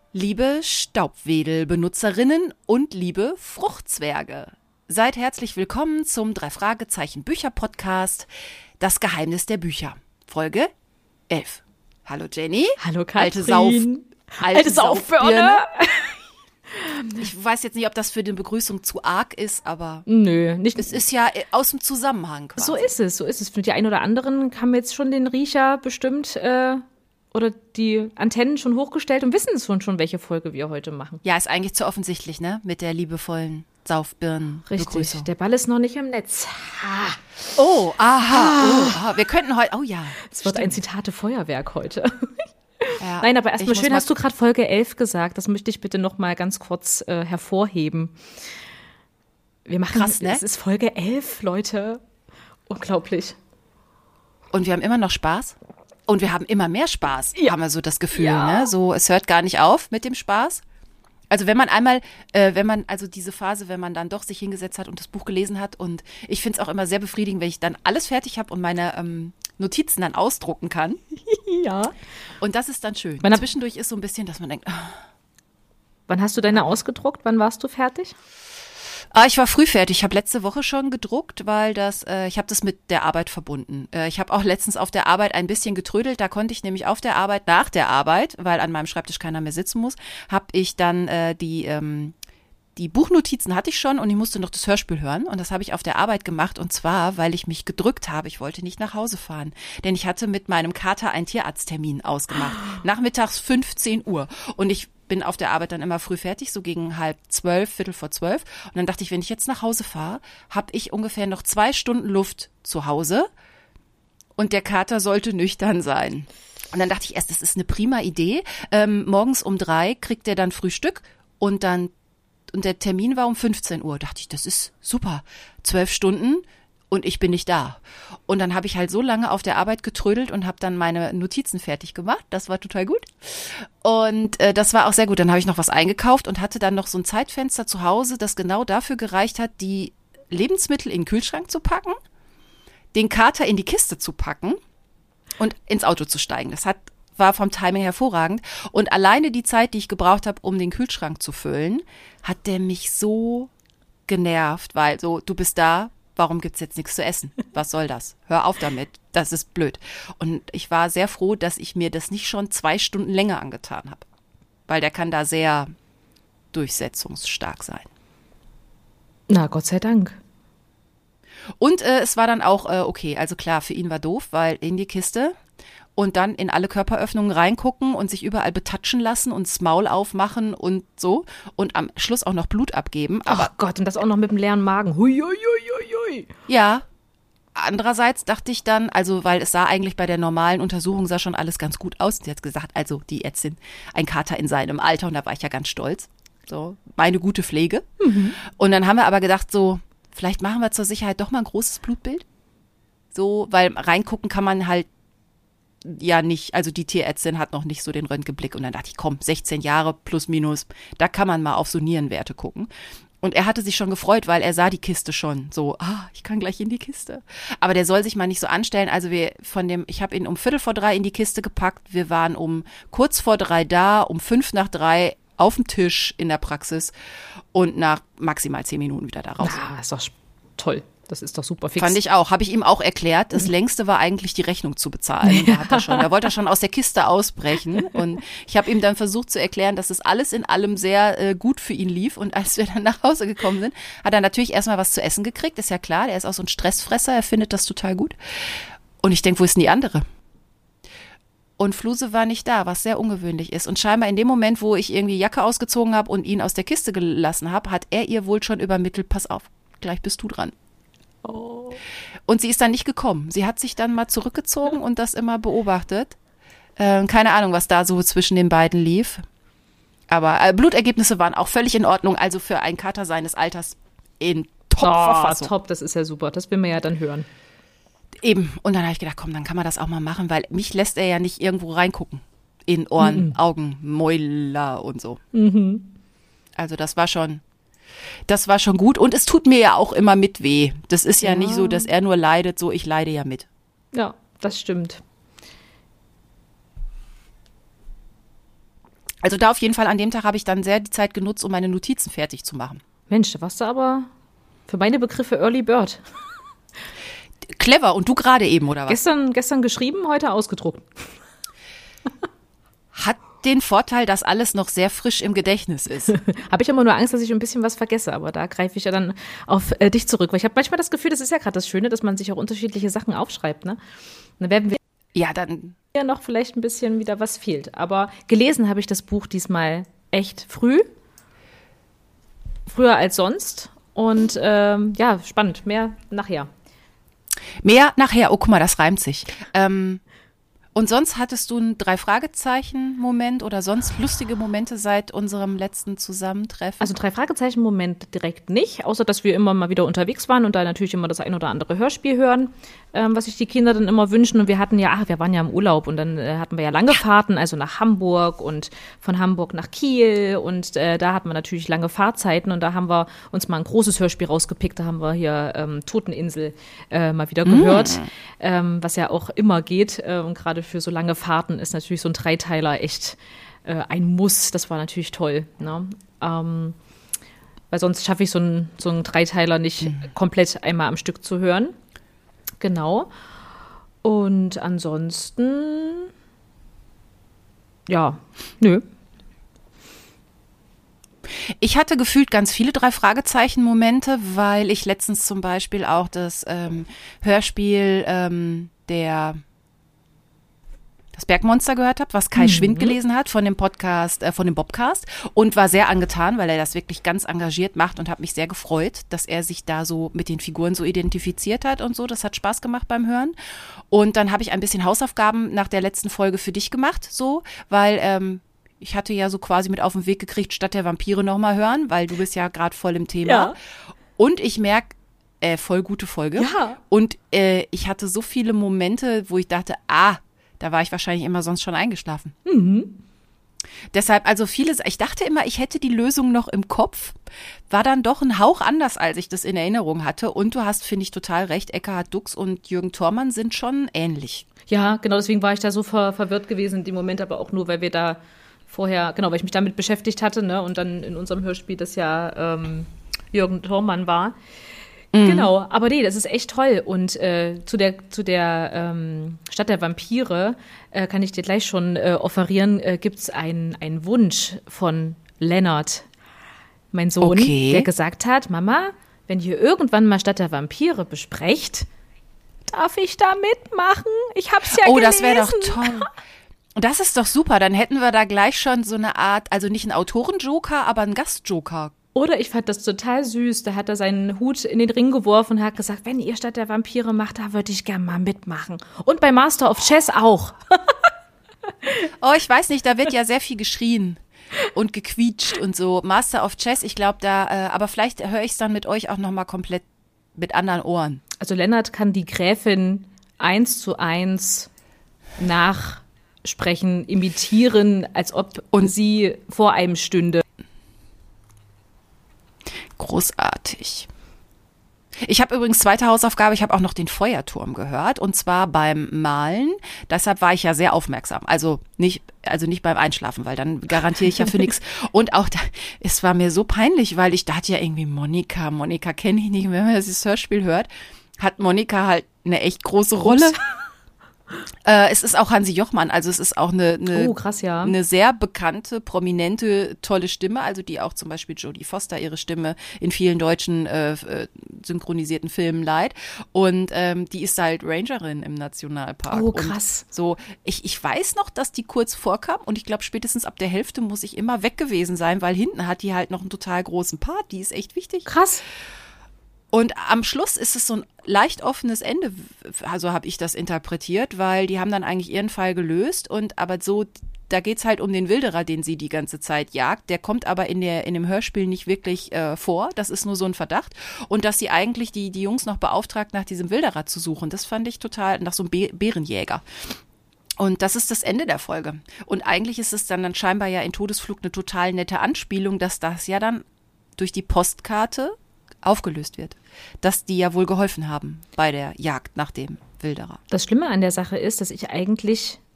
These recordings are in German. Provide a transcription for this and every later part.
Liebe Staubwedelbenutzerinnen und liebe Fruchtzwerge, seid herzlich willkommen zum 3-Fragezeichen-Bücher-Podcast Das Geheimnis der Bücher, Folge 11. Hallo Jenny. Hallo Katrin. Alte Saufbirne. Ich weiß jetzt nicht, ob das für die Begrüßung zu arg ist, aber nö, nicht. Es ist ja aus dem Zusammenhang quasi. So ist es. Für die einen oder anderen haben jetzt schon den Riecher bestimmt oder die Antennen schon hochgestellt und wissen schon, welche Folge wir heute machen. Ja, ist eigentlich zu offensichtlich, ne? Mit der liebevollen Saufbirnen-Begrüßung. Richtig, der Ball ist noch nicht im Netz. Oh, aha. Wir könnten heute, oh ja. Es wird ein Zitate-Feuerwerk heute. Ja, Nein, aber erstmal schön, hast du gerade Folge 11 gesagt. Das möchte ich bitte noch mal ganz kurz hervorheben. Wir machen, krass, ne? Es ist Folge 11, Leute. Unglaublich. Und wir haben immer noch Spaß. Und wir haben immer mehr Spaß, haben wir so das Gefühl, Ja. ne? So, es hört gar nicht auf mit dem Spaß. Also wenn man einmal, also diese Phase, wenn man dann doch sich hingesetzt hat und das Buch gelesen hat, und ich finde es auch immer sehr befriedigend, wenn ich dann alles fertig habe und meine Notizen dann ausdrucken kann. Ja. Und das ist dann schön. Zwischendurch ist so ein bisschen, dass man denkt, Wann hast du deine ausgedruckt? Wann warst du fertig? ich war früh fertig. Ich habe letzte Woche schon gedruckt, weil ich habe das mit der Arbeit verbunden. Ich habe auch letztens auf der Arbeit ein bisschen getrödelt. Da konnte ich nämlich auf der Arbeit, nach der Arbeit, weil an meinem Schreibtisch keiner mehr sitzen muss, habe ich dann die Buchnotizen hatte ich schon und ich musste noch das Hörspiel hören. Und das habe ich auf der Arbeit gemacht. Und zwar, weil ich mich gedrückt habe. Ich wollte nicht nach Hause fahren. Denn ich hatte mit meinem Kater einen Tierarzttermin ausgemacht. Nachmittags 15 Uhr. Und ich bin auf der Arbeit dann immer früh fertig, so gegen 11:30, 11:45. Und dann dachte ich, wenn ich jetzt nach Hause fahre, habe ich ungefähr noch 2 Stunden Luft zu Hause. Und der Kater sollte nüchtern sein. Und dann dachte ich erst, das ist eine prima Idee. Morgens um 3 kriegt er dann Frühstück und der Termin war um 15 Uhr. Dachte ich, das ist super. 12 Stunden und ich bin nicht da. Und dann habe ich halt so lange auf der Arbeit getrödelt und habe dann meine Notizen fertig gemacht. Das war total gut. Und das war auch sehr gut. Dann habe ich noch was eingekauft und hatte dann noch so ein Zeitfenster zu Hause, das genau dafür gereicht hat, die Lebensmittel in den Kühlschrank zu packen, den Kater in die Kiste zu packen und ins Auto zu steigen. War vom Timing hervorragend. Und alleine die Zeit, die ich gebraucht habe, um den Kühlschrank zu füllen, hat der mich so genervt, weil so, du bist da, warum gibt's jetzt nichts zu essen? Was soll das? Hör auf damit, das ist blöd. Und ich war sehr froh, dass ich mir das nicht schon 2 Stunden länger angetan habe, weil der kann da sehr durchsetzungsstark sein. Na, Gott sei Dank. Und es war dann auch okay, also klar, für ihn war doof, weil in die Kiste und dann in alle Körperöffnungen reingucken und sich überall betatschen lassen und das Maul aufmachen und so und am Schluss auch noch Blut abgeben. Aber Ach Gott, und das auch noch mit dem leeren Magen. Hui, hui, hui, hui. ja, andererseits dachte ich dann, also weil es sah eigentlich bei der normalen Untersuchung sah schon alles ganz gut aus. Sie hat gesagt, also die Ärztin, ein Kater in seinem Alter, und da war ich ja ganz stolz. So, meine gute Pflege. Mhm. Und dann haben wir aber gedacht so, vielleicht machen wir zur Sicherheit doch mal ein großes Blutbild. So, weil reingucken kann man halt ja nicht, also die Tierärztin hat noch nicht so den Röntgenblick. Und dann dachte ich, komm, 16 Jahre plus minus, da kann man mal auf so Nierenwerte gucken. Und er hatte sich schon gefreut, weil er sah die Kiste schon. So, ich kann gleich in die Kiste. Aber der soll sich mal nicht so anstellen. Also ich habe ihn um 2:45 in die Kiste gepackt. Wir waren um kurz vor 3 da, um 2:55 auf dem Tisch in der Praxis und nach maximal 10 Minuten wieder da raus. Na, ist doch toll. Das ist doch super fix. Fand ich auch. Habe ich ihm auch erklärt. Das Längste war eigentlich, die Rechnung zu bezahlen. Da wollte er schon aus der Kiste ausbrechen. Und ich habe ihm dann versucht zu erklären, dass es alles in allem sehr gut für ihn lief. Und als wir dann nach Hause gekommen sind, hat er natürlich erstmal was zu essen gekriegt. Ist ja klar, der ist auch so ein Stressfresser. Er findet das total gut. Und ich denke, wo ist denn die andere? Und Fluse war nicht da, was sehr ungewöhnlich ist. Und scheinbar in dem Moment, wo ich irgendwie Jacke ausgezogen habe und ihn aus der Kiste gelassen habe, hat er ihr wohl schon übermittelt, pass auf, gleich bist du dran. Oh. Und sie ist dann nicht gekommen. Sie hat sich dann mal zurückgezogen und das immer beobachtet. Keine Ahnung, was da so zwischen den beiden lief. Aber Blutergebnisse waren auch völlig in Ordnung. Also für einen Kater seines Alters in Top-Verfassung. Top, das ist ja super. Das will man ja dann hören. Eben. Und dann habe ich gedacht, komm, dann kann man das auch mal machen, weil mich lässt er ja nicht irgendwo reingucken. In Ohren, Augen, Mäuler und so. Mhm. Also das war schon gut. Und es tut mir ja auch immer mit weh. Das ist ja nicht so, dass er nur leidet, so ich leide ja mit. Ja, das stimmt. Also da auf jeden Fall, an dem Tag habe ich dann sehr die Zeit genutzt, um meine Notizen fertig zu machen. Mensch, da warst du aber für meine Begriffe Early Bird. Clever. Und du gerade eben, oder was? Gestern geschrieben, heute ausgedruckt. Hat den Vorteil, dass alles noch sehr frisch im Gedächtnis ist. Habe ich immer nur Angst, dass ich ein bisschen was vergesse, aber da greife ich ja dann auf dich zurück. Weil ich habe manchmal das Gefühl, das ist ja gerade das Schöne, dass man sich auch unterschiedliche Sachen aufschreibt. Ne? Und dann werden wir ja dann ja noch vielleicht ein bisschen wieder was fehlt. Aber gelesen habe ich das Buch diesmal echt früher als sonst. Und ja, spannend. Mehr nachher. Mehr nachher. Oh, guck mal, das reimt sich. Und sonst hattest du einen 3-Fragezeichen-Moment oder sonst lustige Momente seit unserem letzten Zusammentreffen? Also 3-Fragezeichen-Moment direkt nicht, außer dass wir immer mal wieder unterwegs waren und da natürlich immer das ein oder andere Hörspiel hören, was sich die Kinder dann immer wünschen. Und wir hatten ja, wir waren ja im Urlaub und dann hatten wir ja lange Fahrten, also nach Hamburg und von Hamburg nach Kiel und da hatten wir natürlich lange Fahrzeiten und da haben wir uns mal ein großes Hörspiel rausgepickt. Da haben wir hier Toteninsel mal wieder gehört, was ja auch immer geht und gerade für so lange Fahrten ist natürlich so ein Dreiteiler echt ein Muss. Das war natürlich toll, ne? Weil sonst schaffe ich so einen Dreiteiler nicht komplett einmal am Stück zu hören. Genau. Und ansonsten, ja, nö. Ich hatte gefühlt ganz viele 3-Fragezeichen-Momente, weil ich letztens zum Beispiel auch das Hörspiel das Bergmonster gehört habe, was Kai Schwind gelesen hat von dem Podcast, von dem Bobcast und war sehr angetan, weil er das wirklich ganz engagiert macht und habe mich sehr gefreut, dass er sich da so mit den Figuren so identifiziert hat und so. Das hat Spaß gemacht beim Hören. Und dann habe ich ein bisschen Hausaufgaben nach der letzten Folge für dich gemacht, so, weil ich hatte ja so quasi mit auf den Weg gekriegt, statt der Vampire nochmal hören, weil du bist ja gerade voll im Thema. Ja. Und ich merke, voll gute Folge. Ja. Und ich hatte so viele Momente, wo ich dachte, da war ich wahrscheinlich immer sonst schon eingeschlafen. Deshalb, also vieles, ich dachte immer, ich hätte die Lösung noch im Kopf, war dann doch ein Hauch anders, als ich das in Erinnerung hatte. Und du hast, finde ich, total recht, Ekkehard Dux und Jürgen Thormann sind schon ähnlich. Ja, genau, deswegen war ich da so verwirrt gewesen in dem Moment, aber auch nur, weil wir da vorher, genau, weil ich mich damit beschäftigt hatte, ne, und dann in unserem Hörspiel das ja Jürgen Thormann war. Genau, aber nee, das ist echt toll. Und zu der Stadt der Vampire kann ich dir gleich schon offerieren, gibt's einen Wunsch von Lennart, mein Sohn, der gesagt hat, Mama, wenn ihr irgendwann mal Stadt der Vampire besprecht, darf ich da mitmachen? Ich hab's ja gelesen. Oh, das wäre doch toll. Das ist doch super, dann hätten wir da gleich schon so eine Art, also nicht einen Autorenjoker, aber einen Gastjoker. Oder ich fand das total süß, da hat er seinen Hut in den Ring geworfen und hat gesagt, wenn ihr Stadt der Vampire macht, da würde ich gerne mal mitmachen. Und bei Master of Chess auch. Oh, ich weiß nicht, da wird ja sehr viel geschrien und gequietscht und so. Master of Chess, ich glaube aber vielleicht höre ich es dann mit euch auch nochmal komplett mit anderen Ohren. Also Lennart kann die Gräfin 1:1 nachsprechen, imitieren, als ob sie vor einem stünde. Großartig. Ich habe übrigens zweite Hausaufgabe, ich habe auch noch den Feuerturm gehört und zwar beim Malen. Deshalb war ich ja sehr aufmerksam. Also nicht beim Einschlafen, weil dann garantiere ich ja für nichts. Und auch es war mir so peinlich, weil ich dachte ja irgendwie Monika kenne ich nicht. Und wenn man das Hörspiel hört, hat Monika halt eine echt große Rolle. Es ist auch Hansi Jochmann, also es ist auch eine krass, ja. Eine sehr bekannte, prominente, tolle Stimme, also die auch zum Beispiel Jodie Foster ihre Stimme in vielen deutschen synchronisierten Filmen leiht. Und die ist halt Rangerin im Nationalpark. Oh, krass. Und so, ich weiß noch, dass die kurz vorkam und ich glaube, spätestens ab der Hälfte muss ich immer weg gewesen sein, weil hinten hat die halt noch einen total großen Part, die ist echt wichtig. Krass. Und am Schluss ist es so ein leicht offenes Ende, also habe ich das interpretiert, weil die haben dann eigentlich ihren Fall gelöst aber so, da geht's halt um den Wilderer, den sie die ganze Zeit jagt, der kommt aber in dem Hörspiel nicht wirklich vor, das ist nur so ein Verdacht und dass sie eigentlich die Jungs noch beauftragt, nach diesem Wilderer zu suchen, das fand ich total, nach so einem Bärenjäger. Und das ist das Ende der Folge. Und eigentlich ist es dann scheinbar ja in Todesflug eine total nette Anspielung, dass das ja dann durch die Postkarte aufgelöst wird, dass die ja wohl geholfen haben bei der Jagd nach dem Wilderer. Das Schlimme an der Sache ist, dass ich eigentlich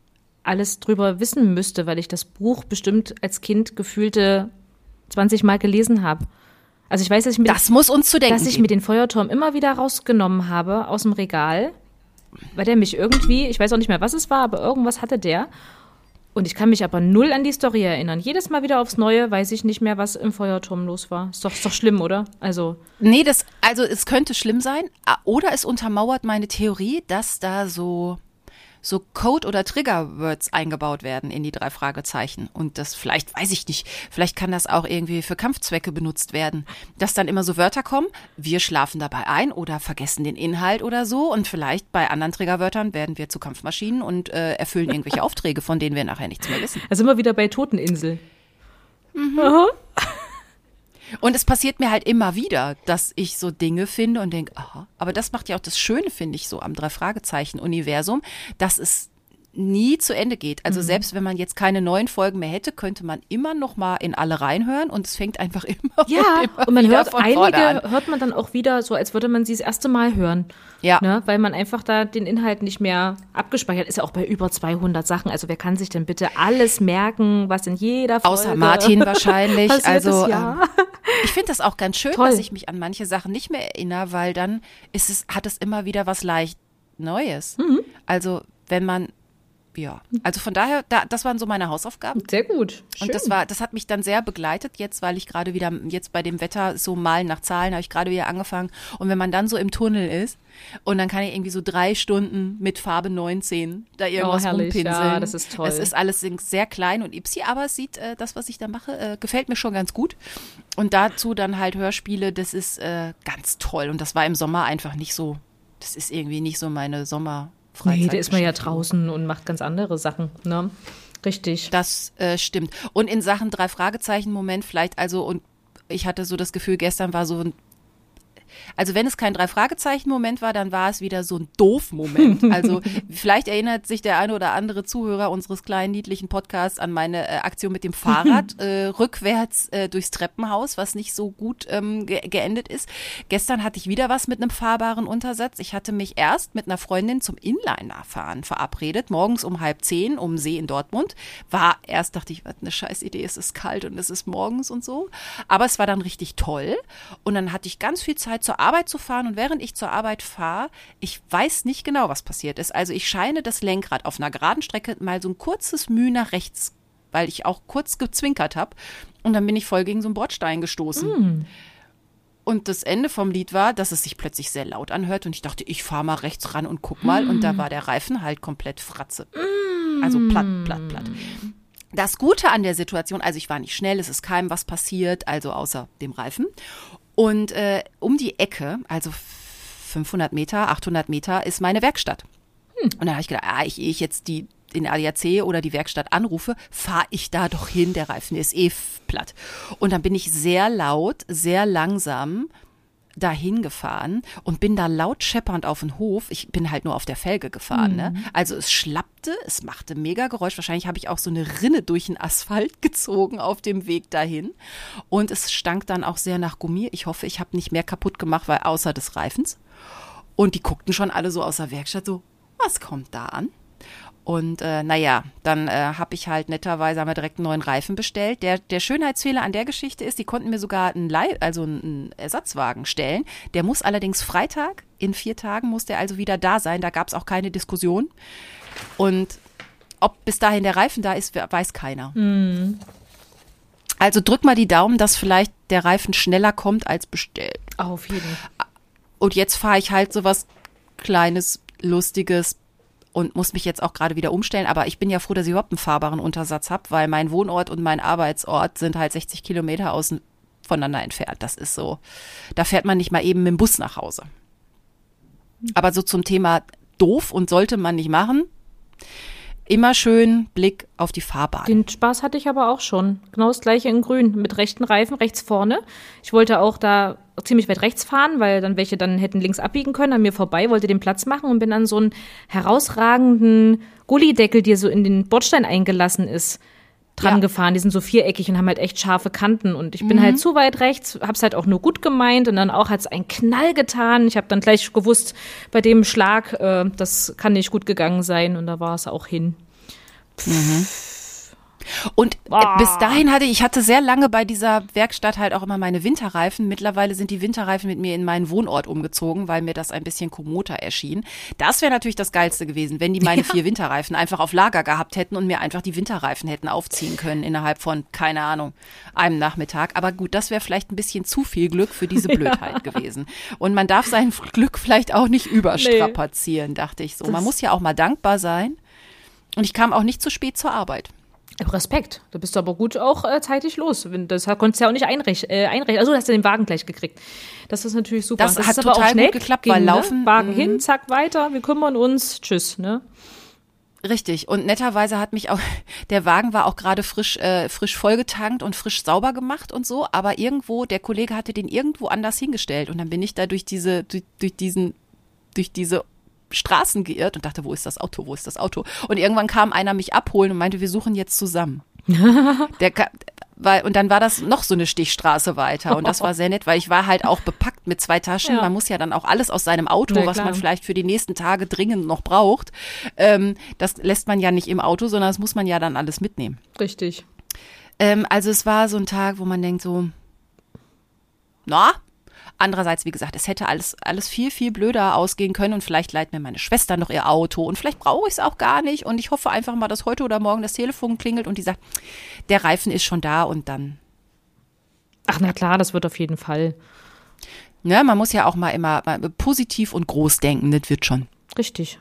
alles drüber wissen müsste, weil ich das Buch bestimmt als Kind gefühlte 20 Mal gelesen habe. Also ich weiß, das muss uns zu denken dass ich geben. mir den Feuerturm immer wieder rausgenommen habe aus dem Regal, weil der mich irgendwie, ich weiß auch nicht mehr, was es war, aber irgendwas hatte der. Und ich kann mich aber null an die Story erinnern. Jedes Mal wieder aufs Neue weiß ich nicht mehr, was im Feuerturm los war. Ist doch schlimm, oder? Also Nee, es könnte schlimm sein. Oder es untermauert meine Theorie, dass da so Code- oder Triggerwords eingebaut werden in die 3 Fragezeichen. Und das vielleicht, weiß ich nicht, vielleicht kann das auch irgendwie für Kampfzwecke benutzt werden. Dass dann immer so Wörter kommen, wir schlafen dabei ein oder vergessen den Inhalt oder so. Und vielleicht bei anderen Triggerwörtern werden wir zu Kampfmaschinen und erfüllen irgendwelche Aufträge, von denen wir nachher nichts mehr wissen. Also immer wieder bei Toteninsel. Mhm. Und es passiert mir halt immer wieder, dass ich so Dinge finde und denke, aha, aber das macht ja auch das Schöne, finde ich, so am 3-Fragezeichen-Universum, dass es nie zu Ende geht. Also selbst wenn man jetzt keine neuen Folgen mehr hätte, könnte man immer noch mal in alle reinhören und es fängt einfach immer und man wieder hört von vorne an. einige, hört man dann auch wieder so, als würde man sie das erste Mal hören. Ja. Ne? Weil man einfach da den Inhalt nicht mehr abgespeichert ist. Ja auch bei über 200 Sachen. Also wer kann sich denn bitte alles merken, was in jeder Folge Außer Martin wahrscheinlich. Also Jahr. Ich finde das auch ganz schön, Toll. dass ich mich an manche Sachen nicht mehr erinnere, weil dann hat es immer wieder was leicht Neues. Also wenn man also von daher, das waren so meine Hausaufgaben. Sehr gut. Schön. Und das hat mich dann sehr begleitet jetzt, weil ich gerade wieder, jetzt bei dem Wetter so malen nach Zahlen, habe ich gerade wieder angefangen. Und wenn man dann so im Tunnel ist und dann kann ich irgendwie so 3 Stunden mit Farbe 19 da irgendwas rumpinseln. Ja, das ist toll. Es ist alles sehr klein und ipsi, aber es sieht, das, was ich da mache, gefällt mir schon ganz gut. Und dazu dann halt Hörspiele, das ist ganz toll. Und das war im Sommer einfach nicht so, das ist irgendwie nicht so meine Freizeit. Nee, da ist man ja draußen und macht ganz andere Sachen, ne? Richtig. Das stimmt. Und in Sachen 3-Fragezeichen-Moment vielleicht, und ich hatte so das Gefühl, gestern war so also wenn es kein 3-Fragezeichen-Moment war, dann war es wieder so ein Doof-Moment. Also vielleicht erinnert sich der eine oder andere Zuhörer unseres kleinen, niedlichen Podcasts an meine Aktion mit dem Fahrrad rückwärts durchs Treppenhaus, was nicht so gut geendet ist. Gestern hatte ich wieder was mit einem fahrbaren Untersatz. Ich hatte mich erst mit einer Freundin zum Inliner-Fahren verabredet, morgens um 9:30 um See in Dortmund. Dachte ich, was eine Scheißidee, es ist kalt und es ist morgens und so. Aber es war dann richtig toll. Und dann hatte ich ganz viel Zeit zur Arbeit zu fahren und während ich zur Arbeit fahre, ich weiß nicht genau, was passiert ist. Also ich scheine das Lenkrad auf einer geraden Strecke mal so ein kurzes Mühe nach rechts, weil ich auch kurz gezwinkert habe und dann bin ich voll gegen so einen Bordstein gestoßen. Und das Ende vom Lied war, dass es sich plötzlich sehr laut anhört und ich dachte, ich fahre mal rechts ran und guck mal und da war der Reifen halt komplett Fratze. Also platt. Das Gute an der Situation, also ich war nicht schnell, es ist keinem was passiert, also außer dem Reifen. Und um die Ecke, also 500 Meter, 800 Meter, ist meine Werkstatt. Und dann habe ich gedacht, ehe ich jetzt den ADAC oder die Werkstatt anrufe, fahre ich da doch hin, der Reifen ist platt. Und dann bin ich sehr laut, sehr langsam dahin gefahren und bin da laut scheppernd auf den Hof. Ich bin halt nur auf der Felge gefahren. Ne? Also es schlappte, es machte mega Geräusch. Wahrscheinlich habe ich auch so eine Rinne durch den Asphalt gezogen auf dem Weg dahin. Und es stank dann auch sehr nach Gummi. Ich hoffe, ich habe nicht mehr kaputt gemacht, weil außer des Reifens. Und die guckten schon alle so aus der Werkstatt so, was kommt da an? Und dann habe ich halt netterweise direkt einen neuen Reifen bestellt. Der Schönheitsfehler an der Geschichte ist, die konnten mir sogar einen Ersatzwagen stellen. Der muss allerdings Freitag, in 4 Tagen muss der also wieder da sein. Da gab es auch keine Diskussion. Und ob bis dahin der Reifen da ist, weiß keiner. Also drück mal die Daumen, dass vielleicht der Reifen schneller kommt als bestellt. Auf jeden Fall. Und jetzt fahre ich halt so was Kleines, Lustiges und muss mich jetzt auch gerade wieder umstellen. Aber ich bin ja froh, dass ich überhaupt einen fahrbaren Untersatz habe, weil mein Wohnort und mein Arbeitsort sind halt 60 Kilometer voneinander entfernt. Das ist so, da fährt man nicht mal eben mit dem Bus nach Hause. Aber so zum Thema doof und sollte man nicht machen, immer schön Blick auf die Fahrbahn. Den Spaß hatte ich aber auch schon. Genau das gleiche in grün, mit rechten Reifen, rechts vorne. Ich wollte auch da ziemlich weit rechts fahren, weil dann welche dann hätten links abbiegen können, an mir vorbei, wollte den Platz machen und bin an so einen herausragenden Gullideckel, der so in den Bordstein eingelassen ist, dran gefahren. Die sind so viereckig und haben halt echt scharfe Kanten. Und ich bin halt zu weit rechts, hab's halt auch nur gut gemeint und dann auch hat's einen Knall getan. Ich habe dann gleich gewusst, bei dem Schlag, das kann nicht gut gegangen sein und da war es auch hin. Und bis dahin hatte sehr lange bei dieser Werkstatt halt auch immer meine Winterreifen. Mittlerweile sind die Winterreifen mit mir in meinen Wohnort umgezogen, weil mir das ein bisschen kommoder erschien. Das wäre natürlich das Geilste gewesen, wenn die meine 4 Winterreifen einfach auf Lager gehabt hätten und mir einfach die Winterreifen hätten aufziehen können innerhalb von, keine Ahnung, einem Nachmittag. Aber gut, das wäre vielleicht ein bisschen zu viel Glück für diese Blödheit gewesen. Und man darf sein Glück vielleicht auch nicht überstrapazieren, dachte ich so. Man muss ja auch mal dankbar sein. Und ich kam auch nicht zu spät zur Arbeit. Respekt, da bist du aber gut auch zeitig los. Das konntest du ja auch nicht einreichen. Also du hast ja den Wagen gleich gekriegt. Das ist natürlich super. Das hat total gut geklappt, weil laufen. Wagen hin, zack, weiter, wir kümmern uns, tschüss, ne? Richtig. Und netterweise hat mich auch, der Wagen war auch gerade frisch vollgetankt und frisch sauber gemacht und so, aber irgendwo, der Kollege hatte den irgendwo anders hingestellt und dann bin ich da durch diese Straßen geirrt und dachte, wo ist das Auto? Und irgendwann kam einer mich abholen und meinte, wir suchen jetzt zusammen. Und dann war das noch so eine Stichstraße weiter und das war sehr nett, weil ich war halt auch bepackt mit 2 Taschen. Ja. Man muss ja dann auch alles aus seinem Auto, was man vielleicht für die nächsten Tage dringend noch braucht, das lässt man ja nicht im Auto, sondern das muss man ja dann alles mitnehmen. Richtig. Also es war so ein Tag, wo man denkt so, andererseits, wie gesagt, es hätte alles viel, viel blöder ausgehen können und vielleicht leiht mir meine Schwester noch ihr Auto und vielleicht brauche ich es auch gar nicht und ich hoffe einfach mal, dass heute oder morgen das Telefon klingelt und die sagt, der Reifen ist schon da und dann. Ach na klar, das wird auf jeden Fall. Ne, man muss ja auch mal immer positiv und groß denken, das wird schon. Richtig.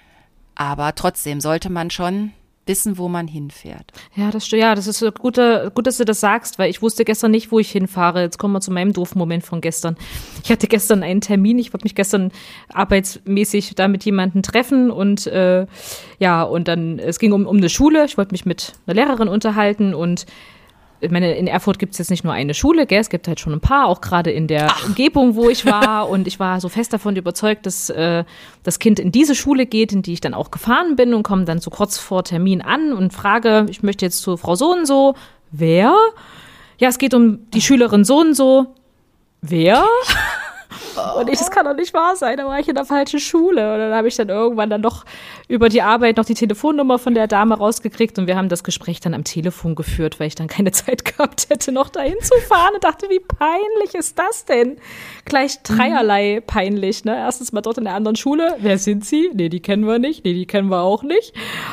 Aber trotzdem sollte man schon wissen, wo man hinfährt. Ja, das ist gut, dass du das sagst, weil ich wusste gestern nicht, wo ich hinfahre. Jetzt kommen wir zu meinem doofen Moment von gestern. Ich hatte gestern einen Termin, ich wollte mich gestern arbeitsmäßig da mit jemandem treffen und und dann, es ging um eine Schule, ich wollte mich mit einer Lehrerin unterhalten und ich meine, in Erfurt gibt es jetzt nicht nur eine Schule, gell? Es gibt halt schon ein paar, auch gerade in der Umgebung, wo ich war. Und ich war so fest davon überzeugt, dass das Kind in diese Schule geht, in die ich dann auch gefahren bin und komme dann so kurz vor Termin an und frage, ich möchte jetzt zu Frau so und so. Wer? Ja, es geht um die Schülerin so und so. Wer? Und das kann doch nicht wahr sein, da war ich in der falschen Schule. Und dann habe ich dann irgendwann dann noch über die Arbeit noch die Telefonnummer von der Dame rausgekriegt und wir haben das Gespräch dann am Telefon geführt, weil ich dann keine Zeit gehabt hätte, noch dahin zu fahren und dachte, wie peinlich ist das denn? Gleich dreierlei peinlich, ne? Erstens mal dort in der anderen Schule. Wer sind Sie? Nee, die kennen wir nicht. Nee, die kennen wir auch nicht.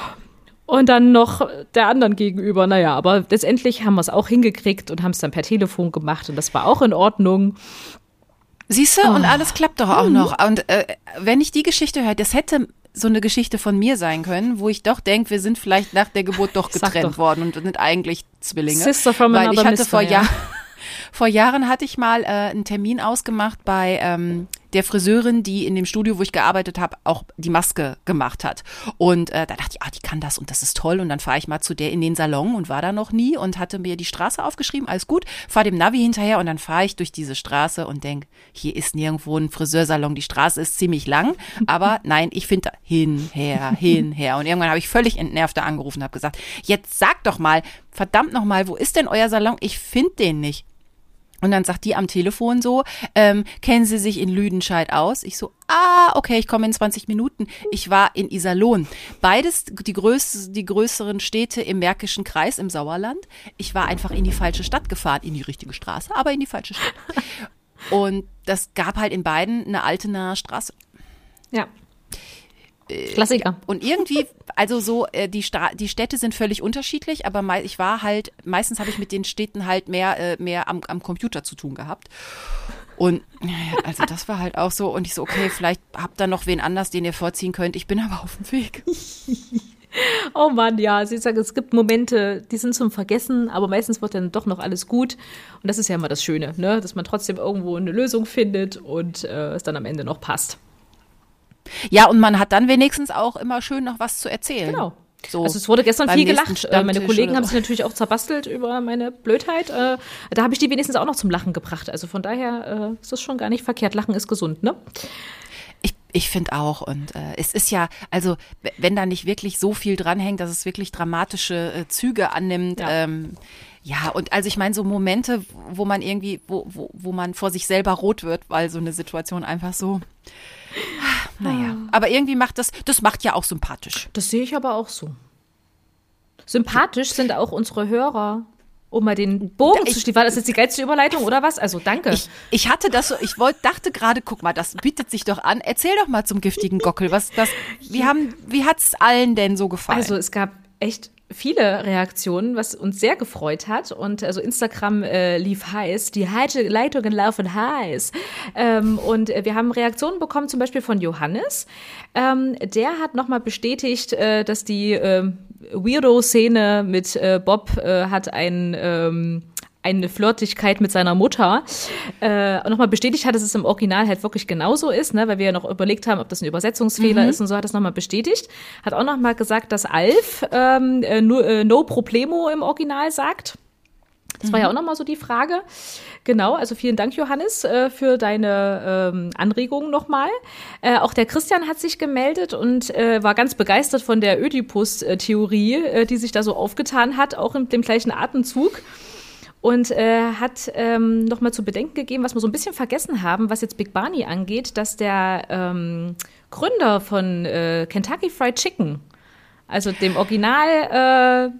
Und dann noch der anderen gegenüber. Naja, aber letztendlich haben wir es auch hingekriegt und haben es dann per Telefon gemacht und das war auch in Ordnung. Siehst du, und alles klappt doch auch noch. Und wenn ich die Geschichte höre, das hätte so eine Geschichte von mir sein können, wo ich doch denke, wir sind vielleicht nach der Geburt doch getrennt worden und sind eigentlich Zwillinge. Sister from another Weil ich hatte mister, vor Jahren hatte ich mal einen Termin ausgemacht bei der Friseurin, die in dem Studio, wo ich gearbeitet habe, auch die Maske gemacht hat. Und da dachte ich, die kann das und das ist toll. Und dann fahre ich mal zu der in den Salon und war da noch nie und hatte mir die Straße aufgeschrieben, alles gut, fahre dem Navi hinterher und dann fahre ich durch diese Straße und denke, hier ist nirgendwo ein Friseursalon, die Straße ist ziemlich lang, aber nein, ich finde da hinher. Und irgendwann habe ich völlig entnervt da angerufen und habe gesagt, jetzt sag doch mal, verdammt noch mal, wo ist denn euer Salon? Ich finde den nicht. Und dann sagt die am Telefon so, kennen Sie sich in Lüdenscheid aus? Ich so, okay, ich komme in 20 Minuten. Ich war in Iserlohn. Beides die größeren Städte im Märkischen Kreis im Sauerland. Ich war einfach in die falsche Stadt gefahren, in die richtige Straße, aber in die falsche Stadt. Und das gab halt in beiden eine Altenaer Straße. Ja. Klassiker. Und irgendwie, also so, die Städte sind völlig unterschiedlich, aber meistens habe ich mit den Städten halt mehr am Computer zu tun gehabt. Und also das war halt auch so. Und ich so, okay, vielleicht habt ihr noch wen anders, den ihr vorziehen könnt. Ich bin aber auf dem Weg. Oh Mann, ja. Sie sagen, es gibt Momente, die sind zum Vergessen, aber meistens wird dann doch noch alles gut. Und das ist ja immer das Schöne, ne? Dass man trotzdem irgendwo eine Lösung findet und es dann am Ende noch passt. Ja, und man hat dann wenigstens auch immer schön noch was zu erzählen. Genau. So, also es wurde gestern viel gelacht. Meine Kollegen haben so. sich natürlich auch zerbastelt über meine Blödheit. Da habe ich die wenigstens auch noch zum Lachen gebracht. Also von daher ist das schon gar nicht verkehrt. Lachen ist gesund, ne? Ich finde auch. Und es ist ja, also wenn da nicht wirklich so viel dranhängt, dass es wirklich dramatische Züge annimmt. Ja, und also ich meine, so Momente, wo man irgendwie, wo man vor sich selber rot wird, weil so eine Situation einfach so. Naja, aber irgendwie macht das macht ja auch sympathisch. Das sehe ich aber auch so. Sympathisch sind auch unsere Hörer. Um mal den Bogen zu schließen. War das jetzt die geilste Überleitung oder was? Also danke. Ich hatte das so, dachte gerade, guck mal, das bietet sich doch an. Erzähl doch mal zum giftigen Gockel. Wie hat's allen denn so gefallen? Also es gab echt viele Reaktionen, was uns sehr gefreut hat. Und also Instagram lief heiß, die Leitungen laufen heiß. Und wir haben Reaktionen bekommen, zum Beispiel von Johannes. Der hat nochmal bestätigt, dass die Weirdo-Szene mit Bob hat eine Flirtigkeit mit seiner Mutter nochmal bestätigt hat, dass es im Original halt wirklich genauso ist, ne, weil wir ja noch überlegt haben, ob das ein Übersetzungsfehler ist und so, hat das nochmal bestätigt. Hat auch nochmal gesagt, dass Alf no problemo im Original sagt. Das war ja auch nochmal so die Frage. Genau, also vielen Dank, Johannes, für deine Anregungen nochmal. Auch der Christian hat sich gemeldet und war ganz begeistert von der Ödipus-Theorie, die sich da so aufgetan hat, auch in dem gleichen Atemzug. Und hat nochmal zu bedenken gegeben, was wir so ein bisschen vergessen haben, was jetzt Big Barney angeht, dass der Gründer von Kentucky Fried Chicken, also dem Original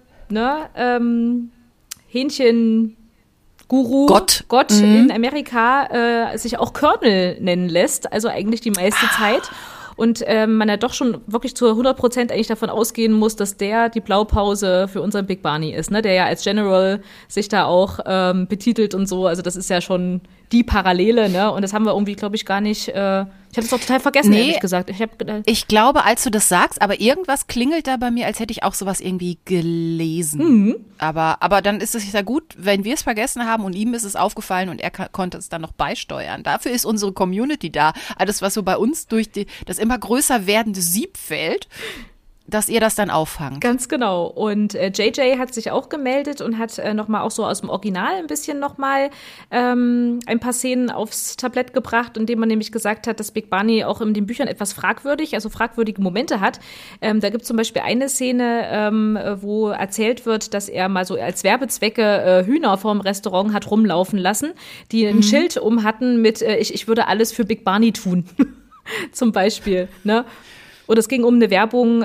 Hähnchen-Guru, Gott in Amerika, sich auch Colonel nennen lässt, also eigentlich die meiste Zeit. Und man ja doch schon wirklich zu 100% eigentlich davon ausgehen muss, dass der die Blaupause für unseren Big Barney ist, ne? Der ja als General sich da auch betitelt und so. Also das ist ja schon die Parallele, ne? Und das haben wir irgendwie, glaube ich, gar nicht. Ich habe es auch total vergessen, ehrlich gesagt. Ich glaube, als du das sagst, aber irgendwas klingelt da bei mir, als hätte ich auch sowas irgendwie gelesen. Aber dann ist es ja gut, wenn wir es vergessen haben und ihm ist es aufgefallen und er konnte es dann noch beisteuern. Dafür ist unsere Community da. Alles, was so bei uns durch das immer größer werdende Siebfeld, dass ihr das dann auffangt. Ganz genau. Und JJ hat sich auch gemeldet und hat nochmal auch so aus dem Original ein bisschen nochmal ein paar Szenen aufs Tablett gebracht, indem man nämlich gesagt hat, dass Big Barney auch in den Büchern etwas fragwürdige Momente hat. Da gibt es zum Beispiel eine Szene, wo erzählt wird, dass er mal so als Werbezwecke Hühner vorm Restaurant hat rumlaufen lassen, die ein Schild hatten mit ich würde alles für Big Barney tun. Zum Beispiel, ne? Oder es ging um eine Werbung,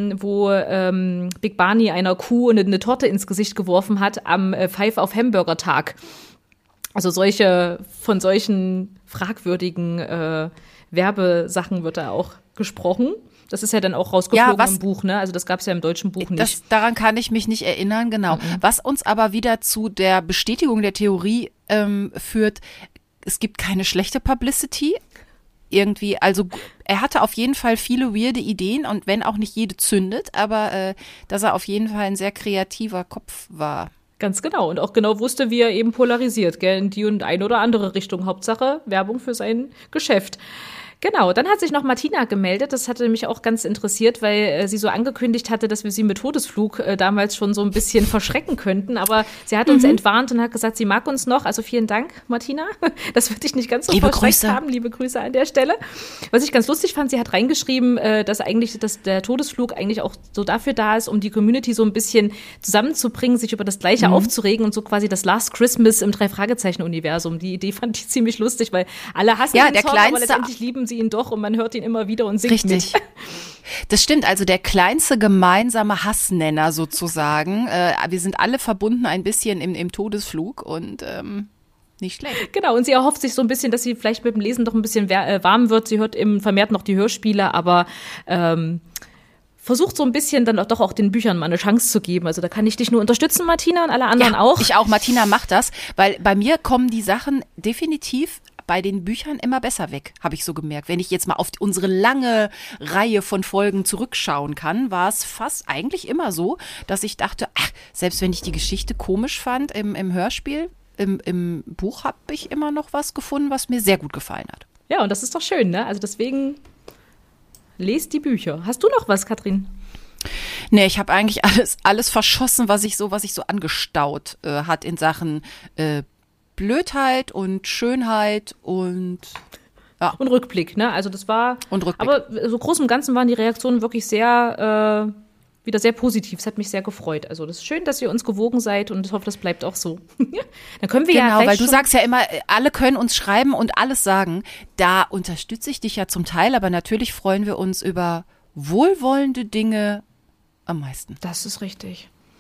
wo Big Barney einer Kuh eine Torte ins Gesicht geworfen hat am Five auf Hamburger-Tag. Also von solchen fragwürdigen Werbesachen wird da auch gesprochen. Das ist ja dann auch rausgeflogen im Buch, ne? Also das gab es ja im deutschen Buch nicht. Daran kann ich mich nicht erinnern, genau. Was uns aber wieder zu der Bestätigung der Theorie führt, es gibt keine schlechte Publicity. Irgendwie, also er hatte auf jeden Fall viele weirde Ideen und wenn auch nicht jede zündet, aber dass er auf jeden Fall ein sehr kreativer Kopf war. Ganz genau und auch genau wusste, wie er eben polarisiert, gell, in die und eine oder andere Richtung. Hauptsache Werbung für sein Geschäft. Genau, dann hat sich noch Martina gemeldet, das hatte mich auch ganz interessiert, weil sie so angekündigt hatte, dass wir sie mit Todesflug damals schon so ein bisschen verschrecken könnten, aber sie hat uns entwarnt und hat gesagt, sie mag uns noch, also vielen Dank, Martina, das würde ich nicht ganz so verschreckt haben, liebe Grüße an der Stelle. Was ich ganz lustig fand, sie hat reingeschrieben, dass der Todesflug eigentlich auch so dafür da ist, um die Community so ein bisschen zusammenzubringen, sich über das Gleiche aufzuregen und so quasi das Last Christmas im Drei-Fragezeichen-Universum. Die Idee fand ich ziemlich lustig, weil alle hassen den Song, aber letztendlich lieben sie ihn doch und man hört ihn immer wieder und singt mit. Das stimmt, also der kleinste gemeinsame Hassnenner sozusagen. Wir sind alle verbunden ein bisschen im Todesflug und nicht schlecht. Genau, und sie erhofft sich so ein bisschen, dass sie vielleicht mit dem Lesen doch ein bisschen warm wird. Sie hört eben vermehrt noch die Hörspiele, aber versucht so ein bisschen dann doch auch den Büchern mal eine Chance zu geben. Also da kann ich dich nur unterstützen, Martina, und alle anderen auch. Ich auch, Martina macht das, weil bei mir kommen die Sachen definitiv bei den Büchern immer besser weg, habe ich so gemerkt. Wenn ich jetzt mal auf unsere lange Reihe von Folgen zurückschauen kann, war es fast eigentlich immer so, dass ich dachte, selbst wenn ich die Geschichte komisch fand im Hörspiel, im Buch habe ich immer noch was gefunden, was mir sehr gut gefallen hat. Ja, und das ist doch schön, ne? Also deswegen lest die Bücher. Hast du noch was, Katrin? Nee, ich habe eigentlich alles verschossen, was sich so angestaut hat in Sachen Blödheit und Schönheit und und Rückblick, ne? Also das war. Und Rückblick. Aber so groß im Ganzen waren die Reaktionen wirklich wieder sehr positiv. Es hat mich sehr gefreut. Also das ist schön, dass ihr uns gewogen seid und ich hoffe, das bleibt auch so. Dann können wir genau, weil du sagst ja immer, alle können uns schreiben und alles sagen. Da unterstütze ich dich ja zum Teil, aber natürlich freuen wir uns über wohlwollende Dinge am meisten. Das ist richtig.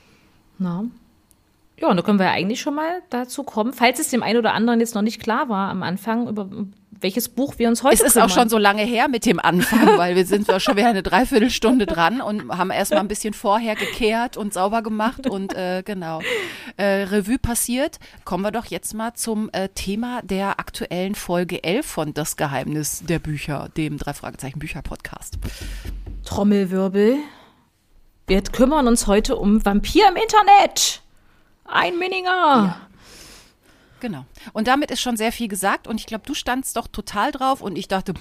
Na. Ja, und da können wir ja eigentlich schon mal dazu kommen, falls es dem einen oder anderen jetzt noch nicht klar war am Anfang, über welches Buch wir uns heute Es ist kümmern. auch schon so lange her mit dem Anfang, weil wir sind schon wieder eine Dreiviertelstunde dran und haben erstmal ein bisschen vorher gekehrt und sauber gemacht und genau. Revue passiert. Kommen wir doch jetzt mal zum Thema der aktuellen Folge 11 von Das Geheimnis der Bücher, dem 3-Fragezeichen-Bücher-Podcast. Trommelwirbel. Wir kümmern uns heute um Vampir im Internet. Ein Minninger. Ja. Genau. Und damit ist schon sehr viel gesagt und ich glaube, du standst doch total drauf und ich dachte,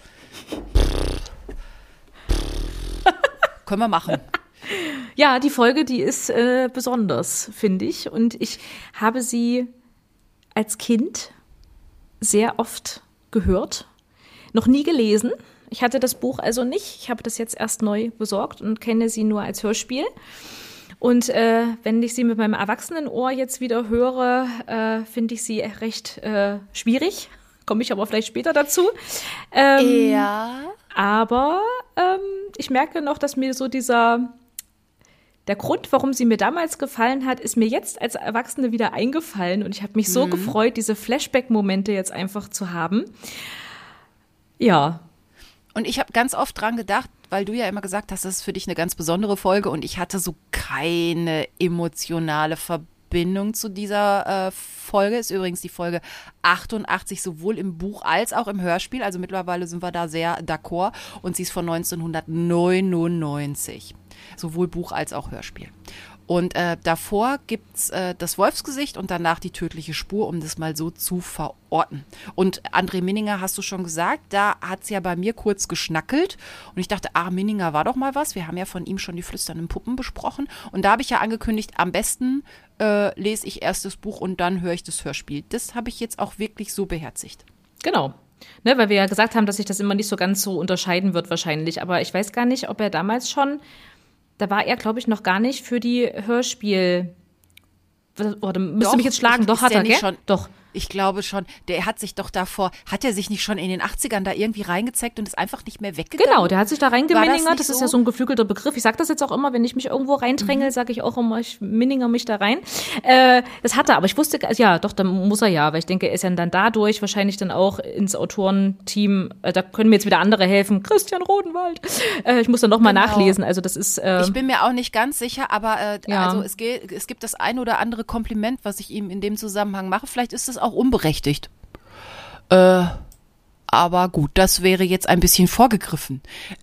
können wir machen. Ja, die Folge, die ist besonders, finde ich. Und ich habe sie als Kind sehr oft gehört, noch nie gelesen. Ich hatte das Buch also nicht. Ich habe das jetzt erst neu besorgt und kenne sie nur als Hörspiel. Und wenn ich sie mit meinem Erwachsenenohr jetzt wieder höre, finde ich sie recht schwierig. Komme ich aber vielleicht später dazu. Ja. Aber ich merke noch, dass mir so der Grund, warum sie mir damals gefallen hat, ist mir jetzt als Erwachsene wieder eingefallen. Und ich habe mich so gefreut, diese Flashback-Momente jetzt einfach zu haben. Ja. Und ich habe ganz oft dran gedacht, weil du ja immer gesagt hast, das ist für dich eine ganz besondere Folge und ich hatte so keine emotionale Verbindung zu dieser Folge. Ist übrigens die Folge 88, sowohl im Buch als auch im Hörspiel. Also mittlerweile sind wir da sehr d'accord und sie ist von 1999. Sowohl Buch als auch Hörspiel. Und davor gibt's das Wolfsgesicht und danach die tödliche Spur, um das mal so zu verorten. Und André Minninger, hast du schon gesagt, da hat's ja bei mir kurz geschnackelt. Und ich dachte, Minninger war doch mal was. Wir haben ja von ihm schon die flüsternden Puppen besprochen. Und da habe ich ja angekündigt, am besten lese ich erst das Buch und dann höre ich das Hörspiel. Das habe ich jetzt auch wirklich so beherzigt. Genau. Ne, weil wir ja gesagt haben, dass sich das immer nicht so ganz so unterscheiden wird wahrscheinlich. Aber ich weiß gar nicht, ob er damals schon... Da war er, glaube ich, noch gar nicht für die Hörspiel. Da müsste mich jetzt schlagen. Doch, hat er, gell? Schon, doch. Ich glaube schon, der hat sich doch davor, hat er sich nicht schon in den 80ern da irgendwie reingezeckt und ist einfach nicht mehr weggegangen? Genau, der hat sich da reingemenningert, das so? ist ja so ein geflügelter Begriff. Ich sage das jetzt auch immer, wenn ich mich irgendwo reindrängel, sage ich auch immer, ich minninger mich da rein. Das hat er, aber ich wusste, ja, doch, dann muss er ja, weil ich denke, er ist ja dann dadurch wahrscheinlich dann auch ins Autorenteam, da können mir jetzt wieder andere helfen, Christian Rodenwald. Ich muss dann nochmal nachlesen, also das ist... ich bin mir auch nicht ganz sicher, aber ja. Also es gibt das ein oder andere Kompliment, was ich ihm in dem Zusammenhang mache. Vielleicht ist es auch unberechtigt. Aber gut, das wäre jetzt ein bisschen vorgegriffen.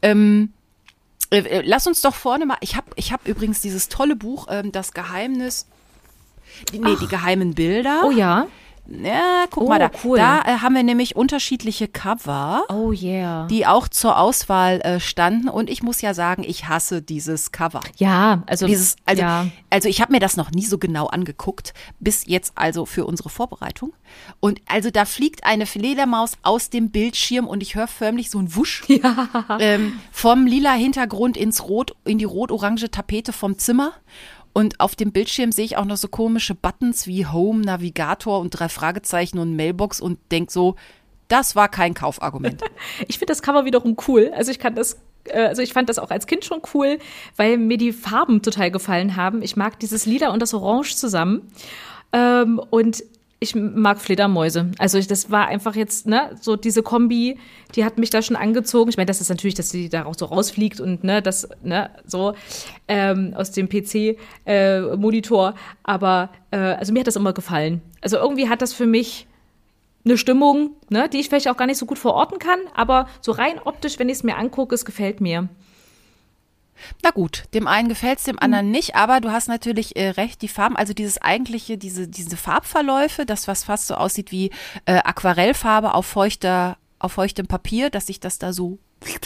Lass uns doch vorne mal, ich hab übrigens dieses tolle Buch, Das Geheimnis, die geheimen Bilder. Oh ja. Ja, guck mal da. Cool. Da haben wir nämlich unterschiedliche Cover, oh yeah, die auch zur Auswahl standen. Und ich muss ja sagen, ich hasse dieses Cover. Ja, also ich habe mir das noch nie so genau angeguckt, bis jetzt also für unsere Vorbereitung. Und also da fliegt eine Fledermaus aus dem Bildschirm und ich höre förmlich so ein Wusch vom lila Hintergrund in die rot-orange Tapete vom Zimmer. Und auf dem Bildschirm sehe ich auch noch so komische Buttons wie Home, Navigator und 3 Fragezeichen und Mailbox und denke so, das war kein Kaufargument. Ich finde das Cover wiederum cool. Also ich fand das auch als Kind schon cool, weil mir die Farben total gefallen haben. Ich mag dieses Lila und das Orange zusammen. Und ich mag Fledermäuse. Also das war einfach jetzt, ne, so diese Kombi, die hat mich da schon angezogen. Ich meine, das ist natürlich, dass sie da auch so rausfliegt und ne, das, ne, so aus dem PC-Monitor. Aber also mir hat das immer gefallen. Also irgendwie hat das für mich eine Stimmung, ne, die ich vielleicht auch gar nicht so gut verorten kann, aber so rein optisch, wenn ich es mir angucke, es gefällt mir. Na gut, dem einen gefällt's, dem anderen nicht, aber du hast natürlich recht, die Farben, also dieses eigentliche, diese Farbverläufe, das was fast so aussieht wie Aquarellfarbe auf feuchtem Papier, dass sich das da so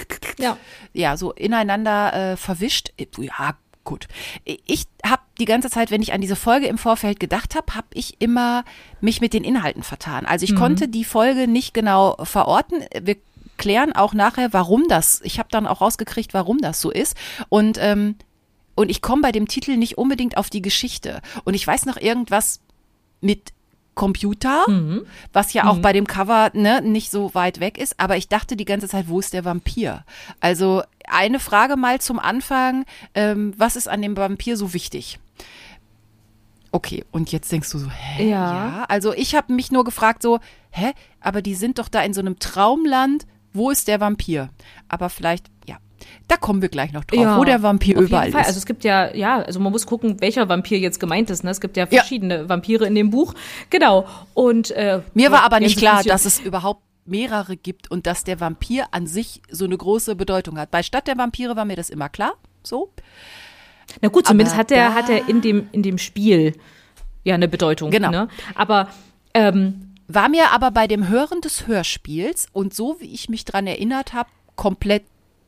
so ineinander verwischt. Ja, gut. Ich habe die ganze Zeit, wenn ich an diese Folge im Vorfeld gedacht habe, habe ich immer mich mit den Inhalten vertan. Also ich konnte die Folge nicht genau verorten. Wir klären auch nachher, warum das, ich habe dann auch rausgekriegt, warum das so ist und ich komme bei dem Titel nicht unbedingt auf die Geschichte und ich weiß noch irgendwas mit Computer, was ja auch bei dem Cover nicht so weit weg ist, aber ich dachte die ganze Zeit, wo ist der Vampir? Also eine Frage mal zum Anfang, was ist an dem Vampir so wichtig? Okay, und jetzt denkst du so, hä? Ja. Also ich habe mich nur gefragt so, hä? Aber die sind doch da in so einem Traumland. Wo ist der Vampir? Aber vielleicht, ja, da kommen wir gleich noch drauf, wo der Vampir auf überall jeden Fall. ist. Also es gibt also man muss gucken, welcher Vampir jetzt gemeint ist. Ne? Es gibt ja verschiedene Vampire in dem Buch. Genau. Und mir war aber nicht klar, dass es überhaupt mehrere gibt und dass der Vampir an sich so eine große Bedeutung hat. Bei Stadt der Vampire war mir das immer klar, so. Na gut, zumindest hat er in dem Spiel ja eine Bedeutung. Genau. Ne? Aber war mir aber bei dem Hören des Hörspiels und so, wie ich mich dran erinnert habe, komplett.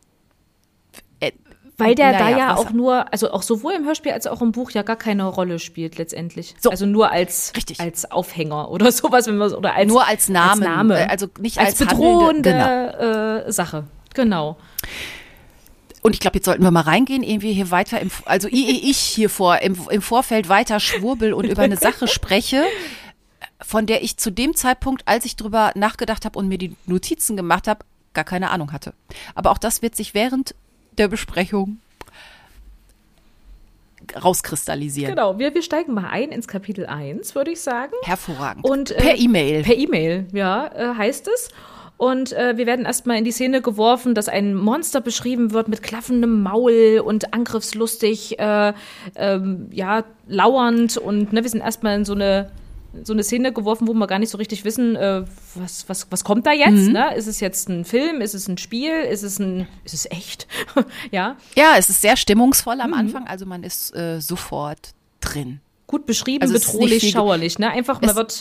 Weil der auch nur, also auch sowohl im Hörspiel als auch im Buch ja gar keine Rolle spielt letztendlich. So. Also nur als Aufhänger oder sowas, oder als nur als Name. Also nicht als bedrohende Sache. Genau. Und ich glaube, jetzt sollten wir mal reingehen, irgendwie hier weiter, ich hier im Vorfeld weiter schwurbel und über eine Sache spreche, von der ich zu dem Zeitpunkt, als ich drüber nachgedacht habe und mir die Notizen gemacht habe, gar keine Ahnung hatte. Aber auch das wird sich während der Besprechung rauskristallisieren. Genau, wir steigen mal ein ins Kapitel 1, würde ich sagen. Hervorragend. Und, per E-Mail. Per E-Mail, heißt es. Und wir werden erstmal in die Szene geworfen, dass ein Monster beschrieben wird mit klaffendem Maul und angriffslustig, lauernd. Und wir sind erstmal in so eine Szene geworfen, wo wir gar nicht so richtig wissen, was kommt da jetzt? Ne? Ist es jetzt ein Film? Ist es ein Spiel? Ist es echt? Ja, es ist sehr stimmungsvoll am Anfang, also man ist sofort drin. Gut beschrieben, bedrohlich, schauerlich. Ne? Einfach,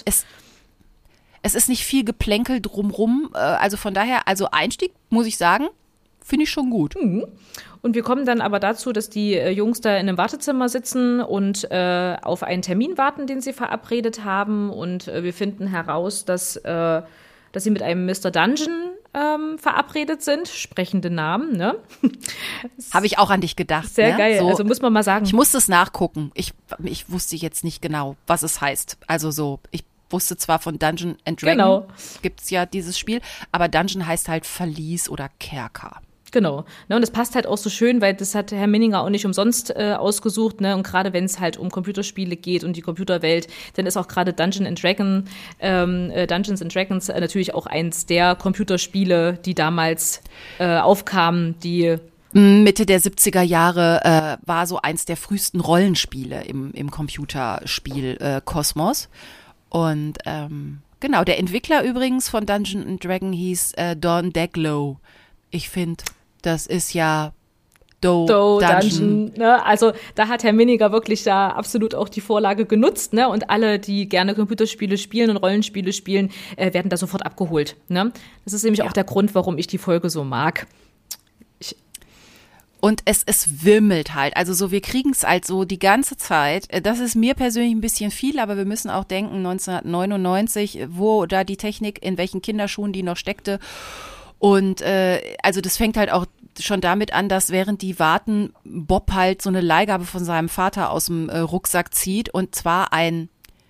es ist nicht viel Geplänkel drumrum, also von daher, also Einstieg, muss ich sagen, finde ich schon gut. Und wir kommen dann aber dazu, dass die Jungs da in einem Wartezimmer sitzen und auf einen Termin warten, den sie verabredet haben. Und wir finden heraus, dass sie mit einem Mr. Dungeon verabredet sind. Sprechende Namen, ne? Habe ich auch an dich gedacht. Sehr geil, so, also muss man mal sagen. Ich musste es nachgucken. Ich wusste jetzt nicht genau, was es heißt. Also so, ich wusste zwar von Dungeon and Dragon, gibt es ja dieses Spiel, aber Dungeon heißt halt Verlies oder Kerker. Genau. Ne, und das passt halt auch so schön, weil das hat Herr Minninger auch nicht umsonst ausgesucht. Ne? Und gerade wenn es halt um Computerspiele geht und die Computerwelt, dann ist auch gerade Dungeons and Dragons natürlich auch eins der Computerspiele, die damals aufkamen, die Mitte der 70er Jahre war so eins der frühesten Rollenspiele im Computerspiel Kosmos. Und genau, der Entwickler übrigens von Dungeons and Dragon hieß Don Daglow. Ich finde, das ist ja Dungeon. Ne? Also da hat Herr Minninger wirklich da absolut auch die Vorlage genutzt, ne? Und alle, die gerne Computerspiele spielen und Rollenspiele spielen, werden da sofort abgeholt. Ne? Das ist nämlich auch der Grund, warum ich die Folge so mag. Und es wimmelt halt. Also so, wir kriegen es halt so die ganze Zeit. Das ist mir persönlich ein bisschen viel, aber wir müssen auch denken, 1999, wo da die Technik, in welchen Kinderschuhen die noch steckte. Und also das fängt halt auch schon damit an, dass während die warten, Bob halt so eine Leihgabe von seinem Vater aus dem Rucksack zieht, und zwar ein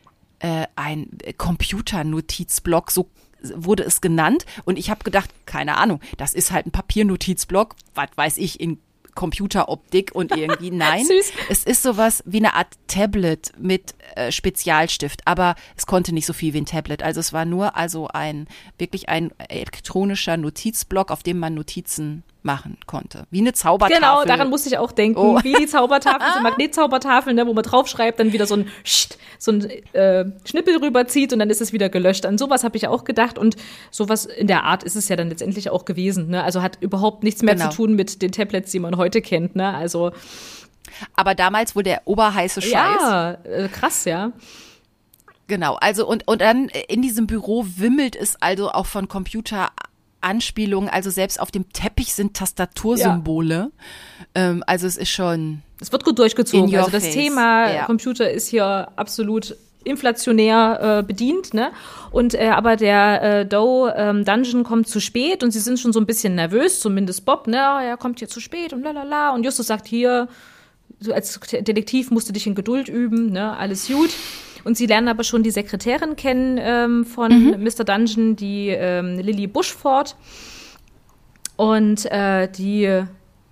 Computernotizblock, so wurde es genannt. Und ich habe gedacht, keine Ahnung, das ist halt ein Papiernotizblock, was weiß ich, in Computeroptik und irgendwie, nein. Süß. Es ist sowas wie eine Art Tablet mit Spezialstift, aber es konnte nicht so viel wie ein Tablet. Also es war nur wirklich ein elektronischer Notizblock, auf dem man Notizen machen konnte. Wie eine Zaubertafel. Genau, daran musste ich auch denken. Oh. Wie die Zaubertafel, so Magnetzaubertafel, ne, wo man draufschreibt, dann wieder so ein Schnippel rüberzieht und dann ist es wieder gelöscht. An sowas habe ich auch gedacht, und sowas in der Art ist es ja dann letztendlich auch gewesen. Ne? Also hat überhaupt nichts mehr zu tun mit den Tablets, die man heute kennt. Ne? Also, aber damals wohl der oberheiße Scheiß. Ja, krass, ja. Genau, also und dann in diesem Büro wimmelt es also auch von Computeranspielungen, also selbst auf dem Teppich sind Tastatursymbole. Ja. Also es ist schon. Es wird gut durchgezogen. Also das face. Thema Computer ist hier absolut inflationär bedient, ne? Und aber der Dungeon kommt zu spät und sie sind schon so ein bisschen nervös, zumindest Bob, ne? Er kommt hier zu spät und lalala. Und Justus sagt hier, so als Detektiv musst du dich in Geduld üben, ne? Alles gut. Und sie lernen aber schon die Sekretärin kennen von Mr. Dungeon, die Lily Bushford. Und die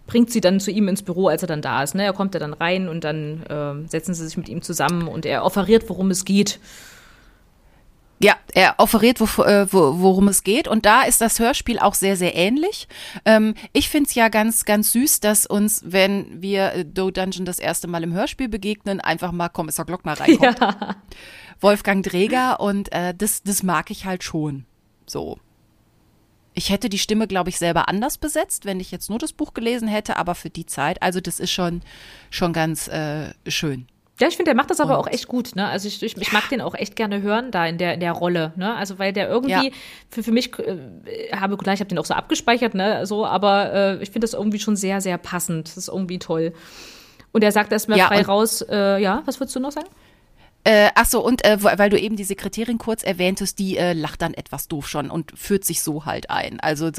bringt sie dann zu ihm ins Büro, als er dann da ist. Ne? Er kommt ja dann rein und dann setzen sie sich mit ihm zusammen und er offeriert, worum es geht. Ja, er offeriert, worum es geht. Und da ist das Hörspiel auch sehr, sehr ähnlich. Ich find's ja ganz, ganz süß, dass uns, wenn wir Doe Dungeon das erste Mal im Hörspiel begegnen, einfach mal Kommissar Glockner reinkommt. Ja. Wolfgang Dreger und das mag ich halt schon. So. Ich hätte die Stimme, glaube ich, selber anders besetzt, wenn ich jetzt nur das Buch gelesen hätte, aber für die Zeit, also das ist schon ganz schön. Ja, ich finde, der macht das aber auch echt gut, ne? Also ich mag den auch echt gerne hören da in der Rolle, ne? Also weil der irgendwie für mich ich habe den auch so abgespeichert, ne? So, aber ich finde das irgendwie schon sehr, sehr passend. Das ist irgendwie toll. Und er sagt erstmal frei raus, was würdest du noch sagen? Weil du eben die Sekretärin kurz erwähntest, die lacht dann etwas doof schon und führt sich so halt ein. Also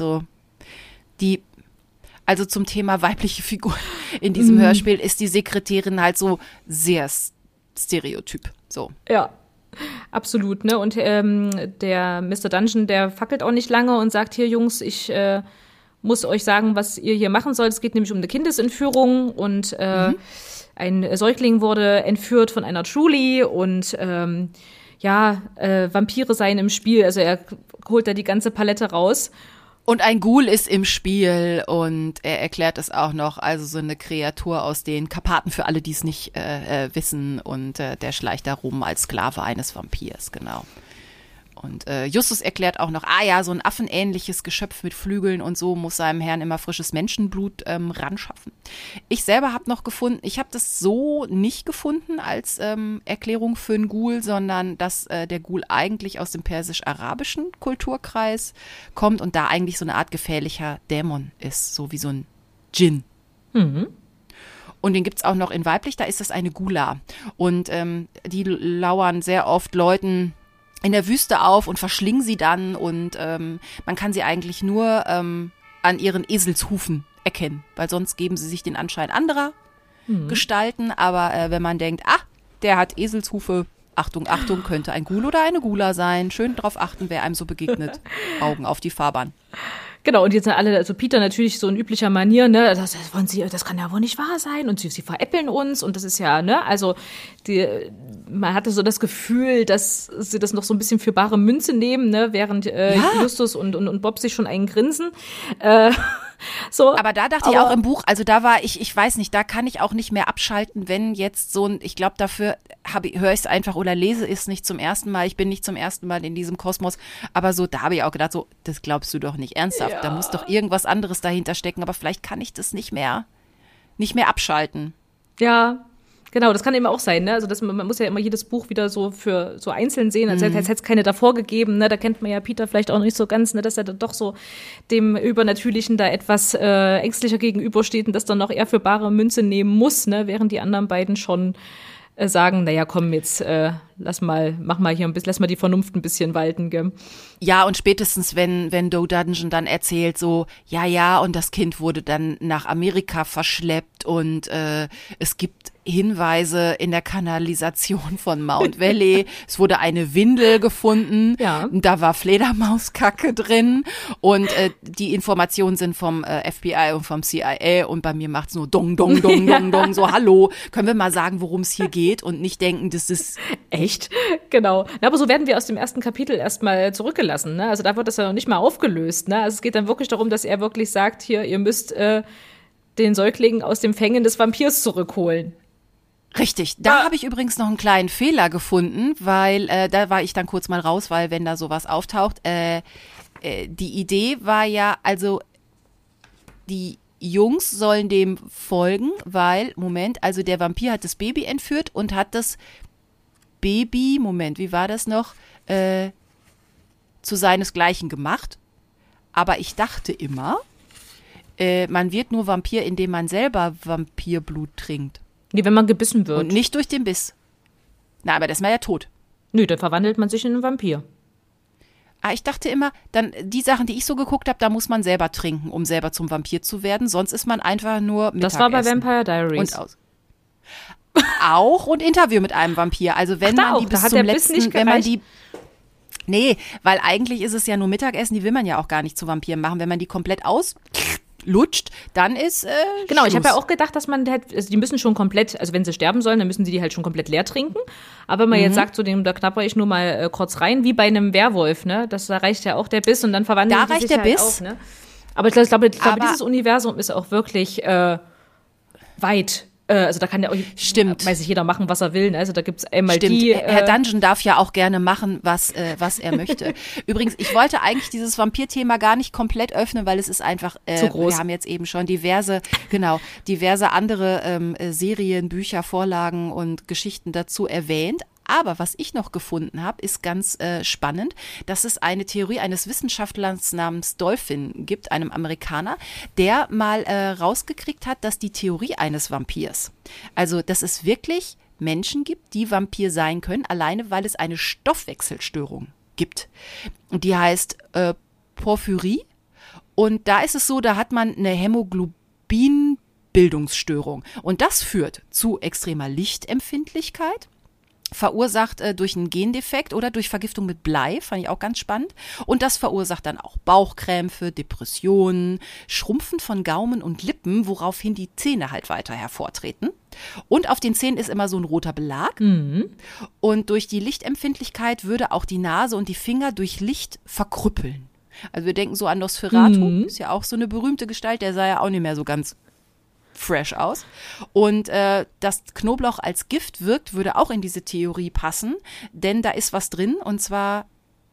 zum Thema weibliche Figur in diesem Hörspiel ist die Sekretärin halt so sehr stereotyp. So. Ja, absolut. Ne? Und der Mr. Dungeon, der fackelt auch nicht lange und sagt, hier Jungs, ich muss euch sagen, was ihr hier machen sollt. Es geht nämlich um eine Kindesentführung und ein Säugling wurde entführt von einer Truly und Vampire seien im Spiel. Also er holt da die ganze Palette raus. Und ein Ghoul ist im Spiel und er erklärt es auch noch, also so eine Kreatur aus den Karpaten für alle, die es nicht wissen und der schleicht da rum als Sklave eines Vampirs, genau. Und Justus erklärt auch noch, so ein affenähnliches Geschöpf mit Flügeln und so muss seinem Herrn immer frisches Menschenblut ranschaffen. Ich selber habe noch gefunden, ich habe das so nicht gefunden als Erklärung für einen Ghoul, sondern dass der Ghoul eigentlich aus dem persisch-arabischen Kulturkreis kommt und da eigentlich so eine Art gefährlicher Dämon ist, so wie so ein Djinn. Mhm. Und den gibt's auch noch in weiblich, da ist das eine Ghula. Und die lauern sehr oft Leuten in der Wüste auf und verschlingen sie dann und man kann sie eigentlich nur an ihren Eselshufen erkennen, weil sonst geben sie sich den Anschein anderer Gestalten, aber wenn man denkt, der hat Eselshufe, Achtung, Achtung, könnte ein Ghoul oder eine Ghula sein, schön drauf achten, wer einem so begegnet, Augen auf die Fahrbahn. Genau, und jetzt sind alle, also Peter natürlich so in üblicher Manier, ne, das kann ja wohl nicht wahr sein und sie veräppeln uns und das ist ja, ne, also man hatte so das Gefühl, dass sie das noch so ein bisschen für bare Münze nehmen, ne, während Justus und Bob sich schon einen grinsen. So, aber da dachte ich auch im Buch, also da war ich weiß nicht, da kann ich auch nicht mehr abschalten, wenn jetzt so ein, ich glaube dafür höre ich es einfach oder lese es nicht zum ersten Mal, ich bin nicht zum ersten Mal in diesem Kosmos, aber so, da habe ich auch gedacht, so, das glaubst du doch nicht ernsthaft, da muss doch irgendwas anderes dahinter stecken, aber vielleicht kann ich das nicht mehr abschalten. Ja, genau, das kann eben auch sein, ne? Also man muss ja immer jedes Buch wieder so einzeln sehen, als hätte es keine davor gegeben, ne? Da kennt man ja Peter vielleicht auch nicht so ganz, ne? Dass er dann doch so dem Übernatürlichen da etwas ängstlicher gegenübersteht und das dann noch eher für bare Münze nehmen muss, ne? Während die anderen beiden schon sagen, naja, komm, jetzt lass mal die Vernunft ein bisschen walten, gell? Ja, und spätestens, wenn Doe Dungeon dann erzählt, so, und das Kind wurde dann nach Amerika verschleppt und es gibt Hinweise in der Kanalisation von Mount Valley. Es wurde eine Windel gefunden. Ja. Da war Fledermauskacke drin. Und die Informationen sind vom FBI und vom CIA. Und bei mir macht's nur dong, dong, dong, dong, dong. So, hallo, können wir mal sagen, worum es hier geht? Und nicht denken, das ist echt. Genau. Na, aber so werden wir aus dem ersten Kapitel erstmal zurückgelassen. Ne? Also da wird das ja noch nicht mal aufgelöst. Ne? Also es geht dann wirklich darum, dass er wirklich sagt, hier, ihr müsst den Säugling aus dem Fängen des Vampirs zurückholen. Richtig, da habe ich übrigens noch einen kleinen Fehler gefunden, weil da war ich dann kurz mal raus, weil wenn da sowas auftaucht, die Idee war ja, also die Jungs sollen dem folgen, weil, also der Vampir hat das Baby entführt und hat das Baby, wie war das noch, zu seinesgleichen gemacht, aber ich dachte immer, man wird nur Vampir, indem man selber Vampirblut trinkt. Nee, wenn man gebissen wird. Und nicht durch den Biss. Na, aber das ist man ja tot. Nö, dann verwandelt man sich in einen Vampir. Ich dachte immer, dann die Sachen, die ich so geguckt habe, da muss man selber trinken, um selber zum Vampir zu werden. Sonst ist man einfach nur Mittagessen. Das war bei Vampire Diaries. Und auch und Interview mit einem Vampir. Also wenn man die bis zum letzten, wenn man die Nee, weil eigentlich ist es ja nur Mittagessen, die will man ja auch gar nicht zu Vampiren machen. Wenn man die komplett lutscht, dann ist Genau, ich Schluss. habe ja auch gedacht, dass man halt, also die müssen schon komplett, also wenn sie sterben sollen, dann müssen sie die halt schon komplett leer trinken. Aber wenn man jetzt sagt, so dem, da knapper ich nur mal kurz rein, wie bei einem Werwolf, ne? Da reicht ja auch der Biss und dann verwandeln Da die reicht sich der halt Biss. auch, ne? Aber ich glaube, dieses Universum ist auch wirklich weit. Also da kann ja auch, Stimmt. weiß ich, jeder machen, was er will. Ne? Also da gibt's einmal Stimmt. die. Herr Dungeon darf ja auch gerne machen, was er möchte. Übrigens, ich wollte eigentlich dieses Vampir-Thema gar nicht komplett öffnen, weil es ist einfach zu groß. Wir haben jetzt eben schon diverse andere Serien, Bücher, Vorlagen und Geschichten dazu erwähnt. Aber was ich noch gefunden habe, ist ganz spannend, dass es eine Theorie eines Wissenschaftlers namens Dolphin gibt, einem Amerikaner, der mal rausgekriegt hat, dass die Theorie eines Vampirs, also dass es wirklich Menschen gibt, die Vampir sein können, alleine weil es eine Stoffwechselstörung gibt. Und die heißt Porphyrie. Und da ist es so, da hat man eine Hämoglobinbildungsstörung. Und das führt zu extremer Lichtempfindlichkeit, verursacht durch einen Gendefekt oder durch Vergiftung mit Blei, fand ich auch ganz spannend. Und das verursacht dann auch Bauchkrämpfe, Depressionen, Schrumpfen von Gaumen und Lippen, woraufhin die Zähne halt weiter hervortreten. Und auf den Zähnen ist immer so ein roter Belag. Mhm. Und durch die Lichtempfindlichkeit würde auch die Nase und die Finger durch Licht verkrüppeln. Also wir denken so an Nosferatu, ist ja auch so eine berühmte Gestalt, der sah ja auch nicht mehr so ganz fresh aus. Und dass Knoblauch als Gift wirkt, würde auch in diese Theorie passen, denn da ist was drin, und zwar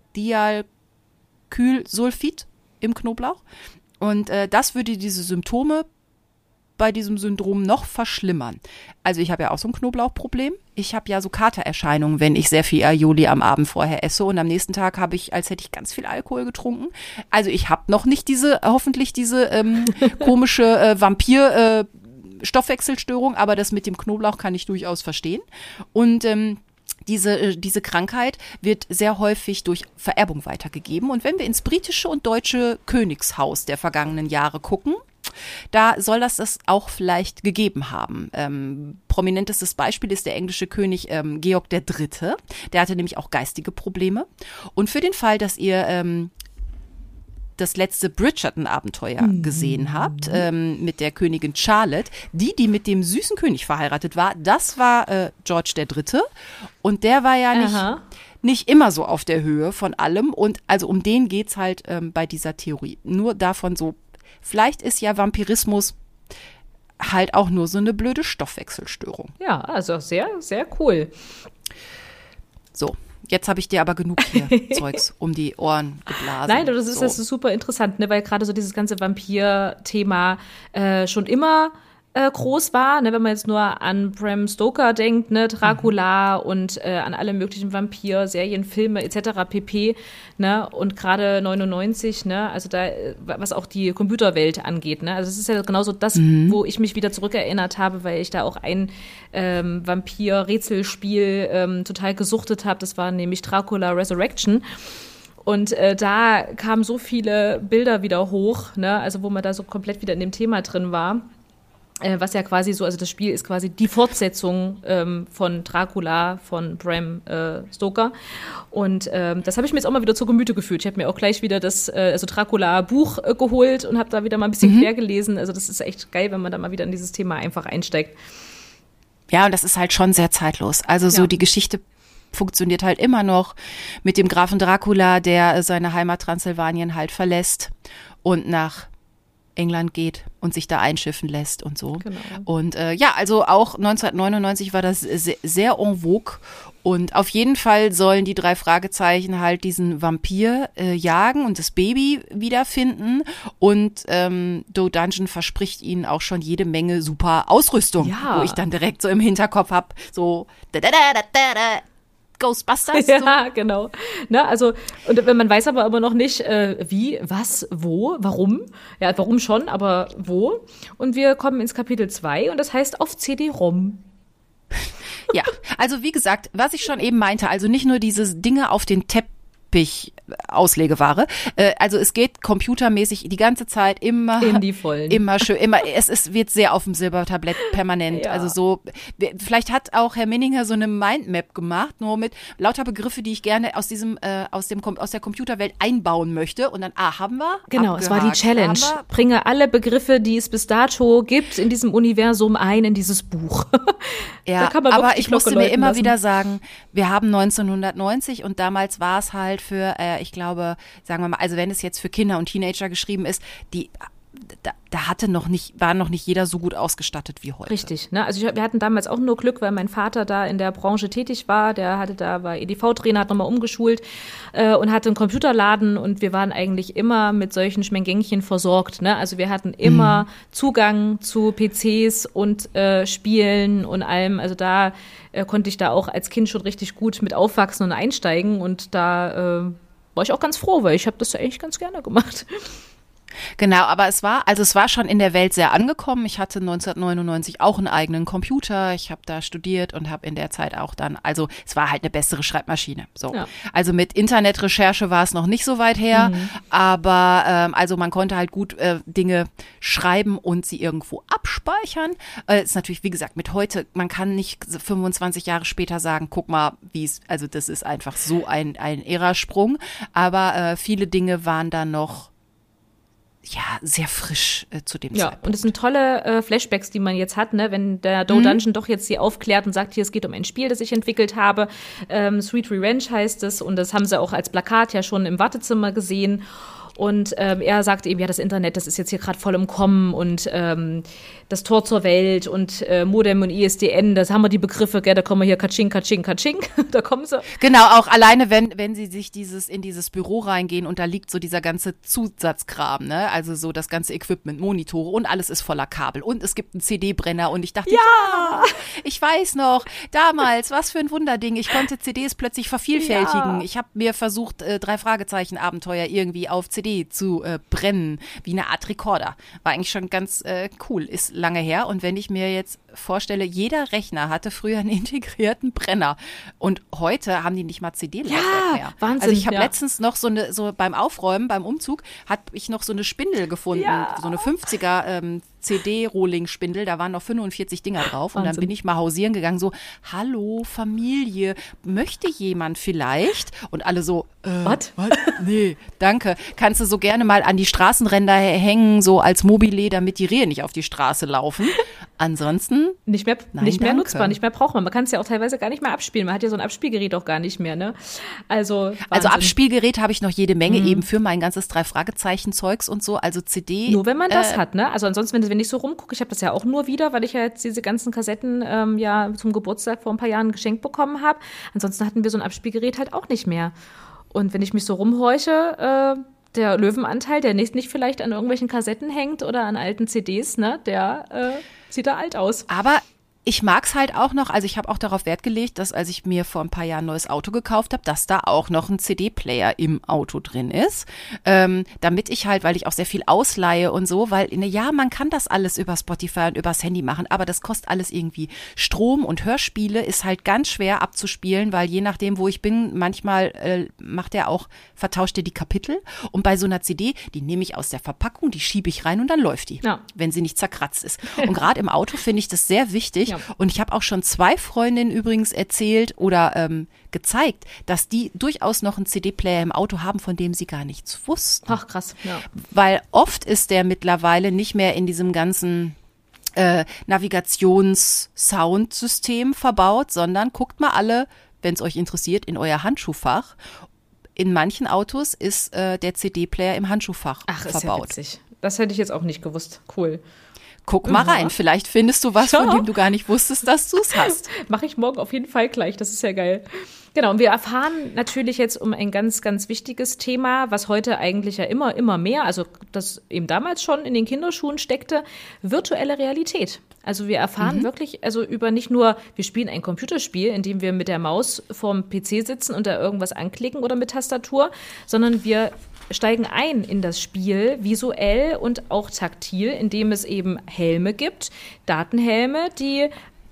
Dialkylsulfid im Knoblauch. Und das würde diese Symptome bei diesem Syndrom noch verschlimmern. Also ich habe ja auch so ein Knoblauchproblem. Ich habe ja so Katererscheinungen, wenn ich sehr viel Aioli am Abend vorher esse, und am nächsten Tag habe ich, als hätte ich ganz viel Alkohol getrunken. Also ich habe noch nicht hoffentlich diese komische Vampir-Stoffwechselstörung, aber das mit dem Knoblauch kann ich durchaus verstehen. Und diese Krankheit wird sehr häufig durch Vererbung weitergegeben. Und wenn wir ins britische und deutsche Königshaus der vergangenen Jahre gucken, da soll das auch vielleicht gegeben haben. Prominentestes Beispiel ist der englische König Georg III. Der hatte nämlich auch geistige Probleme. Und für den Fall, dass ihr das letzte Bridgerton-Abenteuer gesehen habt, mit der Königin Charlotte, die mit dem süßen König verheiratet war, das war George III. Und der war ja nicht immer so auf der Höhe von allem. Und also um den geht's halt bei dieser Theorie. Nur davon so, vielleicht ist ja Vampirismus halt auch nur so eine blöde Stoffwechselstörung. Ja, also sehr, sehr cool. So, jetzt habe ich dir aber genug hier Zeugs um die Ohren geblasen. Nein, das ist super interessant, ne, weil gerade so dieses ganze Vampir-Thema schon immer groß war, ne, wenn man jetzt nur an Bram Stoker denkt, ne, Dracula und an alle möglichen Vampir-Serien, Filme etc. pp. Ne, und gerade 99, ne, also da, was auch die Computerwelt angeht, ne, also es ist ja genauso das, wo ich mich wieder zurückerinnert habe, weil ich da auch ein Vampir-Rätselspiel total gesuchtet habe, das war nämlich Dracula Resurrection. Und da kamen so viele Bilder wieder hoch, ne, also wo man da so komplett wieder in dem Thema drin war. Was ja quasi so, also das Spiel ist quasi die Fortsetzung von Dracula von Bram Stoker. Und das habe ich mir jetzt auch mal wieder zu Gemüte geführt. Ich habe mir auch gleich wieder das Dracula-Buch geholt und habe da wieder mal ein bisschen quer gelesen. Also das ist echt geil, wenn man da mal wieder in dieses Thema einfach einsteigt. Ja, und das ist halt schon sehr zeitlos. Also so die Geschichte funktioniert halt immer noch mit dem Grafen Dracula, der seine Heimat Transsilvanien halt verlässt und nach England geht und sich da einschiffen lässt und so. Genau. Und also auch 1999 war das sehr en vogue. Und auf jeden Fall sollen die 3 Fragezeichen halt diesen Vampir jagen und das Baby wiederfinden. Und Doe Dungeon verspricht ihnen auch schon jede Menge super Ausrüstung, wo ich dann direkt so im Hinterkopf habe, so Ghostbusters. Ja, so. Genau. Ne, also, und man weiß aber immer noch nicht, wie, was, wo, warum. Ja, warum schon, aber wo. Und wir kommen ins Kapitel 2 und das heißt auf CD-ROM. Ja, also wie gesagt, was ich schon eben meinte, also nicht nur diese Dinge auf den Teppich Auslegeware. Also es geht computermäßig die ganze Zeit immer in die Vollen. Immer schön, immer, wird sehr auf dem Silbertablett permanent. Ja. Also so, vielleicht hat auch Herr Minninger so eine Mindmap gemacht, nur mit lauter Begriffe, die ich gerne aus der Computerwelt einbauen möchte. Und dann, haben wir. Genau, abgehakt. es war die Challenge. Bringe alle Begriffe, die es bis dato gibt, in diesem Universum ein in dieses Buch. Ja, da kann man aber ich musste mir immer lassen. wieder sagen, wir haben 1990 und damals war es halt für, ich glaube, sagen wir mal, also wenn es jetzt für Kinder und Teenager geschrieben ist, da war noch nicht jeder so gut ausgestattet wie heute. Richtig, ne? Also wir hatten damals auch nur Glück, weil mein Vater da in der Branche tätig war. War EDV-Trainer, hat nochmal umgeschult und hatte einen Computerladen und wir waren eigentlich immer mit solchen Schmengängchen versorgt, ne? Also wir hatten immer Zugang zu PCs und Spielen und allem. Also da konnte ich da auch als Kind schon richtig gut mit aufwachsen und einsteigen und da war ich auch ganz froh, weil ich habe das ja eigentlich ganz gerne gemacht. Genau, aber es war schon in der Welt sehr angekommen. Ich hatte 1999 auch einen eigenen Computer. Ich habe da studiert und habe in der Zeit auch also es war halt eine bessere Schreibmaschine. So, ja. Also mit Internetrecherche war es noch nicht so weit her, aber also man konnte halt gut Dinge schreiben und sie irgendwo abspeichern. Ist natürlich, wie gesagt, mit heute, man kann nicht 25 Jahre später sagen, guck mal, also das ist einfach so ein Ära-Sprung. Aber viele Dinge waren da noch sehr frisch zu dem Zeitpunkt. Und es sind tolle Flashbacks, die man jetzt hat, ne? Wenn der Doe Dungeon doch jetzt hier aufklärt und sagt, hier, es geht um ein Spiel, das ich entwickelt habe. Sweet Revenge heißt es und das haben sie auch als Plakat ja schon im Wartezimmer gesehen. Und er sagt eben, ja, das Internet, das ist jetzt hier gerade voll im Kommen und das Tor zur Welt und Modem und ISDN, das haben wir die Begriffe, gell, da kommen wir hier Katsching, Katsching, Katsching, da kommen sie. Genau, auch alleine, wenn sie sich in dieses Büro reingehen und da liegt so dieser ganze Zusatzkram, ne, also so das ganze Equipment, Monitore und alles ist voller Kabel und es gibt einen CD-Brenner und ich dachte, ja, ich weiß noch, damals, was für ein Wunderding, ich konnte CDs plötzlich vervielfältigen, ich habe mir versucht, 3-Fragezeichen-Abenteuer irgendwie auf CD zu brennen, wie eine Art Rekorder. War eigentlich schon ganz cool, ist lange her. Und wenn ich mir jetzt vorstelle, jeder Rechner hatte früher einen integrierten Brenner und heute haben die nicht mal CD-Laufwerk mehr. Wahnsinn, also ich habe letztens noch so beim Aufräumen, beim Umzug, habe ich noch so eine Spindel gefunden, so eine 50er CD-Rolling-Spindel, da waren noch 45 Dinger drauf. Wahnsinn. Und dann bin ich mal hausieren gegangen, so, hallo Familie, möchte jemand vielleicht? Und alle so, was? Nee, danke. Kannst du so gerne mal an die Straßenränder hängen, so als Mobile, damit die Rehe nicht auf die Straße laufen. Ansonsten nicht mehr nutzbar, nicht mehr brauchbar. Man kann es ja auch teilweise gar nicht mehr abspielen. Man hat ja so ein Abspielgerät auch gar nicht mehr, ne? Also Abspielgerät habe ich noch jede Menge eben für mein ganzes 3-Fragezeichen-Zeugs und so, also CD. Nur wenn man das hat, ne? Also ansonsten, wenn ich so rumgucke, ich habe das ja auch nur wieder, weil ich ja jetzt diese ganzen Kassetten zum Geburtstag vor ein paar Jahren geschenkt bekommen habe. Ansonsten hatten wir so ein Abspielgerät halt auch nicht mehr. Und wenn ich mich so rumhorche, der Löwenanteil, der nicht vielleicht an irgendwelchen Kassetten hängt oder an alten CDs, ne, der sieht da alt aus. Aber ich mag's halt auch noch, also ich habe auch darauf Wert gelegt, dass als ich mir vor ein paar Jahren ein neues Auto gekauft habe, dass da auch noch ein CD-Player im Auto drin ist, damit ich halt, weil ich auch sehr viel ausleihe und so, weil man kann das alles über Spotify und übers Handy machen, aber das kostet alles irgendwie Strom und Hörspiele ist halt ganz schwer abzuspielen, weil je nachdem, wo ich bin, manchmal vertauscht er die Kapitel und bei so einer CD, die nehme ich aus der Verpackung, die schiebe ich rein und dann läuft die, wenn sie nicht zerkratzt ist. Und gerade im Auto finde ich das sehr wichtig. Ja. Und ich habe auch schon 2 Freundinnen übrigens erzählt oder gezeigt, dass die durchaus noch einen CD-Player im Auto haben, von dem sie gar nichts wussten. Ach, krass. Ja. Weil oft ist der mittlerweile nicht mehr in diesem ganzen Navigations-Soundsystem verbaut, sondern guckt mal alle, wenn es euch interessiert, in euer Handschuhfach. In manchen Autos ist der CD-Player im Handschuhfach verbaut. Ist ja witzig. Das hätte ich jetzt auch nicht gewusst. Cool. Guck mal rein, vielleicht findest du was, von dem du gar nicht wusstest, dass du es hast. Mache ich morgen auf jeden Fall gleich, das ist ja geil. Genau, und wir erfahren natürlich jetzt um ein ganz, ganz wichtiges Thema, was heute eigentlich ja immer mehr, also das eben damals schon in den Kinderschuhen steckte, virtuelle Realität. Also wir erfahren wirklich, also über nicht nur, wir spielen ein Computerspiel, in dem wir mit der Maus vorm PC sitzen und da irgendwas anklicken oder mit Tastatur, sondern wir steigen ein in das Spiel, visuell und auch taktil, indem es eben Helme gibt, Datenhelme, die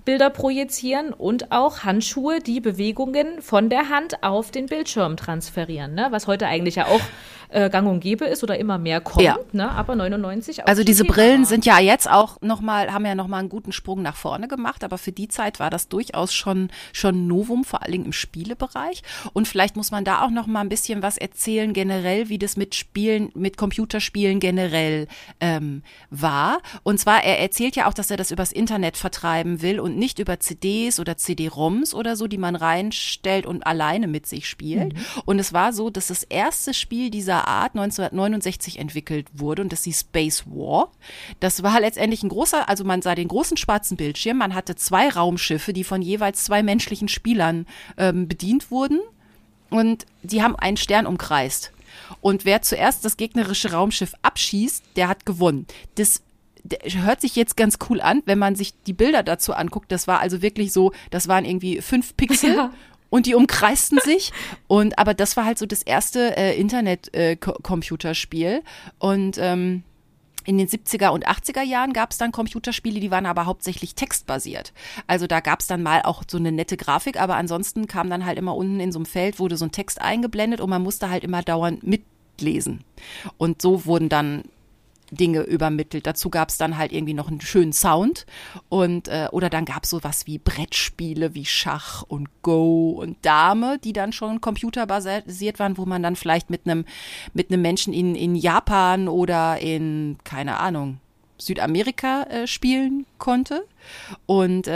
Bilder projizieren und auch Handschuhe, die Bewegungen von der Hand auf den Bildschirm transferieren, ne? Was heute eigentlich ja auch gang und gäbe ist oder immer mehr kommt, Ja. ne? Aber 99 auch Also schon diese Thema Brillen war. sind ja jetzt auch haben ja nochmal einen guten Sprung nach vorne gemacht, aber für die Zeit war das durchaus schon ein Novum, vor allem im Spielebereich. Und vielleicht muss man da auch noch mal ein bisschen was erzählen generell, wie das mit Computerspielen generell war. Und zwar, er erzählt ja auch, dass er das übers Internet vertreiben will und nicht über CDs oder CD-ROMs oder so, die man reinstellt und alleine mit sich spielt. Und es war so, dass das erste Spiel dieser Art 1969 entwickelt wurde und das hieß Space War. Das war letztendlich ein großer, also man sah den großen schwarzen Bildschirm, man hatte 2 Raumschiffe, die von jeweils 2 menschlichen Spielern bedient wurden und die haben einen Stern umkreist. Und wer zuerst das gegnerische Raumschiff abschießt, der hat gewonnen. Das hört sich jetzt ganz cool an, wenn man sich die Bilder dazu anguckt. Das war also wirklich so, das waren irgendwie 5 Pixel. Ja. Und die umkreisten sich. Aber das war halt so das erste Internet-Computerspiel. Und in den 70er und 80er Jahren gab es dann Computerspiele, die waren aber hauptsächlich textbasiert. Also da gab es dann mal auch so eine nette Grafik, aber ansonsten kam dann halt immer unten in so einem Feld, wurde so ein Text eingeblendet und man musste halt immer dauernd mitlesen. Und so wurden dann Dinge übermittelt. Dazu gab es dann halt irgendwie noch einen schönen Sound und oder dann gab es sowas wie Brettspiele wie Schach und Go und Dame, die dann schon computerbasiert waren, wo man dann vielleicht mit einem Menschen in Japan oder in, keine Ahnung, Südamerika spielen konnte. Und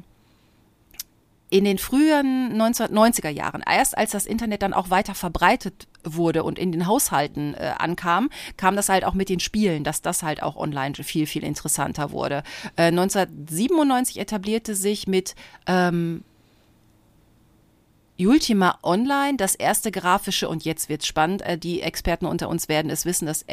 in den frühen 1990er Jahren, erst als das Internet dann auch weiter verbreitet wurde und in den Haushalten ankam, kam das halt auch mit den Spielen, dass das halt auch online viel, viel interessanter wurde. 1997 etablierte sich mit Ultima Online das erste grafische, und jetzt wird's spannend, die Experten unter uns werden es wissen, das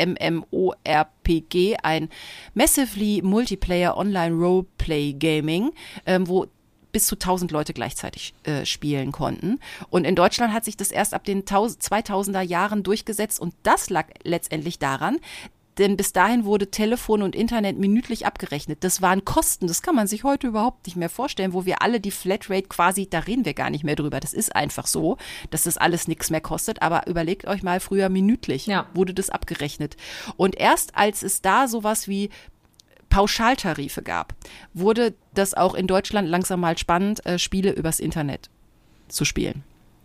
MMORPG, ein Massively Multiplayer Online Roleplay Gaming, wo bis zu 1000 Leute gleichzeitig spielen konnten. Und in Deutschland hat sich das erst ab den 2000er Jahren durchgesetzt und das lag letztendlich daran, denn bis dahin wurde Telefon und Internet minütlich abgerechnet. Das waren Kosten, das kann man sich heute überhaupt nicht mehr vorstellen, wo wir alle die Flatrate quasi, da reden wir gar nicht mehr drüber. Das ist einfach so, dass das alles nichts mehr kostet. Aber überlegt euch mal, früher minütlich wurde das abgerechnet. Und erst als es da sowas wie Pauschaltarife gab, wurde das auch in Deutschland langsam mal spannend, Spiele übers Internet zu spielen.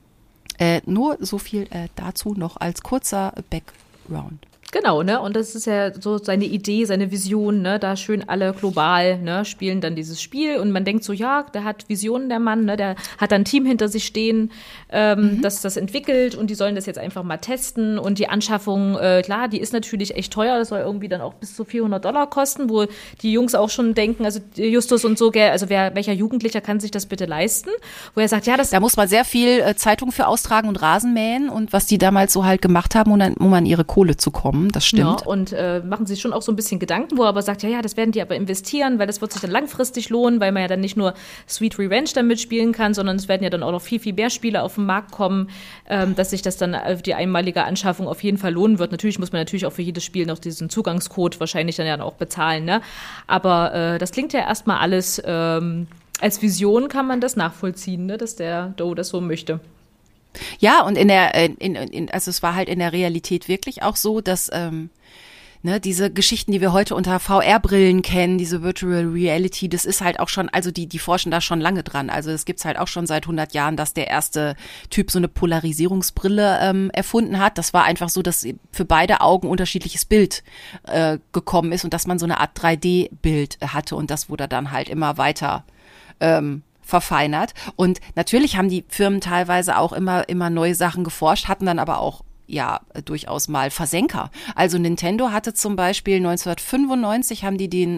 Nur so viel dazu noch als kurzer Background. Genau, ne? Und das ist ja so seine Idee, seine Vision, ne? Da schön alle global, ne? Spielen dann dieses Spiel und man denkt so, ja, der hat Visionen, der Mann, ne? Der hat dann ein Team hinter sich stehen, das das entwickelt und die sollen das jetzt einfach mal testen und die Anschaffung, klar, die ist natürlich echt teuer, das soll irgendwie dann auch bis zu $400 kosten, wo die Jungs auch schon denken, also Justus und so, also welcher Jugendlicher kann sich das bitte leisten? Wo er sagt, ja, das... Da muss man sehr viel Zeitung für austragen und Rasenmähen und was die damals so halt gemacht haben, um an ihre Kohle zu kommen. Das stimmt. Ja, und machen sich schon auch so ein bisschen Gedanken, wo er aber sagt, ja, das werden die aber investieren, weil das wird sich dann langfristig lohnen, weil man ja dann nicht nur Sweet Revenge damit spielen kann, sondern es werden ja dann auch noch viel, viel mehr Spiele auf den Markt kommen, dass sich das dann die einmalige Anschaffung auf jeden Fall lohnen wird. Natürlich muss man natürlich auch für jedes Spiel noch diesen Zugangscode wahrscheinlich dann ja auch bezahlen, ne? Aber das klingt ja erstmal alles, als Vision kann man das nachvollziehen, ne? Dass der Doe das so möchte. Ja, und also es war halt in der Realität wirklich auch so, dass diese Geschichten, die wir heute unter VR-Brillen kennen, diese Virtual Reality, das ist halt auch schon, also die forschen da schon lange dran. Also es gibt's halt auch schon seit 100 Jahren, dass der erste Typ so eine Polarisierungsbrille erfunden hat. Das war einfach so, dass für beide Augen unterschiedliches Bild gekommen ist und dass man so eine Art 3D-Bild hatte und das wurde dann halt immer weiter verfeinert. Und natürlich haben die Firmen teilweise auch immer neue Sachen geforscht, hatten dann aber auch durchaus mal Versenker. Also Nintendo hatte zum Beispiel 1995 haben die den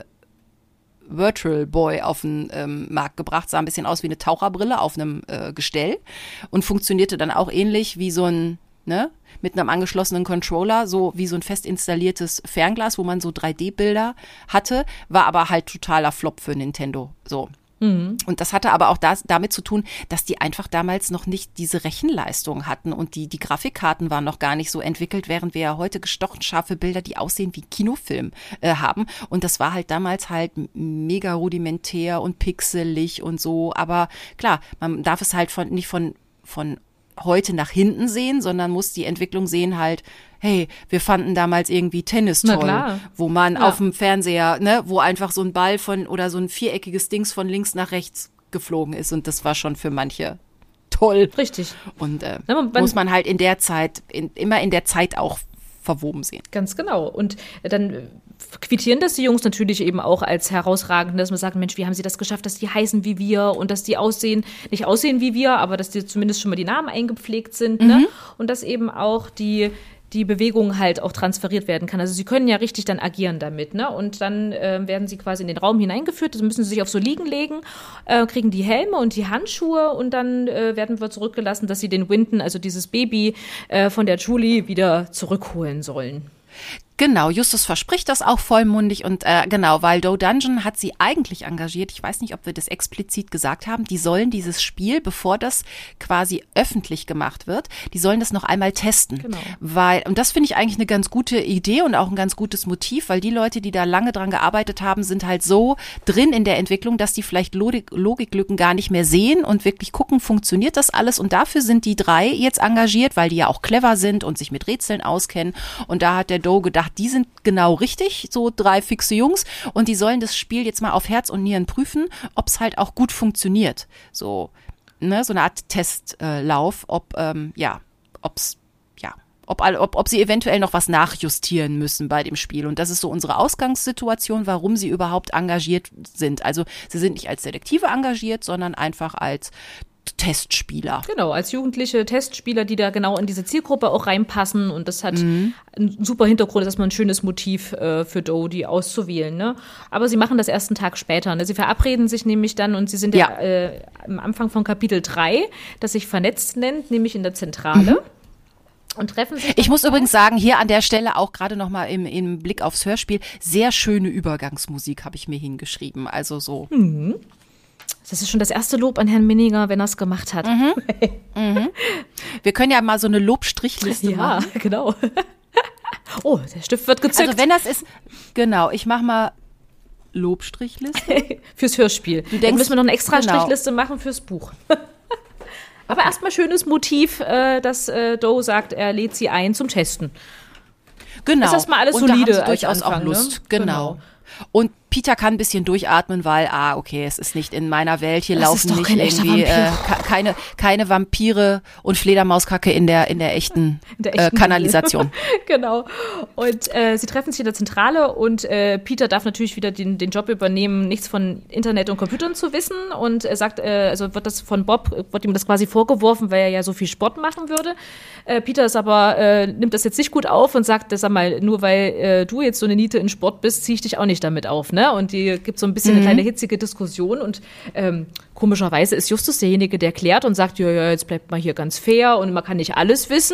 Virtual Boy auf den Markt gebracht, sah ein bisschen aus wie eine Taucherbrille auf einem Gestell und funktionierte dann auch ähnlich wie so ein, mit einem angeschlossenen Controller, so wie so ein fest installiertes Fernglas, wo man so 3D-Bilder hatte, war aber halt totaler Flop für Nintendo, so. Und das hatte aber auch damit zu tun, dass die einfach damals noch nicht diese Rechenleistung hatten und die Grafikkarten waren noch gar nicht so entwickelt, während wir ja heute gestochen scharfe Bilder, die aussehen wie Kinofilm haben. Und das war halt damals halt mega rudimentär und pixelig und so. Aber klar, man darf es halt nicht von heute nach hinten sehen, sondern muss die Entwicklung sehen halt, hey, wir fanden damals irgendwie Tennis toll, wo man auf dem Fernseher, ne, wo einfach so ein Ball oder so ein viereckiges Dings von links nach rechts geflogen ist und das war schon für manche toll. Richtig. Und muss man halt in der Zeit, immer in der Zeit auch verwoben sehen. Ganz genau. Und dann quittieren das die Jungs natürlich eben auch als herausragend, dass man sagt, Mensch, wie haben sie das geschafft, dass die heißen wie wir und dass die nicht aussehen wie wir, aber dass die zumindest schon mal die Namen eingepflegt sind, ne? Und dass eben auch die Bewegung halt auch transferiert werden kann. Also sie können ja richtig dann agieren damit, ne? Und dann werden sie quasi in den Raum hineingeführt, das müssen sie sich auf so Liegen legen, kriegen die Helme und die Handschuhe und dann werden wir zurückgelassen, dass sie den Winton, also dieses Baby von der Julie, wieder zurückholen sollen. Genau, Justus verspricht das auch vollmundig und genau, weil Doe Dungeon hat sie eigentlich engagiert, ich weiß nicht, ob wir das explizit gesagt haben, die sollen dieses Spiel, bevor das quasi öffentlich gemacht wird, die sollen das noch einmal testen. Genau. Und das finde ich eigentlich eine ganz gute Idee und auch ein ganz gutes Motiv, weil die Leute, die da lange dran gearbeitet haben, sind halt so drin in der Entwicklung, dass die vielleicht Logiklücken gar nicht mehr sehen und wirklich gucken, funktioniert das alles und dafür sind die 3 jetzt engagiert, weil die ja auch clever sind und sich mit Rätseln auskennen und da hat der Doe gedacht, die sind genau richtig, so 3 fixe Jungs und die sollen das Spiel jetzt mal auf Herz und Nieren prüfen, ob es halt auch gut funktioniert. So, ne, so eine Art Testlauf, ob sie eventuell noch was nachjustieren müssen bei dem Spiel. Und das ist so unsere Ausgangssituation, warum sie überhaupt engagiert sind. Also sie sind nicht als Detektive engagiert, sondern einfach als Testspieler. Genau, als jugendliche Testspieler, die da genau in diese Zielgruppe auch reinpassen und das hat einen super Hintergrund, das ist mal ein schönes Motiv für Doe, die auszuwählen, ne? Aber sie machen das erst einen Tag später, ne? Sie verabreden sich nämlich dann und sie sind am Anfang von Kapitel 3, das sich vernetzt nennt, nämlich in der Zentrale. Und treffen sich. Ich muss übrigens sagen, hier an der Stelle auch gerade nochmal im Blick aufs Hörspiel, sehr schöne Übergangsmusik habe ich mir hingeschrieben, also so. Das ist schon das erste Lob an Herrn Minninger, wenn er es gemacht hat. Wir können ja mal so eine Lobstrichliste machen. Ja, genau. Oh, der Stift wird gezückt. Also wenn das ist, genau, ich mache mal Lobstrichliste. Fürs Hörspiel. Dann müssen wir noch eine extra Strichliste machen fürs Buch. Aber erstmal schönes Motiv, dass Doe sagt, er lädt sie ein zum Testen. Genau. Ist das mal alles und solide? Da haben sie durchaus Anfang, auch Lust. Ne? Genau. Und Peter kann ein bisschen durchatmen, weil, okay, es ist nicht in meiner Welt, hier laufen nicht irgendwie keine Vampire und Fledermauskacke in der echten Kanalisation. Genau. Und sie treffen sich in der Zentrale und Peter darf natürlich wieder den Job übernehmen, nichts von Internet und Computern zu wissen und er sagt, also wird ihm das quasi vorgeworfen, weil er ja so viel Sport machen würde. Peter ist aber, nimmt das jetzt nicht gut auf und sagt, sag mal, nur weil du jetzt so eine Niete in Sport bist, zieh ich dich auch nicht damit auf, ne? Und die gibt so ein bisschen eine kleine hitzige Diskussion und komischerweise ist Justus derjenige, der klärt und sagt, ja, jetzt bleibt mal hier ganz fair und man kann nicht alles wissen.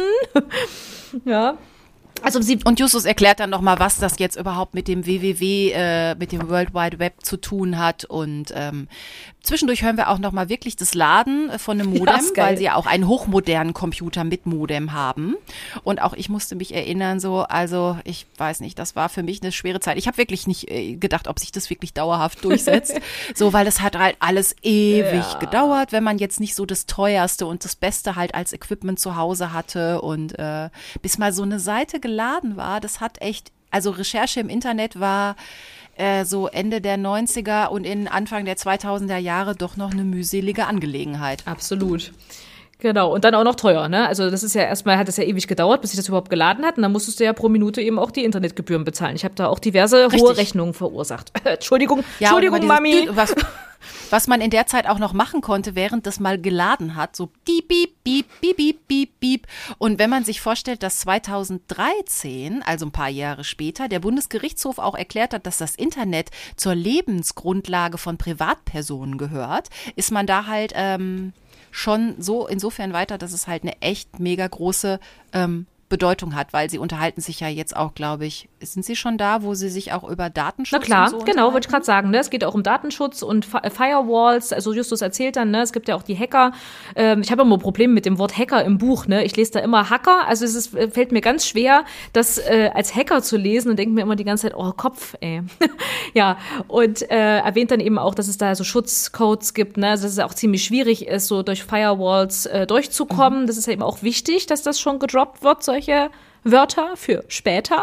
Ja. Also und Justus erklärt dann nochmal, was das jetzt überhaupt mit dem WWW, mit dem World Wide Web zu tun hat und zwischendurch hören wir auch nochmal wirklich das Laden von einem Modem, weil sie ja auch einen hochmodernen Computer mit Modem haben und auch ich musste mich erinnern also ich weiß nicht, das war für mich eine schwere Zeit. Ich habe wirklich nicht gedacht, ob sich das wirklich dauerhaft durchsetzt, so, weil das hat halt alles ewig gedauert, wenn man jetzt nicht so das teuerste und das Beste halt als Equipment zu Hause hatte und bis mal so eine Seite geladen war, das hat echt, also Recherche im Internet war so Ende der 90er und in Anfang der 2000er Jahre doch noch eine mühselige Angelegenheit. Absolut. Genau, und dann auch noch teuer, ne? Also das ist ja erstmal, hat es ja ewig gedauert, bis sich das überhaupt geladen hat und dann musstest du ja pro Minute eben auch die Internetgebühren bezahlen. Ich habe da auch diverse hohe Rechnungen verursacht. Entschuldigung, Mami. Was man in der Zeit auch noch machen konnte, während das mal geladen hat, so piep, piep, piep, piep, piep, piep, piep. Und wenn man sich vorstellt, dass 2013, also ein paar Jahre später, der Bundesgerichtshof auch erklärt hat, dass das Internet zur Lebensgrundlage von Privatpersonen gehört, ist man da halt schon so insofern weiter, dass es halt eine echt mega große Bedeutung hat, weil sie unterhalten sich ja jetzt auch, glaube ich, sind sie schon da, wo sie sich auch über Datenschutz Na klar, und so genau, wollte ich gerade sagen. Ne? Es geht auch um Datenschutz und Firewalls. Also Justus erzählt dann, ne, es gibt ja auch die Hacker. Ich habe immer Probleme mit dem Wort Hacker im Buch. Ne? Ich lese da immer Hacker. Also fällt mir ganz schwer, das als Hacker zu lesen und denke mir immer die ganze Zeit, oh Kopf, ey. Ja, und erwähnt dann eben auch, dass es da so Schutzcodes gibt, ne? Also, dass es auch ziemlich schwierig ist, so durch Firewalls durchzukommen. Das ist ja eben auch wichtig, dass das schon gedroppt wird, solche Wörter für später.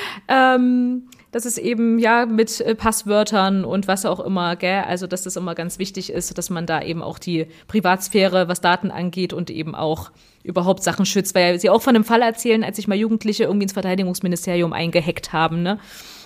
Das ist eben ja mit Passwörtern und was auch immer, gell? Also dass das immer ganz wichtig ist, dass man da eben auch die Privatsphäre, was Daten angeht und eben auch überhaupt Sachen schützt, weil sie auch von einem Fall erzählen, als sich mal Jugendliche irgendwie ins Verteidigungsministerium eingehackt haben, ne?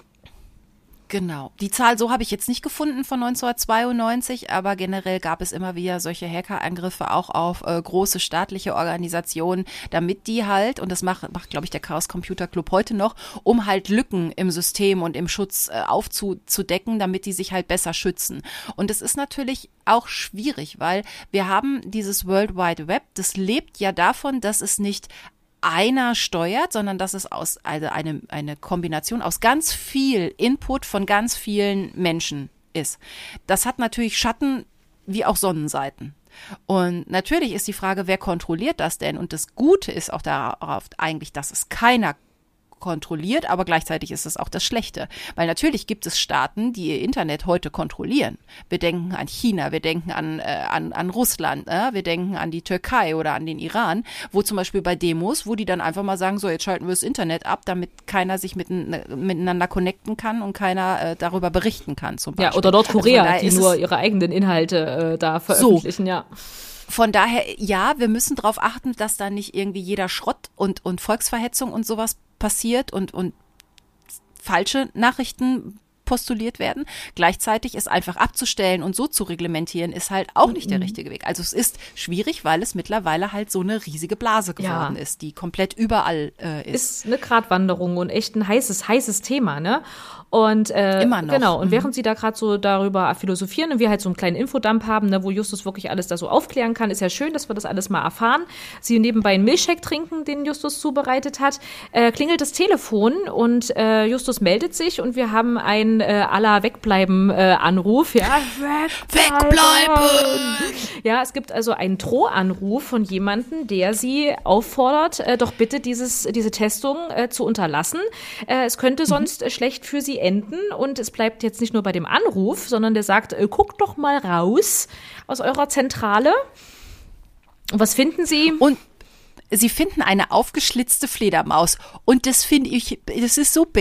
Genau. Die Zahl, so habe ich jetzt nicht gefunden von 1992, aber generell gab es immer wieder solche Hackerangriffe auch auf große staatliche Organisationen, damit die halt, und das macht glaube ich, der Chaos Computer Club heute noch, um halt Lücken im System und im Schutz aufzudecken, damit die sich halt besser schützen. Und es ist natürlich auch schwierig, weil wir haben dieses World Wide Web, das lebt ja davon, dass es nicht einer steuert, sondern dass es eine Kombination aus ganz viel Input von ganz vielen Menschen ist. Das hat natürlich Schatten wie auch Sonnenseiten. Und natürlich ist die Frage, wer kontrolliert das denn? Und das Gute ist auch darauf eigentlich, dass es keiner kontrolliert, aber gleichzeitig ist es auch das Schlechte. Weil natürlich gibt es Staaten, die ihr Internet heute kontrollieren. Wir denken an China, wir denken an Russland, wir denken an die Türkei oder an den Iran, wo zum Beispiel bei Demos, wo die dann einfach mal sagen, so jetzt schalten wir das Internet ab, damit keiner sich miteinander connecten kann und keiner darüber berichten kann zum Beispiel. Ja, oder Nordkorea, also die nur ihre eigenen Inhalte da veröffentlichen, ja. Von daher, ja, wir müssen darauf achten, dass da nicht irgendwie jeder Schrott und Volksverhetzung und sowas passiert und falsche Nachrichten postuliert werden. Gleichzeitig ist einfach abzustellen und so zu reglementieren, ist halt auch nicht der richtige Weg. Also es ist schwierig, weil es mittlerweile halt so eine riesige Blase geworden ist, die komplett überall ist. Ist eine Gratwanderung und echt ein heißes Thema, ne? Und immer noch. Genau, und während sie da gerade so darüber philosophieren und wir halt so einen kleinen Infodump haben, ne, wo Justus wirklich alles da so aufklären kann, ist ja schön, dass wir das alles mal erfahren. Sie nebenbei einen Milchshake trinken, den Justus zubereitet hat, klingelt das Telefon und Justus meldet sich und wir haben einen Wegbleiben-Anruf. Ja, Wegbleiben! Ja, es gibt also einen Drohanruf von jemandem, der sie auffordert, doch bitte diese Testung zu unterlassen. Es könnte sonst schlecht für sie enden und es bleibt jetzt nicht nur bei dem Anruf, sondern der sagt, guckt doch mal raus aus eurer Zentrale. Und was finden Sie? Und sie finden eine aufgeschlitzte Fledermaus und das finde ich, das ist so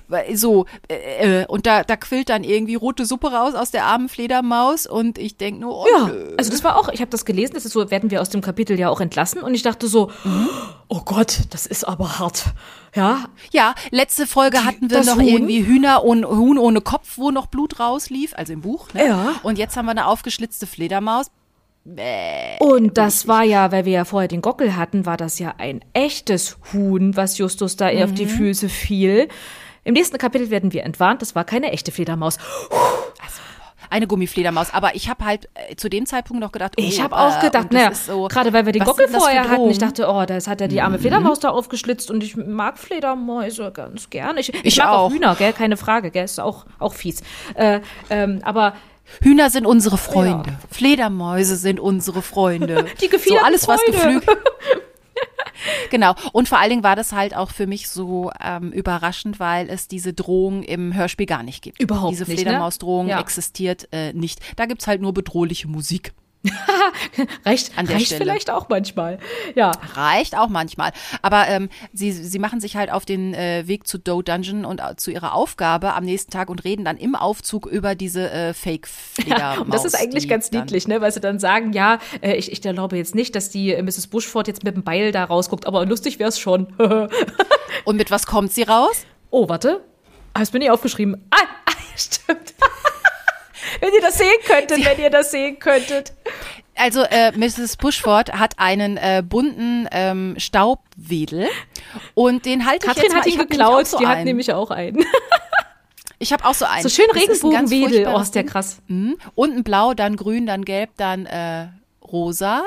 und da quillt dann irgendwie rote Suppe raus aus der armen Fledermaus und ich denke nur, oh ja, nö. Also das war auch, ich habe das gelesen, das ist so, werden wir aus dem Kapitel ja auch entlassen und ich dachte so, oh Gott, das ist aber hart. Ja, letzte Folge hatten wir noch irgendwie Huhn ohne Kopf, wo noch Blut rauslief, also im Buch. Ne? Ja. Und jetzt haben wir eine aufgeschlitzte Fledermaus. Und das war ja, weil wir ja vorher den Gockel hatten, war das ja ein echtes Huhn, was Justus da auf die Füße fiel. Im nächsten Kapitel werden wir entwarnt, das war keine echte Fledermaus. Also, eine Gummifledermaus. Aber ich habe halt zu dem Zeitpunkt noch gedacht, ich habe auch gedacht, naja, so, gerade weil wir den Gockel vorher hatten, ich dachte, oh, das hat ja die arme Fledermaus da aufgeschlitzt und ich mag Fledermäuse ganz gerne. Ich mag auch Hühner, gell, keine Frage, gell, ist auch fies. Aber Hühner sind unsere Freunde. Ja. Fledermäuse sind unsere Freunde. Die gefiederten so alles, Freunde. Was geflügelt. Genau. Und vor allen Dingen war das halt auch für mich so überraschend, weil es diese Drohung im Hörspiel gar nicht gibt. Überhaupt diese nicht. Fledermausdrohung existiert nicht. Da gibt's halt nur bedrohliche Musik. reicht vielleicht auch manchmal. Ja. Reicht auch manchmal. Aber sie machen sich halt auf den Weg zu Doe Dungeon und zu ihrer Aufgabe am nächsten Tag und reden dann im Aufzug über diese Fake-Fledermaus. Und das ist eigentlich ganz niedlich, ne? Weil sie dann sagen, ja, ich glaube jetzt nicht, dass die Mrs. Bushford jetzt mit dem Beil da rausguckt, aber lustig wär's schon. Und mit was kommt sie raus? Oh, warte. Das bin ich aufgeschrieben. Stimmt. Wenn ihr das sehen könntet. Also Mrs. Bushford hat einen bunten Staubwedel und den halte ich Katrin jetzt mal. Hat ihn geklaut, die hat nämlich auch einen. Ich habe auch so einen. So schön Regenbogenwedel, ist der krass. Unten blau, dann grün, dann gelb, dann rosa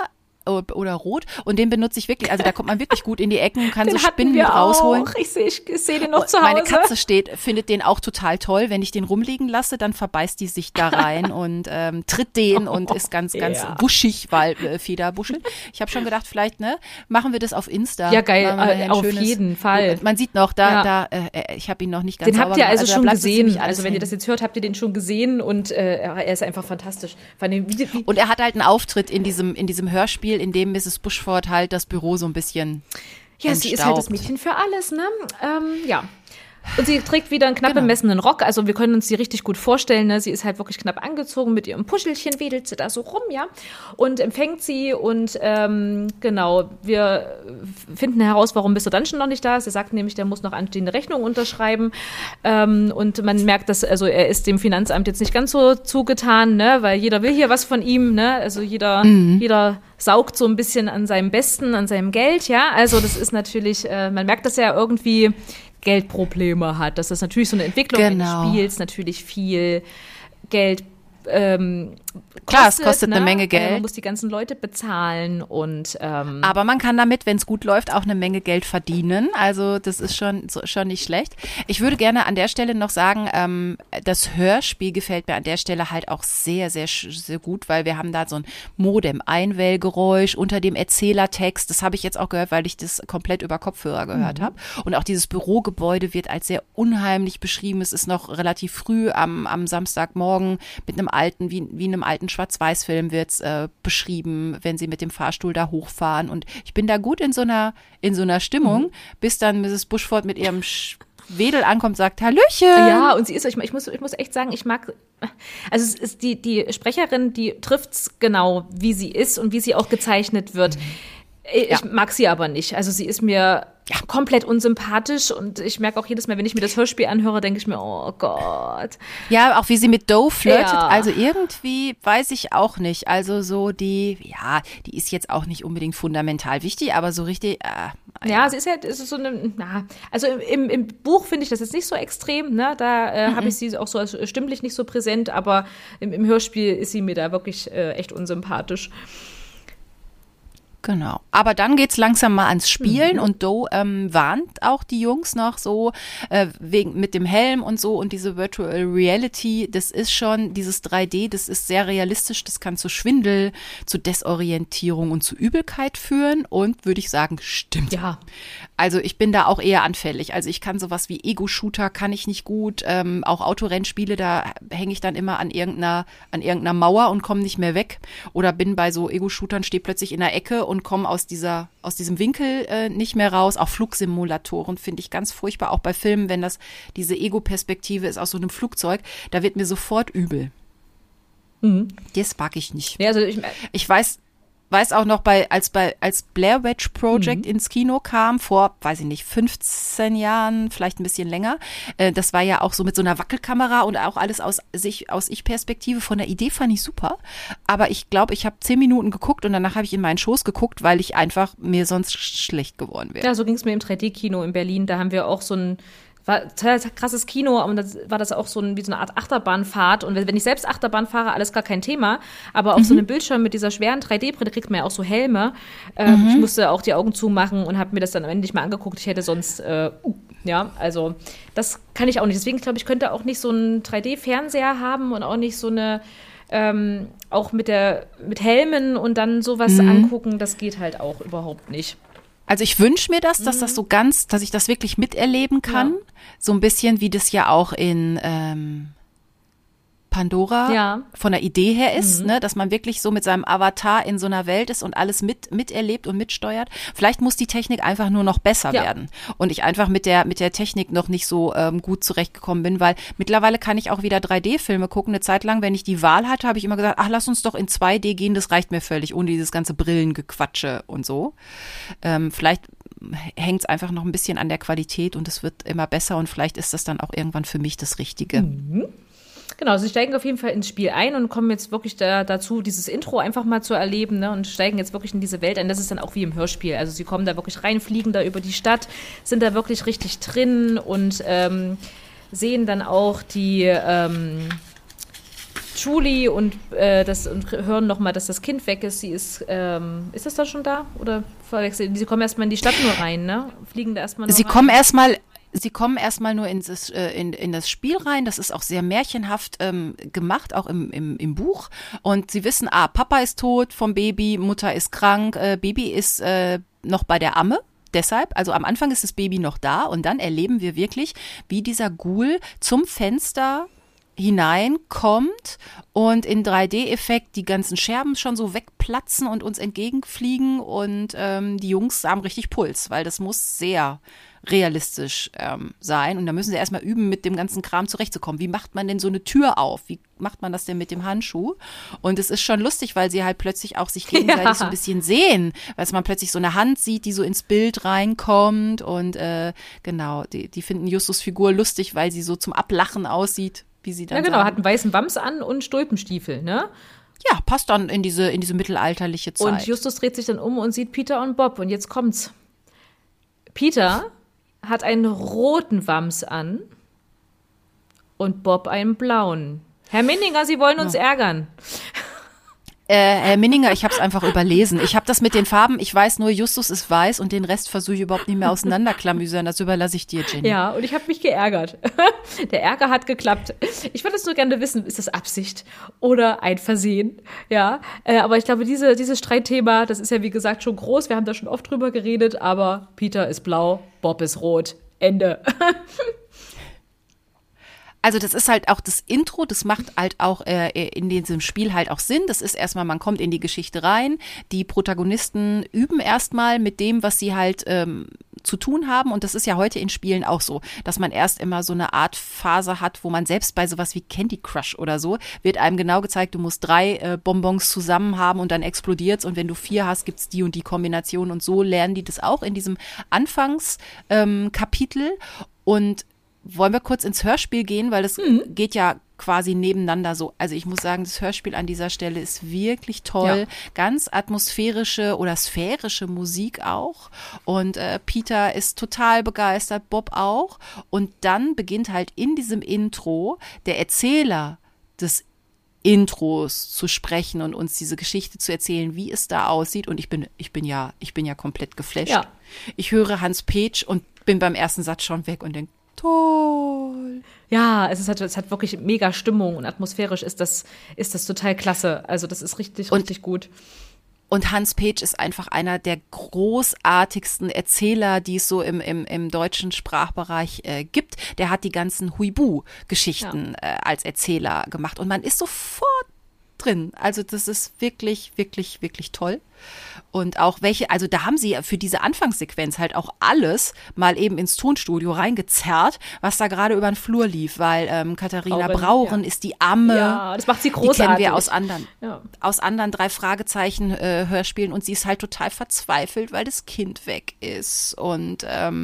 oder rot und den benutze ich wirklich, also da kommt man wirklich gut in die Ecken, kann Den so Spinnen hatten wir mit rausholen. auch. Ich seh den noch zu Hause. Meine Katze findet den auch total toll. Wenn ich den rumliegen lasse, dann verbeißt die sich da rein und tritt den und ist ganz wuschig, weil Federbuscheln. Ich habe schon gedacht, vielleicht machen wir das auf Insta. Ja, geil, auf jeden Fall. Man sieht noch, ich habe ihn noch nicht ganz den sauber habt ihr also schon gesehen. Also wenn ihr das jetzt hört, habt ihr den schon gesehen und er ist einfach fantastisch. Und er hat halt einen Auftritt in diesem Hörspiel, in dem Mrs. Bushford halt das Büro so ein bisschen entstaubt. Sie ist halt das Mädchen für alles, ne? Ja. Und sie trägt wieder einen knapp bemessenen Rock, also wir können uns sie richtig gut vorstellen, ne? Sie ist halt wirklich knapp angezogen, mit ihrem Puschelchen wedelt sie da so rum, ja, und empfängt sie und wir finden heraus, warum Mr. Dungeon noch nicht da ist. Er sagt nämlich, der muss noch anstehende Rechnung unterschreiben und man merkt, dass, also er ist dem Finanzamt jetzt nicht ganz so zugetan, ne? Weil jeder will hier was von ihm, ne? Also jeder saugt so ein bisschen an seinem Besten, an seinem Geld, ja, also das ist natürlich, man merkt, dass er irgendwie Geldprobleme hat, dass das natürlich so eine Entwicklung eines Spiels natürlich viel Geld klar, es kostet eine Menge Geld. Man muss die ganzen Leute bezahlen und aber man kann damit, wenn es gut läuft, auch eine Menge Geld verdienen. Also das ist schon nicht schlecht. Ich würde gerne an der Stelle noch sagen, das Hörspiel gefällt mir an der Stelle halt auch sehr, sehr, sehr gut, weil wir haben da so ein Modem-Einwählgeräusch unter dem Erzählertext. Das habe ich jetzt auch gehört, weil ich das komplett über Kopfhörer gehört habe. Und auch dieses Bürogebäude wird als sehr unheimlich beschrieben. Es ist noch relativ früh am Samstagmorgen mit einem alten, wie einem alten Schwarz-Weiß-Film wird's beschrieben, wenn sie mit dem Fahrstuhl da hochfahren. Und ich bin da gut in so einer Stimmung, bis dann Mrs. Bushford mit ihrem Wedel ankommt, sagt Hallöchen. Ja, und sie ist, ich muss echt sagen, ich mag, also es ist die Sprecherin, die trifft's genau, wie sie ist und wie sie auch gezeichnet wird. Ich mag sie aber nicht. Also sie ist mir komplett unsympathisch und ich merke auch jedes Mal, wenn ich mir das Hörspiel anhöre, denke ich mir, oh Gott. Ja, auch wie sie mit Doe flirtet, also irgendwie weiß ich auch nicht. Also so die ist jetzt auch nicht unbedingt fundamental wichtig, aber so richtig, ja, sie ist halt, es ist so eine, also im Buch finde ich das jetzt nicht so extrem, ne, da habe ich sie auch so stimmlich nicht so präsent, aber im Hörspiel ist sie mir da wirklich echt unsympathisch. Genau. Aber dann geht's langsam mal ans Spielen und Doe warnt auch die Jungs noch so mit dem Helm und so und diese Virtual Reality, das ist schon dieses 3D, das ist sehr realistisch, das kann zu Schwindel, zu Desorientierung und zu Übelkeit führen und würde ich sagen, stimmt. Ja. Also ich bin da auch eher anfällig. Also ich kann sowas wie Ego-Shooter kann ich nicht gut, auch Autorennspiele, da hänge ich dann immer an irgendeiner Mauer und komme nicht mehr weg oder bin bei so Ego-Shootern, stehe plötzlich in der Ecke und komme aus diesem Winkel nicht mehr raus. Auch Flugsimulatoren finde ich ganz furchtbar, auch bei Filmen, wenn das diese Ego-Perspektive ist aus so einem Flugzeug, da wird mir sofort übel. Das mag ich nicht. Ja, also ich weiß auch noch, als Blair Witch Project ins Kino kam, vor, weiß ich nicht, 15 Jahren, vielleicht ein bisschen länger, das war ja auch so mit so einer Wackelkamera und auch alles aus Ich-Perspektive. Von der Idee fand ich super, aber ich glaube, ich habe 10 Minuten geguckt und danach habe ich in meinen Schoß geguckt, weil ich einfach mir sonst schlecht geworden wäre. Ja, so ging es mir im 3D-Kino in Berlin, da haben wir auch so ein war total krasses Kino und das war das auch wie so eine Art Achterbahnfahrt und wenn ich selbst Achterbahn fahre, alles gar kein Thema, aber auf so einem Bildschirm mit dieser schweren 3D-Brille kriegt man ja auch so Helme. Ich musste auch die Augen zumachen und habe mir das dann am Ende nicht mal angeguckt. Ich hätte sonst, also das kann ich auch nicht. Deswegen glaube ich, könnte auch nicht so einen 3D-Fernseher haben und auch nicht so eine auch mit Helmen und dann sowas angucken, das geht halt auch überhaupt nicht. Also ich wünsche mir dass das so dass ich das wirklich miterleben kann. Ja. So ein bisschen, wie das ja auch in Pandora von der Idee her ist, ne, dass man wirklich so mit seinem Avatar in so einer Welt ist und alles miterlebt und mitsteuert. Vielleicht muss die Technik einfach nur noch besser werden und ich einfach mit der Technik noch nicht so gut zurechtgekommen bin, weil mittlerweile kann ich auch wieder 3D-Filme gucken. Eine Zeit lang, wenn ich die Wahl hatte, habe ich immer gesagt, ach, lass uns doch in 2D gehen, das reicht mir völlig, ohne dieses ganze Brillengequatsche und so. Vielleicht hängt es einfach noch ein bisschen an der Qualität und es wird immer besser und vielleicht ist das dann auch irgendwann für mich das Richtige. Genau, sie steigen auf jeden Fall ins Spiel ein und kommen jetzt wirklich dazu, dieses Intro einfach mal zu erleben, ne, und steigen jetzt wirklich in diese Welt ein. Das ist dann auch wie im Hörspiel. Also sie kommen da wirklich rein, fliegen da über die Stadt, sind da wirklich richtig drin und sehen dann auch die Julie und hören nochmal, dass das Kind weg ist. Sie ist das da schon da? Oder verwechseln? Sie kommen erstmal in die Stadt nur rein, ne? Fliegen da erstmal nur rein? Sie kommen erstmal nur in das Spiel rein. Das ist auch sehr märchenhaft gemacht, auch im Buch. Und sie wissen, Papa ist tot vom Baby, Mutter ist krank, Baby ist noch bei der Amme. Deshalb, also am Anfang ist das Baby noch da und dann erleben wir wirklich, wie dieser Ghoul zum Fenster hineinkommt und in 3D-Effekt die ganzen Scherben schon so wegplatzen und uns entgegenfliegen und die Jungs haben richtig Puls, weil das muss sehr realistisch sein und da müssen sie erstmal üben, mit dem ganzen Kram zurechtzukommen. Wie macht man denn so eine Tür auf? Wie macht man das denn mit dem Handschuh? Und es ist schon lustig, weil sie halt plötzlich auch sich gegenseitig so ein bisschen sehen, weil man plötzlich so eine Hand sieht, die so ins Bild reinkommt und genau, die finden Justus Figur lustig, weil sie so zum Ablachen aussieht, wie sie dann Ja, genau, sagen. hat einen weißen Wams an und Stulpenstiefel, ne? Ja, passt dann in diese mittelalterliche Zeit. Und Justus dreht sich dann um und sieht Peter und Bob. Und jetzt kommt's. Peter hat einen roten Wams an und Bob einen blauen. Herr Minninger, Sie wollen uns ärgern. Herr Minninger, ich habe es einfach überlesen. Ich habe das mit den Farben, ich weiß nur, Justus ist weiß und den Rest versuche ich überhaupt nicht mehr auseinanderklamüsern. Das überlasse ich dir, Jenny. Ja, und ich habe mich geärgert. Der Ärger hat geklappt. Ich würde es nur gerne wissen, ist das Absicht oder ein Versehen? Ja, aber ich glaube, dieses Streitthema, das ist ja wie gesagt schon groß. Wir haben da schon oft drüber geredet, aber Peter ist blau, Bob ist rot. Ende. Also das ist halt auch das Intro, das macht halt auch in diesem Spiel halt auch Sinn. Das ist erstmal, man kommt in die Geschichte rein, die Protagonisten üben erstmal mit dem, was sie halt zu tun haben und das ist ja heute in Spielen auch so, dass man erst immer so eine Art Phase hat, wo man selbst bei sowas wie Candy Crush oder so, wird einem genau gezeigt, du musst 3 Bonbons zusammen haben und dann explodiert's und wenn du 4 hast, gibt's die und die Kombination und so lernen die das auch in diesem Anfangskapitel und wollen wir kurz ins Hörspiel gehen, weil das geht ja quasi nebeneinander so. Also ich muss sagen, das Hörspiel an dieser Stelle ist wirklich toll. Ja. Ganz atmosphärische oder sphärische Musik auch. Und Peter ist total begeistert, Bob auch. Und dann beginnt halt in diesem Intro der Erzähler des Intros zu sprechen und uns diese Geschichte zu erzählen, wie es da aussieht. Und ich bin ja komplett geflasht. Ja. Ich höre Hans Petsch und bin beim ersten Satz schon weg und denke, toll. Ja, es hat wirklich mega Stimmung und atmosphärisch ist das total klasse. Also das ist richtig gut. Und Hans Petsch ist einfach einer der großartigsten Erzähler, die es so im deutschen Sprachbereich gibt. Der hat die ganzen Huibu-Geschichten als Erzähler gemacht und man ist sofort drin. Also das ist wirklich, wirklich, wirklich toll. Und auch also da haben sie für diese Anfangssequenz halt auch alles mal eben ins Tonstudio reingezerrt, was da gerade über den Flur lief, weil Katharina Brauren ist die Amme. Ja, das macht sie großartig. Die kennen wir aus anderen 3 Fragezeichen Hörspielen und sie ist halt total verzweifelt, weil das Kind weg ist und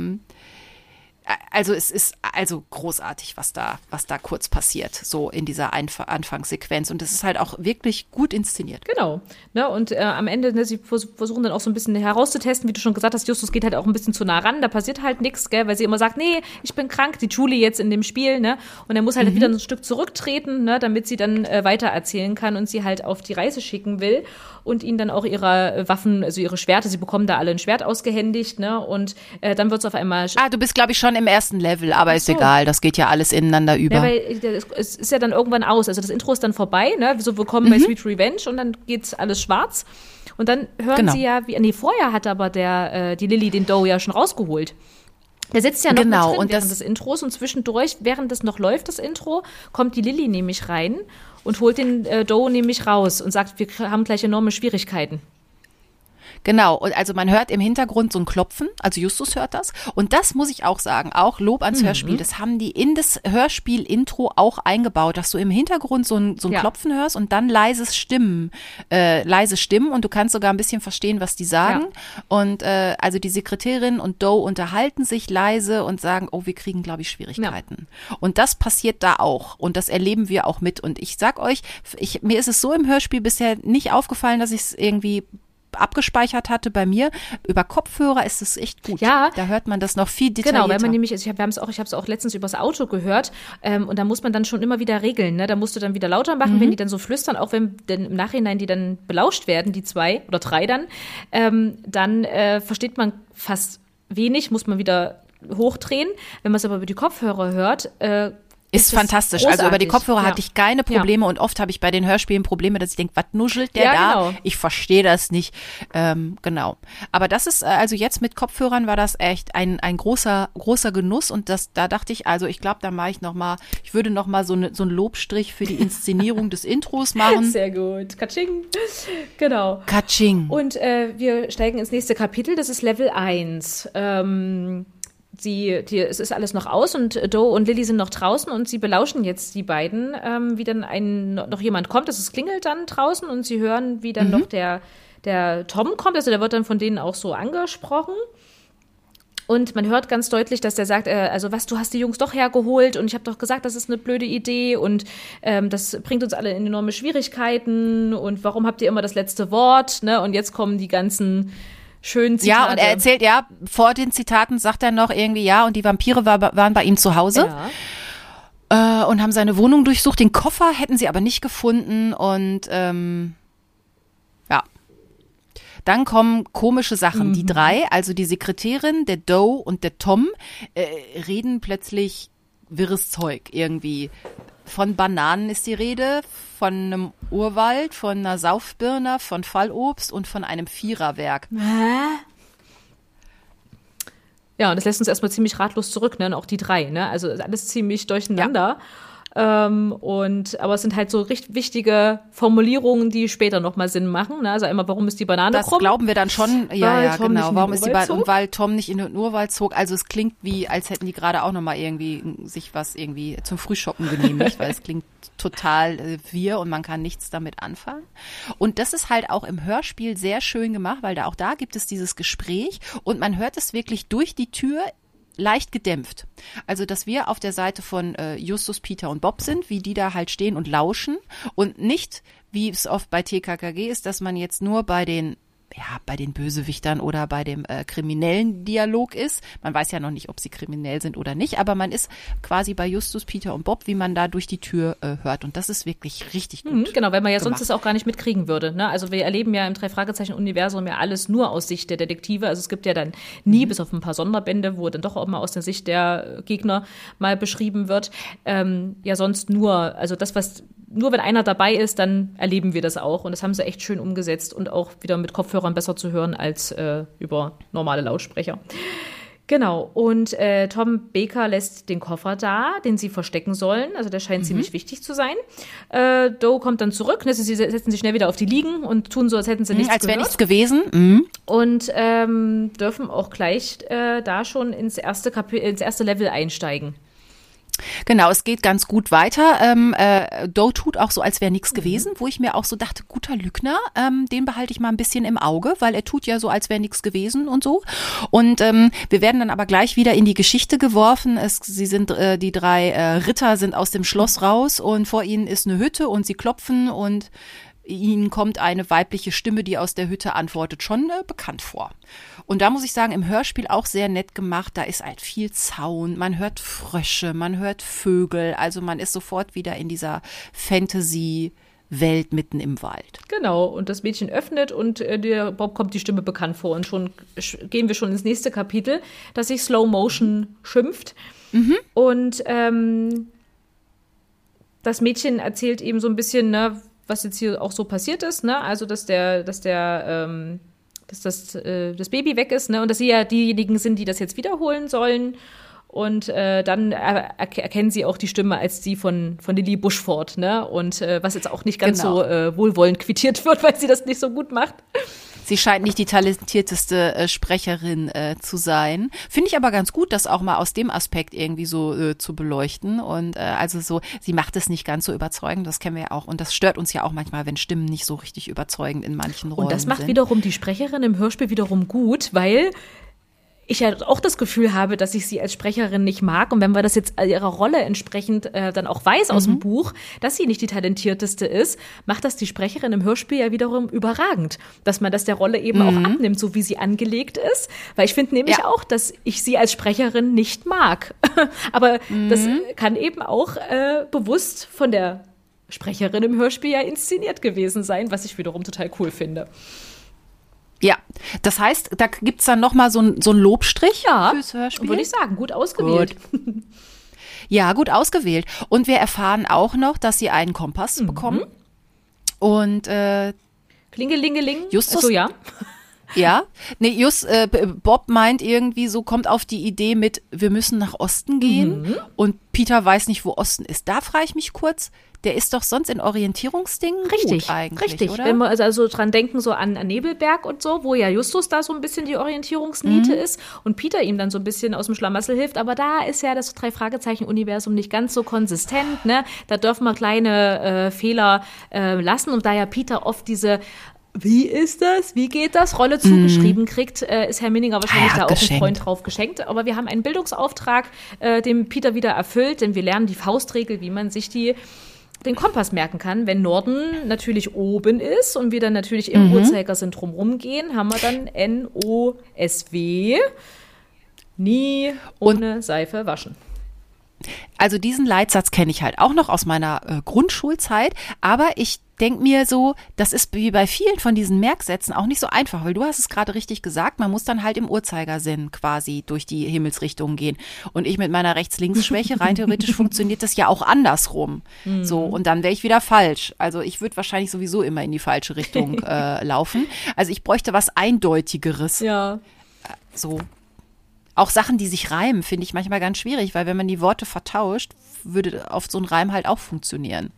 also es ist also großartig, was da kurz passiert, so in dieser Anfangssequenz. Und es ist halt auch wirklich gut inszeniert. Genau. Ne, und am Ende, ne, sie versuchen dann auch so ein bisschen herauszutesten, wie du schon gesagt hast, Justus geht halt auch ein bisschen zu nah ran, da passiert halt nichts, gell, weil sie immer sagt, nee, ich bin krank, die Julie jetzt in dem Spiel, ne? Und er muss halt wieder ein Stück zurücktreten, ne, damit sie dann weiter erzählen kann und sie halt auf die Reise schicken will und ihnen dann auch ihre Waffen, also ihre Schwerter, sie bekommen da alle ein Schwert ausgehändigt, ne? Und dann wird es auf einmal du bist, glaube ich, schon im ersten Level, aber ist egal, das geht ja alles ineinander über. Ja, weil es ist ja dann irgendwann aus, also das Intro ist dann vorbei, ne, so willkommen bei Sweet Revenge und dann geht's alles schwarz und dann hören sie ja, vorher hat aber die Lilly den Doe ja schon rausgeholt. Der sitzt ja noch mit drin während des Intros und zwischendurch, während das noch läuft, das Intro, kommt die Lilly nämlich rein und holt den Doe nämlich raus und sagt, wir haben gleich enorme Schwierigkeiten. Genau, und also man hört im Hintergrund so ein Klopfen, also Justus hört das. Und das muss ich auch sagen, auch Lob ans Hörspiel, das haben die in das Hörspiel-Intro auch eingebaut, dass du im Hintergrund so ein Klopfen hörst und dann leise Stimmen und du kannst sogar ein bisschen verstehen, was die sagen. Ja. Und also die Sekretärin und Doe unterhalten sich leise und sagen, oh, wir kriegen, glaube ich, Schwierigkeiten. Ja. Und das passiert da auch und das erleben wir auch mit. Und ich sag euch, mir ist es so im Hörspiel bisher nicht aufgefallen, dass ich es irgendwie abgespeichert hatte bei mir. Über Kopfhörer ist es echt gut. Ja. Da hört man das noch viel detaillierter. Genau, weil man nämlich, ich habe es auch letztens übers Auto gehört und da muss man dann schon immer wieder regeln. Ne? Da musst du dann wieder lauter machen, wenn die dann so flüstern, auch wenn denn im Nachhinein die dann belauscht werden, die 2 oder 3 dann versteht man fast wenig, muss man wieder hochdrehen. Wenn man es aber über die Kopfhörer hört, ist fantastisch. Großartig. Also über die Kopfhörer hatte ich keine Probleme Ja. und oft habe ich bei den Hörspielen Probleme, dass ich denke, was nuschelt der Ja, da? genau. Ich verstehe das nicht. Genau. Aber das ist, also jetzt mit Kopfhörern war das echt ein großer Genuss und da dachte ich, also ich glaube, da mache ich würde noch mal so einen Lobstrich für die Inszenierung des Intros machen. Sehr gut. Katsching. Genau. Katsching. Und wir steigen ins nächste Kapitel, das ist Level 1. Es ist alles noch aus und Doe und Lily sind noch draußen und sie belauschen jetzt die beiden, wie dann noch jemand kommt, es klingelt dann draußen und sie hören, wie dann noch der Tom kommt, also der wird dann von denen auch so angesprochen. Und man hört ganz deutlich, dass der sagt, du hast die Jungs doch hergeholt und ich habe doch gesagt, das ist eine blöde Idee und das bringt uns alle in enorme Schwierigkeiten und warum habt ihr immer das letzte Wort, ne? Und jetzt kommen die ganzen schönen Zitate. Ja, und er erzählt, vor den Zitaten sagt er noch irgendwie, und die Vampire waren bei ihm zu Hause und haben seine Wohnung durchsucht. Den Koffer hätten sie aber nicht gefunden und Dann kommen komische Sachen. Die 3, also die Sekretärin, der Doe und der Tom, reden plötzlich wirres Zeug irgendwie. Von Bananen ist die Rede, von einem Urwald, von einer Saufbirne, von Fallobst und von einem Viererwerk. Ja, und das lässt uns erstmal ziemlich ratlos zurück, ne? Und auch die 3, ne? Also alles ziemlich durcheinander. Aber es sind halt so richtig wichtige Formulierungen, die später nochmal Sinn machen. Ne? Also einmal, warum ist die Banane das krumm? Das glauben wir dann schon. Ja, Tom genau. Warum ist die Banane? zog? Weil Tom nicht in den Urwald zog. Also es klingt wie, als hätten die gerade auch nochmal irgendwie sich was irgendwie zum Frühschoppen genehmigt, weil es klingt total wirr und man kann nichts damit anfangen. Und das ist halt auch im Hörspiel sehr schön gemacht, weil auch da gibt es dieses Gespräch und man hört es wirklich durch die Tür leicht gedämpft. Also, dass wir auf der Seite von Justus, Peter und Bob sind, wie die da halt stehen und lauschen und nicht, wie es oft bei TKKG ist, dass man jetzt nur bei den Bösewichtern oder bei dem kriminellen Dialog ist. Man weiß ja noch nicht, ob sie kriminell sind oder nicht, aber man ist quasi bei Justus, Peter und Bob, wie man da durch die Tür hört. Und das ist wirklich richtig gut. Genau, weil man ja gemacht. sonst das auch gar nicht mitkriegen würde. Ne? Also wir erleben ja im Drei-Fragezeichen-Universum ja alles nur aus Sicht der Detektive. Also es gibt ja dann nie, bis auf ein paar Sonderbände, wo dann doch auch mal aus der Sicht der Gegner mal beschrieben wird, sonst nur, also das, was nur wenn einer dabei ist, dann erleben wir das auch. Und das haben sie echt schön umgesetzt und auch wieder mit Kopfhörern besser zu hören als über normale Lautsprecher. Genau, und Tom Baker lässt den Koffer da, den sie verstecken sollen. Also der scheint ziemlich wichtig zu sein. Doe kommt dann zurück, ne? Sie setzen sich schnell wieder auf die Liegen und tun so, als hätten sie nichts als wäre gehört. nichts gewesen. Und dürfen auch gleich da schon ins erste Level einsteigen. Genau, es geht ganz gut weiter. Doe tut auch so, als wäre nichts gewesen, wo ich mir auch so dachte, guter Lügner, den behalte ich mal ein bisschen im Auge, weil er tut ja so, als wäre nichts gewesen und so. Und wir werden dann aber gleich wieder in die Geschichte geworfen. Die 3 Ritter sind aus dem Schloss raus und vor ihnen ist eine Hütte und sie klopfen und ihnen kommt eine weibliche Stimme, die aus der Hütte antwortet, schon bekannt vor. Und da muss ich sagen, im Hörspiel auch sehr nett gemacht. Da ist halt viel Zaun, man hört Frösche, man hört Vögel. Also man ist sofort wieder in dieser Fantasy-Welt mitten im Wald. Genau, und das Mädchen öffnet und der Bob kommt die Stimme bekannt vor. Und schon gehen wir schon ins nächste Kapitel, das sich Slow Motion schimpft. Und das Mädchen erzählt eben so ein bisschen, ne, was jetzt hier auch so passiert ist, ne? Also dass das Baby weg ist, ne? Und dass sie ja diejenigen sind, die das jetzt wiederholen sollen. Und dann erkennen sie auch die Stimme als die von Lily Bushford, ne? Und was jetzt auch nicht ganz so wohlwollend quittiert wird, weil sie das nicht so gut macht. Sie scheint nicht die talentierteste Sprecherin zu sein. Finde ich aber ganz gut, das auch mal aus dem Aspekt irgendwie so zu beleuchten. Und also so, sie macht es nicht ganz so überzeugend, das kennen wir ja auch. Und das stört uns ja auch manchmal, wenn Stimmen nicht so richtig überzeugend in manchen Rollen sind. Und das macht wiederum die Sprecherin im Hörspiel wiederum gut, weil ich ja auch das Gefühl habe, dass ich sie als Sprecherin nicht mag. Und wenn man das jetzt ihrer Rolle entsprechend dann auch weiß aus dem Buch, dass sie nicht die talentierteste ist, macht das die Sprecherin im Hörspiel ja wiederum überragend. Dass man das der Rolle eben auch abnimmt, so wie sie angelegt ist. Weil ich finde nämlich auch, dass ich sie als Sprecherin nicht mag. Aber das kann eben auch bewusst von der Sprecherin im Hörspiel ja inszeniert gewesen sein, was ich wiederum total cool finde. Ja, das heißt, da gibt's dann nochmal so ein Lobstrich fürs Hörspiel? Würde ich sagen, gut ausgewählt. Gut. Ja, gut ausgewählt. Und wir erfahren auch noch, dass sie einen Kompass bekommen. Und Klingelingeling. Justus, so, ja. Ja, nee, Bob meint irgendwie so, kommt auf die Idee mit, wir müssen nach Osten gehen und Peter weiß nicht, wo Osten ist. Da frage ich mich kurz, der ist doch sonst in Orientierungsdingen gut eigentlich, richtig. Oder? Wenn wir also dran denken, so an Nebelberg und so, wo ja Justus da so ein bisschen die Orientierungsniete ist und Peter ihm dann so ein bisschen aus dem Schlamassel hilft, aber da ist ja das Drei-Fragezeichen-Universum nicht ganz so konsistent, ne? Da dürfen wir kleine Fehler lassen und da ja Peter oft diese wie ist das? Wie geht das? Rolle zugeschrieben kriegt, ist Herr Minninger wahrscheinlich da auch ein Freund drauf geschenkt. Aber wir haben einen Bildungsauftrag, den Peter wieder erfüllt, denn wir lernen die Faustregel, wie man sich den Kompass merken kann. Wenn Norden natürlich oben ist und wir dann natürlich im Uhrzeigersinn drumherum gehen, haben wir dann NOSW, nie ohne Seife waschen. Also diesen Leitsatz kenne ich halt auch noch aus meiner Grundschulzeit, aber ich denke mir so, das ist wie bei vielen von diesen Merksätzen auch nicht so einfach, weil du hast es gerade richtig gesagt, man muss dann halt im Uhrzeigersinn quasi durch die Himmelsrichtungen gehen. Und ich mit meiner Rechts-Links-Schwäche, rein theoretisch funktioniert das ja auch andersrum. So, und dann wäre ich wieder falsch. Also ich würde wahrscheinlich sowieso immer in die falsche Richtung laufen. Also ich bräuchte was Eindeutigeres. Ja. So. Auch Sachen, die sich reimen, finde ich manchmal ganz schwierig, weil wenn man die Worte vertauscht, würde auf so ein Reim halt auch funktionieren.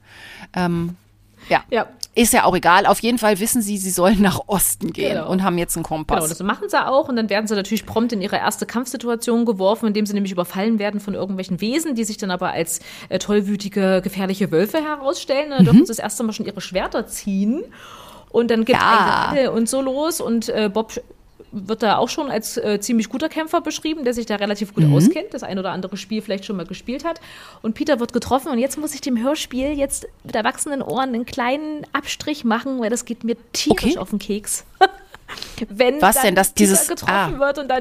Ja, ist ja auch egal. Auf jeden Fall wissen sie sollen nach Osten gehen und haben jetzt einen Kompass. Genau, das machen sie auch und dann werden sie natürlich prompt in ihre erste Kampfsituation geworfen, indem sie nämlich überfallen werden von irgendwelchen Wesen, die sich dann aber als tollwütige, gefährliche Wölfe herausstellen. Dann dürfen sie das erste Mal schon ihre Schwerter ziehen und dann geht ein Gerede und so los und Bob wird da auch schon als ziemlich guter Kämpfer beschrieben, der sich da relativ gut auskennt, das ein oder andere Spiel vielleicht schon mal gespielt hat. Und Peter wird getroffen und jetzt muss ich dem Hörspiel jetzt mit erwachsenen Ohren einen kleinen Abstrich machen, weil das geht mir tierisch auf den Keks. Wenn was dann denn, dass Peter dieses getroffen wird und dann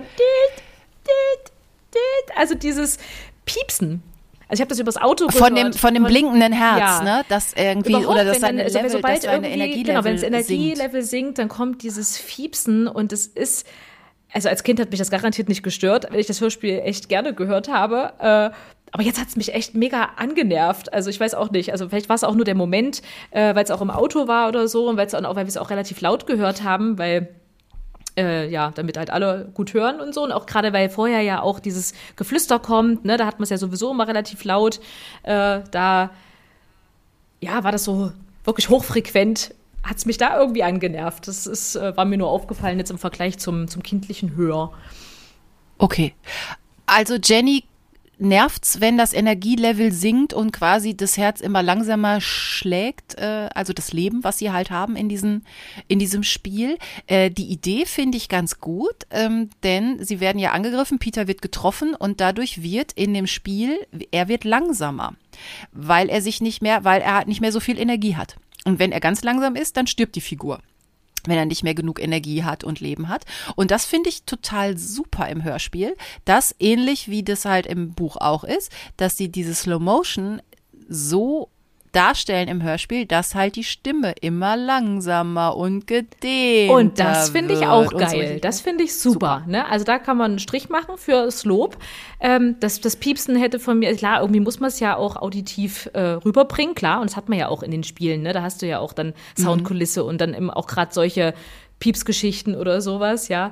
also dieses Piepsen. Also ich habe das übers Auto gehört. Von dem blinkenden Herz, ne? Das irgendwie, oder das seine Energielevel genau, wenn das Energielevel sinkt, dann kommt dieses Fiepsen und es ist, also als Kind hat mich das garantiert nicht gestört, weil ich das Hörspiel echt gerne gehört habe. Aber jetzt hat es mich echt mega angenervt. Also ich weiß auch nicht, also vielleicht war es auch nur der Moment, weil es auch im Auto war oder so und weil wir es auch relativ laut gehört haben, weil damit halt alle gut hören und so. Und auch gerade, weil vorher ja auch dieses Geflüster kommt, ne, da hat man es ja sowieso immer relativ laut. Da war das so wirklich hochfrequent, hat es mich da irgendwie angenervt. Das war mir nur aufgefallen jetzt im Vergleich zum kindlichen Hör. Okay. Also Jenny nervt's, wenn das Energielevel sinkt und quasi das Herz immer langsamer schlägt, also das Leben, was sie halt haben in diesem Spiel. Die Idee finde ich ganz gut, denn sie werden ja angegriffen, Peter wird getroffen und dadurch wird in dem Spiel, er wird langsamer, weil er nicht mehr so viel Energie hat. Und wenn er ganz langsam ist, dann stirbt die Figur, wenn er nicht mehr genug Energie hat und Leben hat. Und das finde ich total super im Hörspiel, dass ähnlich wie das halt im Buch auch ist, dass sie diese Slow Motion so darstellen im Hörspiel, dass halt die Stimme immer langsamer und gedehnter Und das finde ich auch geil. So. Das finde ich super. Ne? Also da kann man einen Strich machen für das Lob. Das Piepsen hätte von mir, klar, irgendwie muss man es ja auch auditiv rüberbringen, klar. Und das hat man ja auch in den Spielen. Ne? Da hast du ja auch dann Soundkulisse und dann eben auch gerade solche Piepsgeschichten oder sowas, ja.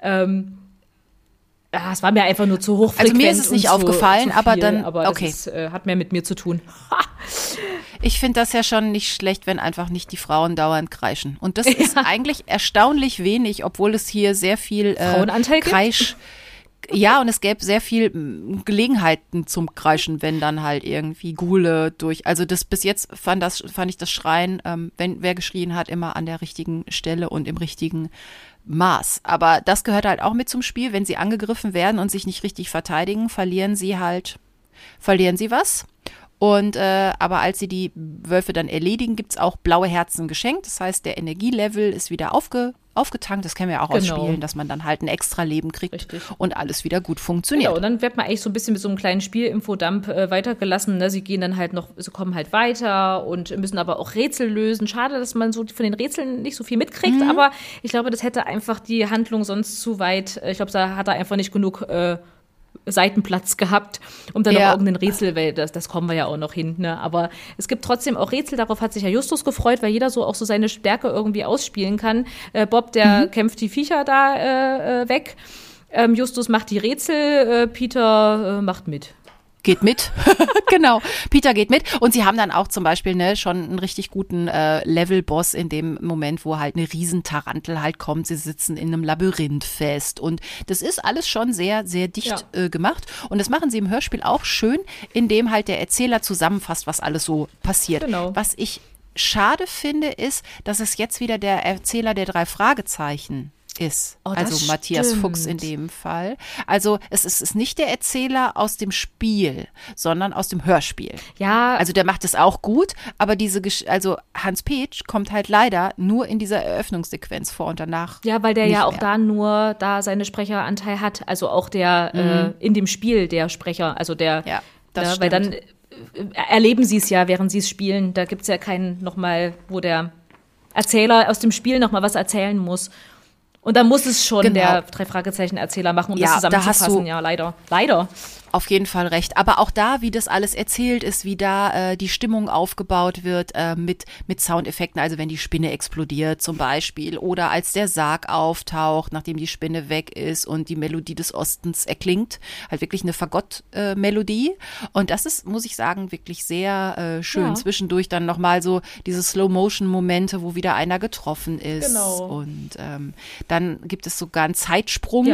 Es war mir einfach nur zu hochfrequent. Also mir ist es nicht aufgefallen, aber okay. Das hat mehr mit mir zu tun. Ich finde das ja schon nicht schlecht, wenn einfach nicht die Frauen dauernd kreischen. Und das ist eigentlich erstaunlich wenig, obwohl es hier sehr viel Frauenanteil Kreisch. Ja, und es gäbe sehr viel Gelegenheiten zum Kreischen, wenn dann halt irgendwie Ghule also das bis jetzt fand ich das Schreien, wenn wer geschrien hat, immer an der richtigen Stelle und im richtigen Maß. Aber das gehört halt auch mit zum Spiel. Wenn sie angegriffen werden und sich nicht richtig verteidigen, verlieren sie was. Und aber als sie die Wölfe dann erledigen, gibt's auch blaue Herzen geschenkt. Das heißt, der Energielevel ist wieder aufgetankt. Das kennen wir auch aus Spielen, dass man dann halt ein extra Leben kriegt. Richtig. Und alles wieder gut funktioniert. Genau, und dann wird man eigentlich so ein bisschen mit so einem kleinen Spiel-Infodump weitergelassen. Ne? Sie kommen halt weiter und müssen aber auch Rätsel lösen. Schade, dass man so von den Rätseln nicht so viel mitkriegt, aber ich glaube, das hätte einfach die Handlung sonst zu weit, ich glaube, da hat er einfach nicht genug Seitenplatz gehabt, um dann noch irgendein Rätsel, weil das kommen wir ja auch noch hin, ne? Aber es gibt trotzdem auch Rätsel, darauf hat sich ja Justus gefreut, weil jeder so auch so seine Stärke irgendwie ausspielen kann. Bob, der kämpft die Viecher da weg. Justus macht die Rätsel, Peter macht mit. Geht mit, genau. Peter geht mit und sie haben dann auch zum Beispiel schon einen richtig guten Level-Boss in dem Moment, wo halt eine Riesentarantel halt kommt. Sie sitzen in einem Labyrinth fest und das ist alles schon sehr, sehr dicht gemacht und das machen sie im Hörspiel auch schön, indem halt der Erzähler zusammenfasst, was alles so passiert. Genau. Was ich schade finde, ist, dass es jetzt wieder der Erzähler der 3 Fragezeichen ist. Also Matthias Fuchs in dem Fall. Also es ist nicht der Erzähler aus dem Spiel, sondern aus dem Hörspiel. Ja. Also der macht es auch gut, aber also Hans Petsch kommt halt leider nur in dieser Eröffnungssequenz vor und danach. Ja, weil der nicht ja auch mehr. da seine Sprecheranteil hat. Also auch der in dem Spiel der Sprecher, also der. Ja, das stimmt. Weil dann erleben sie es ja, während sie es spielen. Da gibt es ja keinen nochmal, wo der Erzähler aus dem Spiel nochmal was erzählen muss. Und da muss es schon der 3-Fragezeichen-Erzähler machen, um das zusammenzufassen. Ja, leider. Leider. Auf jeden Fall recht. Aber auch da, wie das alles erzählt ist, wie da die Stimmung aufgebaut wird mit Soundeffekten, also wenn die Spinne explodiert zum Beispiel oder als der Sarg auftaucht, nachdem die Spinne weg ist und die Melodie des Ostens erklingt, halt wirklich eine Fagott-Melodie. Und das ist, muss ich sagen, wirklich sehr schön. Ja. Zwischendurch dann nochmal so diese Slow-Motion-Momente, wo wieder einer getroffen ist. Genau. Und dann gibt es sogar einen Zeitsprung,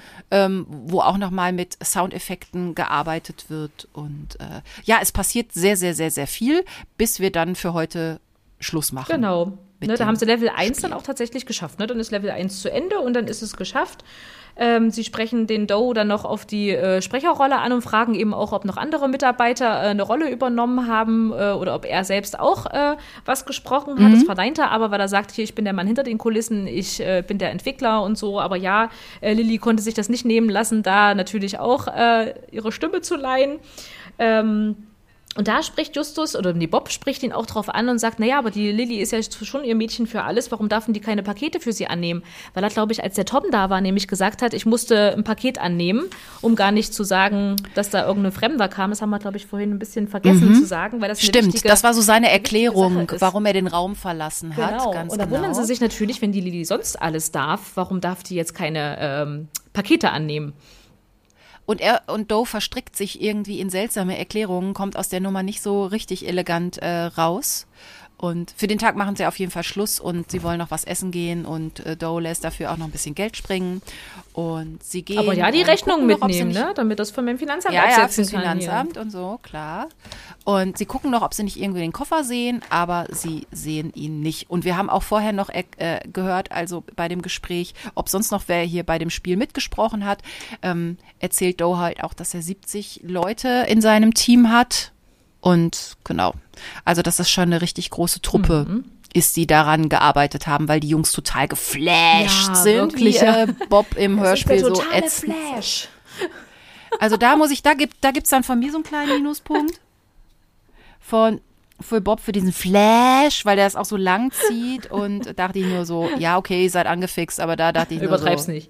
wo auch nochmal mit Soundeffekten gearbeitet wird. Und es passiert sehr, sehr, sehr, sehr viel, bis wir dann für heute Schluss machen. Genau. Ne, da haben sie Level 1 dann auch tatsächlich geschafft. Ne? Dann ist Level 1 zu Ende und dann ist es geschafft. Sie sprechen den Doe dann noch auf die Sprecherrolle an und fragen eben auch, ob noch andere Mitarbeiter eine Rolle übernommen haben oder ob er selbst auch was gesprochen hat. Das verneint er aber, weil er sagt, hier, ich bin der Mann hinter den Kulissen, ich bin der Entwickler und so. Aber ja, Lilly konnte sich das nicht nehmen lassen, da natürlich auch ihre Stimme zu leihen. Und da spricht Justus, oder Bob spricht ihn auch drauf an und sagt, naja, aber die Lilly ist ja schon ihr Mädchen für alles, warum dürfen die keine Pakete für sie annehmen? Weil er, glaube ich, als der Tom da war, nämlich gesagt hat, ich musste ein Paket annehmen, um gar nicht zu sagen, dass da irgendein Fremder kam. Das haben wir, glaube ich, vorhin ein bisschen vergessen zu sagen. Weil das Stimmt, das war so seine Erklärung, warum er den Raum verlassen hat. Genau. Ganz und da wundern sie sich natürlich, wenn die Lilly sonst alles darf, warum darf die jetzt keine Pakete annehmen? Und Doe verstrickt sich irgendwie in seltsame Erklärungen, kommt aus der Nummer nicht so richtig elegant raus. Und für den Tag machen sie auf jeden Fall Schluss und sie wollen noch was essen gehen und Doe lässt dafür auch noch ein bisschen Geld springen. Und sie gehen. Aber ja, die Rechnung mitnehmen, ne? Damit das von meinem Finanzamt absetzen kann. Ja, fürs Finanzamt und so, klar. Und sie gucken noch, ob sie nicht irgendwie den Koffer sehen, aber sie sehen ihn nicht. Und wir haben auch vorher noch gehört, also bei dem Gespräch, ob sonst noch wer hier bei dem Spiel mitgesprochen hat, erzählt Doe halt auch, dass er 70 Leute in seinem Team hat. Und genau, also dass das schon eine richtig große Truppe ist, die daran gearbeitet haben, weil die Jungs total geflasht sind, wirklich, wie Bob im Hörspiel so ätzend. Flash. Also da gibt's dann von mir so einen kleinen Minuspunkt für Bob für diesen Flash, weil der es auch so lang zieht und dachte ich nur so, ja okay, ihr seid angefixt, aber da dachte ich nur so. Übertreib's nicht.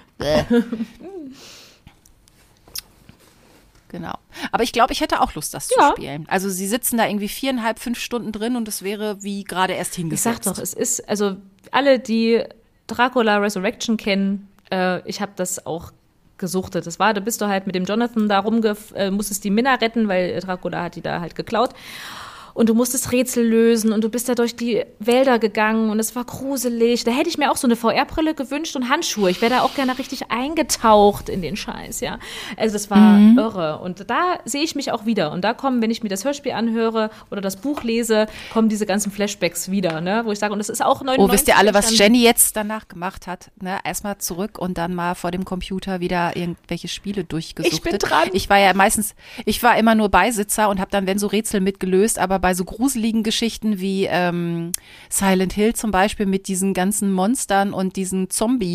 Genau. Aber ich glaube, ich hätte auch Lust, das zu spielen. Also sie sitzen da irgendwie 4,5, 5 Stunden drin und es wäre wie gerade erst hingesetzt. Ich sag doch, es ist, also alle, die Dracula Resurrection kennen, ich habe das auch gesuchtet. Da bist du halt mit dem Jonathan da musstest die Minna retten, weil Dracula hat die da halt geklaut. und du musstest Rätsel lösen und du bist da durch die Wälder gegangen und es war gruselig. Da hätte ich mir auch so eine VR-Brille gewünscht und Handschuhe. Ich wäre da auch gerne richtig eingetaucht in den Scheiß, ja. Also das war irre. Und da sehe ich mich auch wieder. Und da kommen, wenn ich mir das Hörspiel anhöre oder das Buch lese, kommen diese ganzen Flashbacks wieder, ne? Wo ich sage, und das ist auch 99. Oh, wisst ihr alle, was Jenny jetzt danach gemacht hat? Ne? Erstmal zurück und dann mal vor dem Computer wieder irgendwelche Spiele durchgesuchtet. Ich bin dran. Ich war immer nur Beisitzer und habe dann, wenn so Rätsel mitgelöst, aber bei so gruseligen Geschichten wie Silent Hill zum Beispiel mit diesen ganzen Monstern und diesen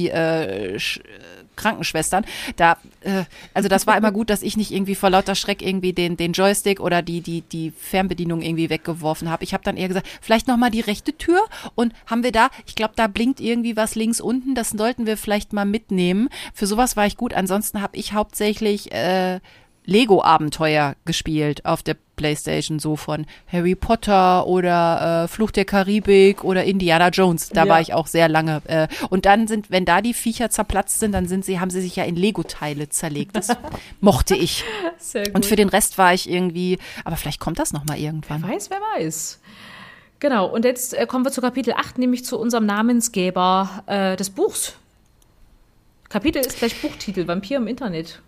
Krankenschwestern, also das war immer gut, dass ich nicht irgendwie vor lauter Schreck irgendwie den Joystick oder die Fernbedienung irgendwie weggeworfen habe. Ich habe dann eher gesagt, vielleicht nochmal die rechte Tür und haben wir da, ich glaube, da blinkt irgendwie was links unten, das sollten wir vielleicht mal mitnehmen. Für sowas war ich gut. Ansonsten habe ich hauptsächlich Lego-Abenteuer gespielt auf der PlayStation, so von Harry Potter oder Fluch der Karibik oder Indiana Jones. Da war ich auch sehr lange. Und dann wenn da die Viecher zerplatzt sind, dann haben sie sich ja in Lego-Teile zerlegt. Das mochte ich. Sehr gut. Und für den Rest war ich irgendwie, aber vielleicht kommt das noch mal irgendwann. Wer weiß. Genau, und jetzt kommen wir zu Kapitel 8, nämlich zu unserem Namensgeber des Buchs. Kapitel ist gleich Buchtitel, Vampir im Internet.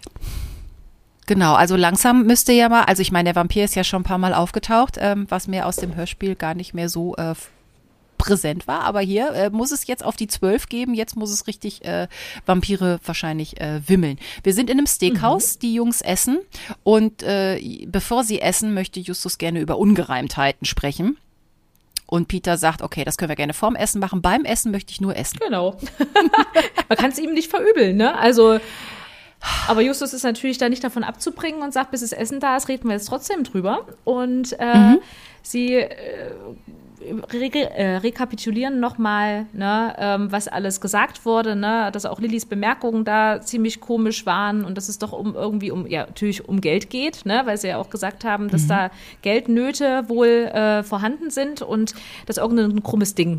Genau, also langsam müsste ja mal, also ich meine, der Vampir ist ja schon ein paar Mal aufgetaucht, was mir aus dem Hörspiel gar nicht mehr so präsent war, aber hier muss es jetzt auf die 12 geben, jetzt muss es richtig Vampire wahrscheinlich wimmeln. Wir sind in einem Steakhouse, die Jungs essen und bevor sie essen, möchte Justus gerne über Ungereimtheiten sprechen. Und Peter sagt, okay, das können wir gerne vorm Essen machen, beim Essen möchte ich nur essen. Genau. Man kann es ihm nicht verübeln, ne? Also aber Justus ist natürlich da nicht davon abzubringen und sagt, bis das Essen da ist, reden wir jetzt trotzdem drüber. Und sie rekapitulieren nochmal, ne, was alles gesagt wurde, ne, dass auch Lillys Bemerkungen da ziemlich komisch waren und dass es doch natürlich um Geld geht, ne, weil sie ja auch gesagt haben, dass da Geldnöte wohl vorhanden sind und dass irgendein krummes Ding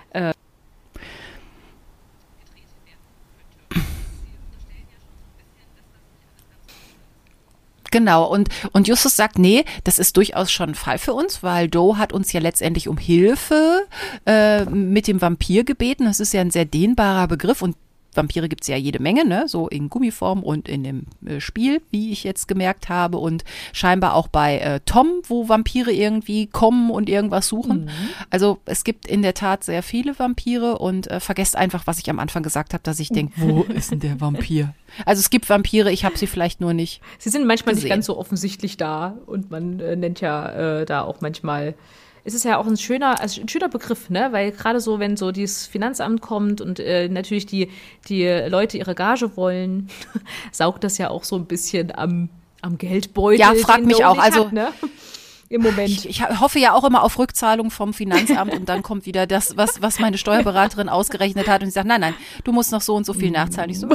Genau, und Justus sagt, nee, das ist durchaus schon ein Fall für uns, weil Doe hat uns ja letztendlich um Hilfe mit dem Vampir gebeten. Das ist ja ein sehr dehnbarer Begriff und Vampire gibt es ja jede Menge, ne? So in Gummiform und in dem Spiel, wie ich jetzt gemerkt habe und scheinbar auch bei Tom, wo Vampire irgendwie kommen und irgendwas suchen. Also es gibt in der Tat sehr viele Vampire und vergesst einfach, was ich am Anfang gesagt habe, dass ich denke, wo ist denn der Vampir? Also es gibt Vampire, ich habe sie vielleicht nur nicht Sie sind manchmal gesehen. nicht ganz so offensichtlich da und man nennt ja da auch manchmal. Es ist ja auch ein schöner Begriff, ne? Weil gerade so, wenn so dieses Finanzamt kommt und natürlich die Leute ihre Gage wollen, saugt das ja auch so ein bisschen am Geldbeutel. Ja, frag mich auch. Also hat, ne? Im Moment. Ich hoffe ja auch immer auf Rückzahlung vom Finanzamt und dann kommt wieder das, was meine Steuerberaterin ausgerechnet hat und sie sagt, nein, du musst noch so und so viel nachzahlen. Ich so,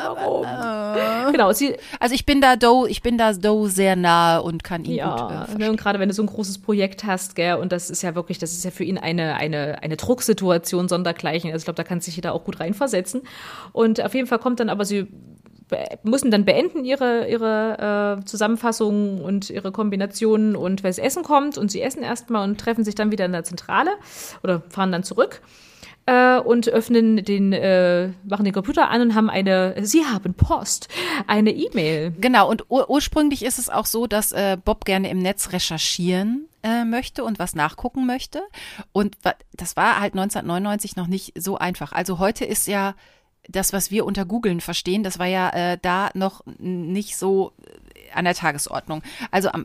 Genau, also ich bin da Doe sehr nahe und kann ihn gut verstehen. Und gerade wenn du so ein großes Projekt hast, gell, und das ist ja für ihn eine Drucksituation sondergleichen. Also ich glaube, da kann sich jeder auch gut reinversetzen. Und auf jeden Fall kommt dann aber sie müssen dann beenden ihre Zusammenfassungen und ihre Kombinationen und weil das Essen kommt und sie essen erstmal und treffen sich dann wieder in der Zentrale oder fahren dann zurück und machen den Computer an und haben sie haben Post, eine E-Mail. Genau, und ursprünglich ist es auch so, dass Bob gerne im Netz recherchieren möchte und was nachgucken möchte und das war halt 1999 noch nicht so einfach. Also heute ist ja das, was wir unter Googlen verstehen, das war ja da noch nicht so an der Tagesordnung. Also am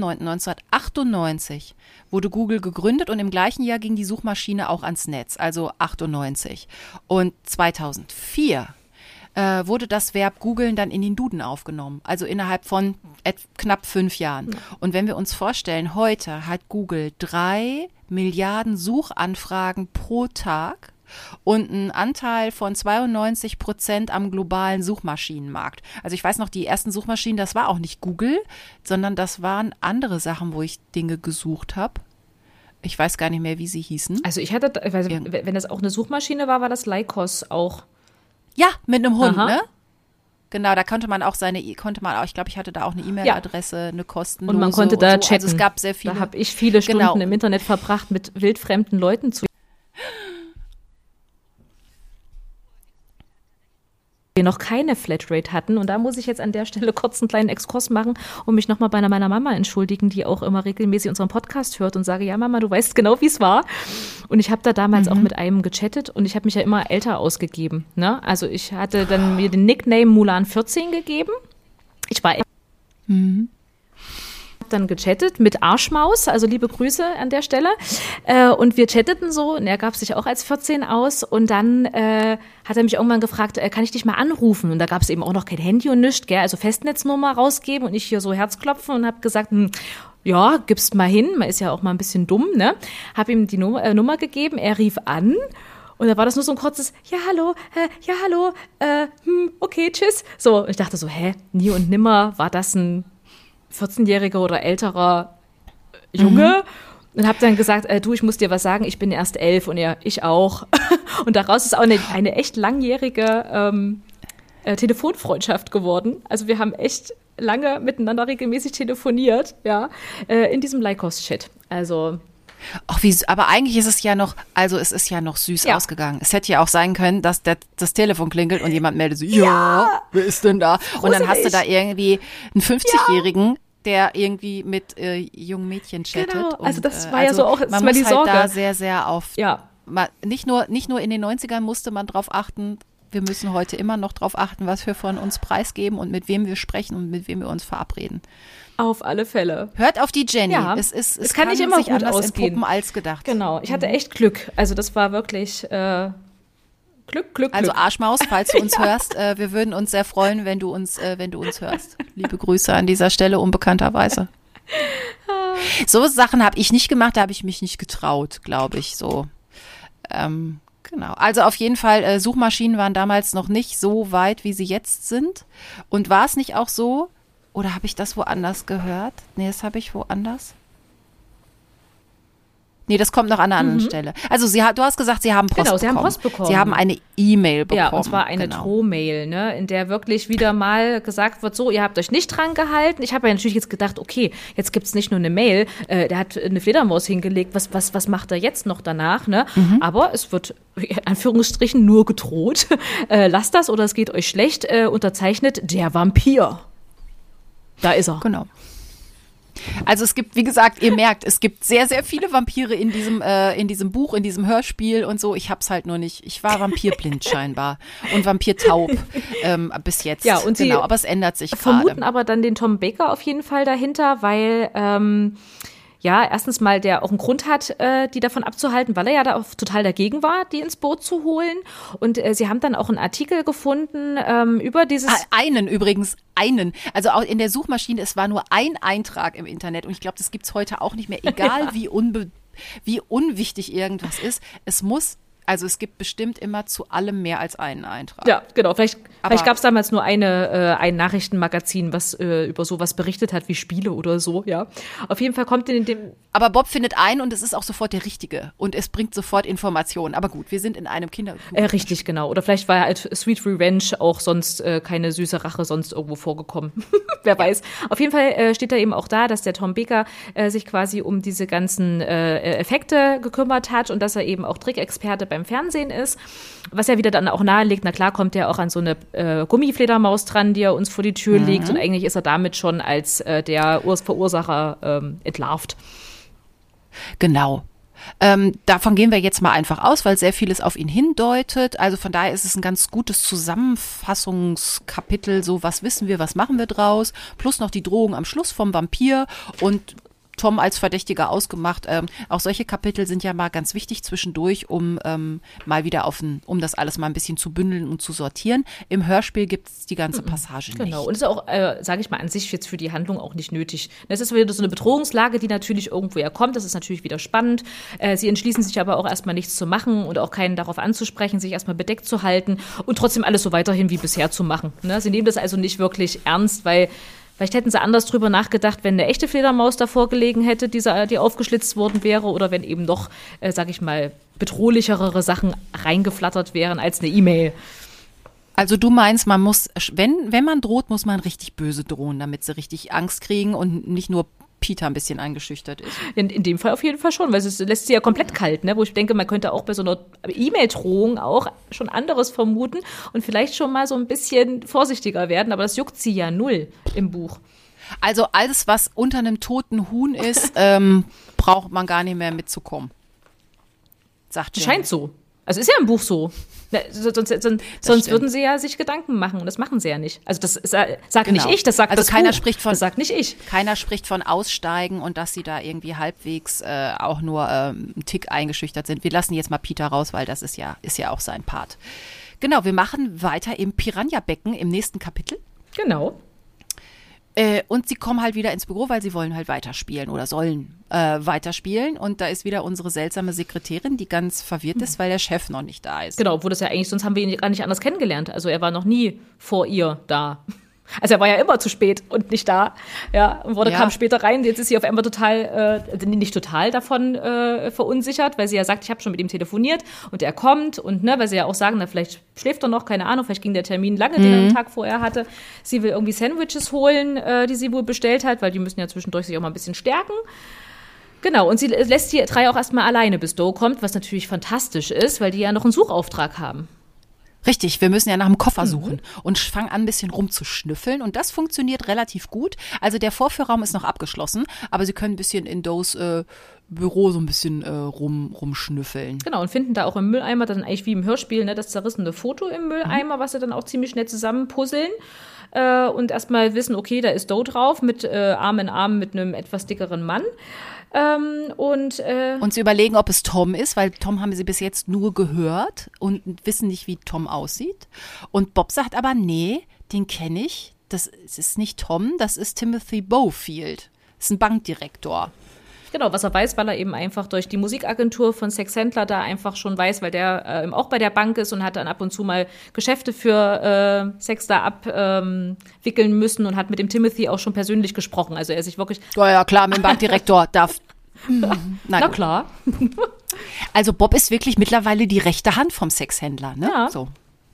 4.9.1998 wurde Google gegründet und im gleichen Jahr ging die Suchmaschine auch ans Netz, also 98. Und 2004 wurde das Verb googeln dann in den Duden aufgenommen, also innerhalb von knapp 5 Jahren. Und wenn wir uns vorstellen, heute hat Google 3 Milliarden Suchanfragen pro Tag und einen Anteil von 92% am globalen Suchmaschinenmarkt. Also ich weiß noch, die ersten Suchmaschinen, das war auch nicht Google, sondern das waren andere Sachen, wo ich Dinge gesucht habe. Ich weiß gar nicht mehr, wie sie hießen. Also wenn das auch eine Suchmaschine war das Lycos auch. Ja, mit einem Hund, Aha. ne? Genau, da konnte man auch ich glaube, ich hatte da auch eine E-Mail-Adresse, eine kostenlose. Und man konnte da so. chatten. Also es gab sehr viele. Da habe ich viele Stunden im Internet verbracht, mit wildfremden Leuten zu wir noch keine Flatrate hatten. Und da muss ich jetzt an der Stelle kurz einen kleinen Exkurs machen und mich nochmal bei meiner Mama entschuldigen, die auch immer regelmäßig unseren Podcast hört und sage, ja Mama, du weißt genau, wie es war. Und ich habe da damals auch mit einem gechattet und ich habe mich ja immer älter ausgegeben. Ne? Also ich hatte dann mir den Nickname Mulan14 gegeben. Ich war dann gechattet mit Arschmaus, also liebe Grüße an der Stelle. Und wir chatteten so und er gab sich auch als 14 aus und dann hat er mich irgendwann gefragt, kann ich dich mal anrufen? Und da gab es eben auch noch kein Handy und nichts, gell? Also Festnetznummer rausgeben und ich hier so Herzklopfen und habe gesagt, ja, gib's mal hin, man ist ja auch mal ein bisschen dumm, ne? Hab ihm die Nummer gegeben, er rief an. Und da war das nur so ein kurzes, ja, hallo, okay, tschüss. So, und ich dachte so, nie und nimmer war das ein 14-jähriger oder älterer Junge und habe dann gesagt, du, ich muss dir was sagen, ich bin erst 11 und ich auch. Und daraus ist auch eine echt langjährige Telefonfreundschaft geworden. Also wir haben echt lange miteinander regelmäßig telefoniert, ja, in diesem Lycos-Chat. Also Ach, aber eigentlich ist es ja noch, es ist ja noch süß ausgegangen. Es hätte ja auch sein können, dass das Telefon klingelt und jemand meldet so, ja, wer ist denn da? Und dann hast du da irgendwie einen 50-Jährigen, der irgendwie mit jungen Mädchen chattet. Genau, also das und, war ja so auch, man war muss die halt Sorge. da sehr, sehr auf, ja. Nicht nur in den 90ern musste man drauf achten, wir müssen heute immer noch drauf achten, was wir von uns preisgeben und mit wem wir sprechen und mit wem wir uns verabreden. Auf alle Fälle. Hört auf die Jenny. Ja, es kann nicht immer sich gut anders ausgehen. entpuppen als gedacht. Genau, ich hatte echt Glück. Also das war wirklich Glück. Also Arschmaus, falls du uns hörst, wir würden uns sehr freuen, wenn du uns hörst. Liebe Grüße an dieser Stelle, unbekannterweise. So Sachen habe ich nicht gemacht, da habe ich mich nicht getraut, glaube ich, so. Genau. Also auf jeden Fall, Suchmaschinen waren damals noch nicht so weit, wie sie jetzt sind. Und war es nicht auch so, oder habe ich das woanders gehört? Nee, das habe ich woanders. Nee, das kommt noch an einer anderen Stelle. Also du hast gesagt, Sie haben Post bekommen. Genau, Sie haben Post bekommen. Sie haben eine E-Mail bekommen. Ja, und zwar eine Drohmail, ne, in der wirklich wieder mal gesagt wird, so, ihr habt euch nicht dran gehalten. Ich habe ja natürlich jetzt gedacht, okay, jetzt gibt's nicht nur eine Mail, der hat eine Fledermaus hingelegt, was macht er jetzt noch danach, ne? Aber es wird, in Anführungsstrichen, nur gedroht. Lasst das oder es geht euch schlecht. Unterzeichnet der Vampir. Da ist er. Genau. Also es gibt, wie gesagt, ihr merkt, es gibt sehr, sehr viele Vampire in diesem Buch, in diesem Hörspiel und so. Ich hab's halt nur nicht. Ich war vampirblind scheinbar und vampirtaub bis jetzt. Ja, und genau, aber es ändert sich gerade. Vermuten aber dann den Tom Baker auf jeden Fall dahinter, weil erstens mal der auch einen Grund hat, die davon abzuhalten, weil er ja da auch total dagegen war, die ins Boot zu holen. Und sie haben dann auch einen Artikel gefunden über dieses... Einen. Also auch in der Suchmaschine, es war nur ein Eintrag im Internet. Und ich glaube, das gibt's heute auch nicht mehr. Egal wie unwichtig irgendwas ist, es gibt bestimmt immer zu allem mehr als einen Eintrag. Ja, genau. Vielleicht gab es damals nur ein Nachrichtenmagazin, was über sowas berichtet hat, wie Spiele oder so, ja. Auf jeden Fall kommt in dem... Aber Bob findet einen und es ist auch sofort der Richtige. Und es bringt sofort Informationen. Aber gut, wir sind in einem richtig, genau. Oder vielleicht war halt Sweet Revenge auch sonst keine süße Rache sonst irgendwo vorgekommen. Wer weiß. Auf jeden Fall steht da eben auch da, dass der Tom Baker sich quasi um diese ganzen Effekte gekümmert hat und dass er eben auch Trickexperte beim Fernsehen ist, was ja wieder dann auch nahelegt, na klar kommt er auch an so eine Gummifledermaus dran, die er uns vor die Tür legt und eigentlich ist er damit schon als der Verursacher entlarvt. Genau. Davon gehen wir jetzt mal einfach aus, weil sehr vieles auf ihn hindeutet. Also von daher ist es ein ganz gutes Zusammenfassungskapitel, so was wissen wir, was machen wir draus, plus noch die Drohung am Schluss vom Vampir und Tom als Verdächtiger ausgemacht. Auch solche Kapitel sind ja mal ganz wichtig zwischendurch, um mal wieder um das alles mal ein bisschen zu bündeln und zu sortieren. Im Hörspiel gibt es die ganze Passage nicht. Genau, und ist auch, sage ich mal, an sich jetzt für die Handlung auch nicht nötig. Es ist wieder so eine Bedrohungslage, die natürlich irgendwo ja kommt. Das ist natürlich wieder spannend. Sie entschließen sich aber auch erstmal nichts zu machen und auch keinen darauf anzusprechen, sich erstmal bedeckt zu halten und trotzdem alles so weiterhin wie bisher zu machen. Ne? Sie nehmen das also nicht wirklich ernst, weil vielleicht hätten sie anders drüber nachgedacht, wenn eine echte Fledermaus davor gelegen hätte, die aufgeschlitzt worden wäre oder wenn eben noch, sag ich mal, bedrohlichere Sachen reingeflattert wären als eine E-Mail. Also du meinst, man muss, wenn man droht, muss man richtig böse drohen, damit sie richtig Angst kriegen und nicht nur Peter ein bisschen eingeschüchtert ist. In dem Fall auf jeden Fall schon, weil es lässt sie ja komplett kalt, ne? Wo ich denke, man könnte auch bei so einer E-Mail-Drohung auch schon anderes vermuten und vielleicht schon mal so ein bisschen vorsichtiger werden, aber das juckt sie ja null im Buch. Also alles, was unter einem toten Huhn ist, braucht man gar nicht mehr mitzukommen. Sagt Jenny. Scheint so. Also ist ja im Buch so. Sonst würden sie ja sich Gedanken machen und das machen sie ja nicht. Also das sagt nicht ich, das sagt also das keiner Buch. Spricht von, das sagt nicht ich. Keiner spricht von Aussteigen und dass sie da irgendwie halbwegs auch nur einen Tick eingeschüchtert sind. Wir lassen jetzt mal Peter raus, weil das ist ja auch sein Part. Genau, wir machen weiter im Piranha-Becken im nächsten Kapitel. Genau. Und sie kommen halt wieder ins Büro, weil sie wollen halt weiterspielen oder sollen weiterspielen. Und da ist wieder unsere seltsame Sekretärin, die ganz verwirrt ist, weil der Chef noch nicht da ist. Genau, obwohl das ja eigentlich, sonst haben wir ihn gar nicht anders kennengelernt. Also er war noch nie vor ihr da. Also er war ja immer zu spät und nicht da, ja, und kam später rein. Jetzt ist sie auf einmal total, nicht total davon verunsichert, weil sie ja sagt, ich habe schon mit ihm telefoniert und er kommt und weil sie ja auch sagen, na vielleicht schläft er noch, keine Ahnung, vielleicht ging der Termin lange, den er am Tag vorher hatte. Sie will irgendwie Sandwiches holen, die sie wohl bestellt hat, weil die müssen ja zwischendurch sich auch mal ein bisschen stärken. Genau, und sie lässt die 3 auch erstmal alleine, bis Doe kommt, was natürlich fantastisch ist, weil die ja noch einen Suchauftrag haben. Richtig, wir müssen ja nach einem Koffer suchen und fangen an, ein bisschen rumzuschnüffeln und das funktioniert relativ gut. Also der Vorführraum ist noch abgeschlossen, aber sie können ein bisschen in Does Büro so ein bisschen rumschnüffeln. Genau, und finden da auch im Mülleimer, dann eigentlich wie im Hörspiel, das zerrissene Foto im Mülleimer, was sie dann auch ziemlich schnell zusammenpuzzeln. Und erstmal wissen, okay, da ist Doe drauf, mit Arm in Arm mit einem etwas dickeren Mann. Und sie überlegen, ob es Tom ist, weil Tom haben sie bis jetzt nur gehört und wissen nicht, wie Tom aussieht. Und Bob sagt aber, nee, den kenne ich. Das ist nicht Tom, das ist Timothy Bowfield. Das ist ein Bankdirektor. Genau, was er weiß, weil er eben einfach durch die Musikagentur von Sex Händler da einfach schon weiß, weil der auch bei der Bank ist und hat dann ab und zu mal Geschäfte für Sex da abwickeln müssen und hat mit dem Timothy auch schon persönlich gesprochen. Also er sich wirklich... Ja, klar, mit dem Bankdirektor darf... Na klar. Also Bob ist wirklich mittlerweile die rechte Hand vom Sexhändler, ne? Ja. So.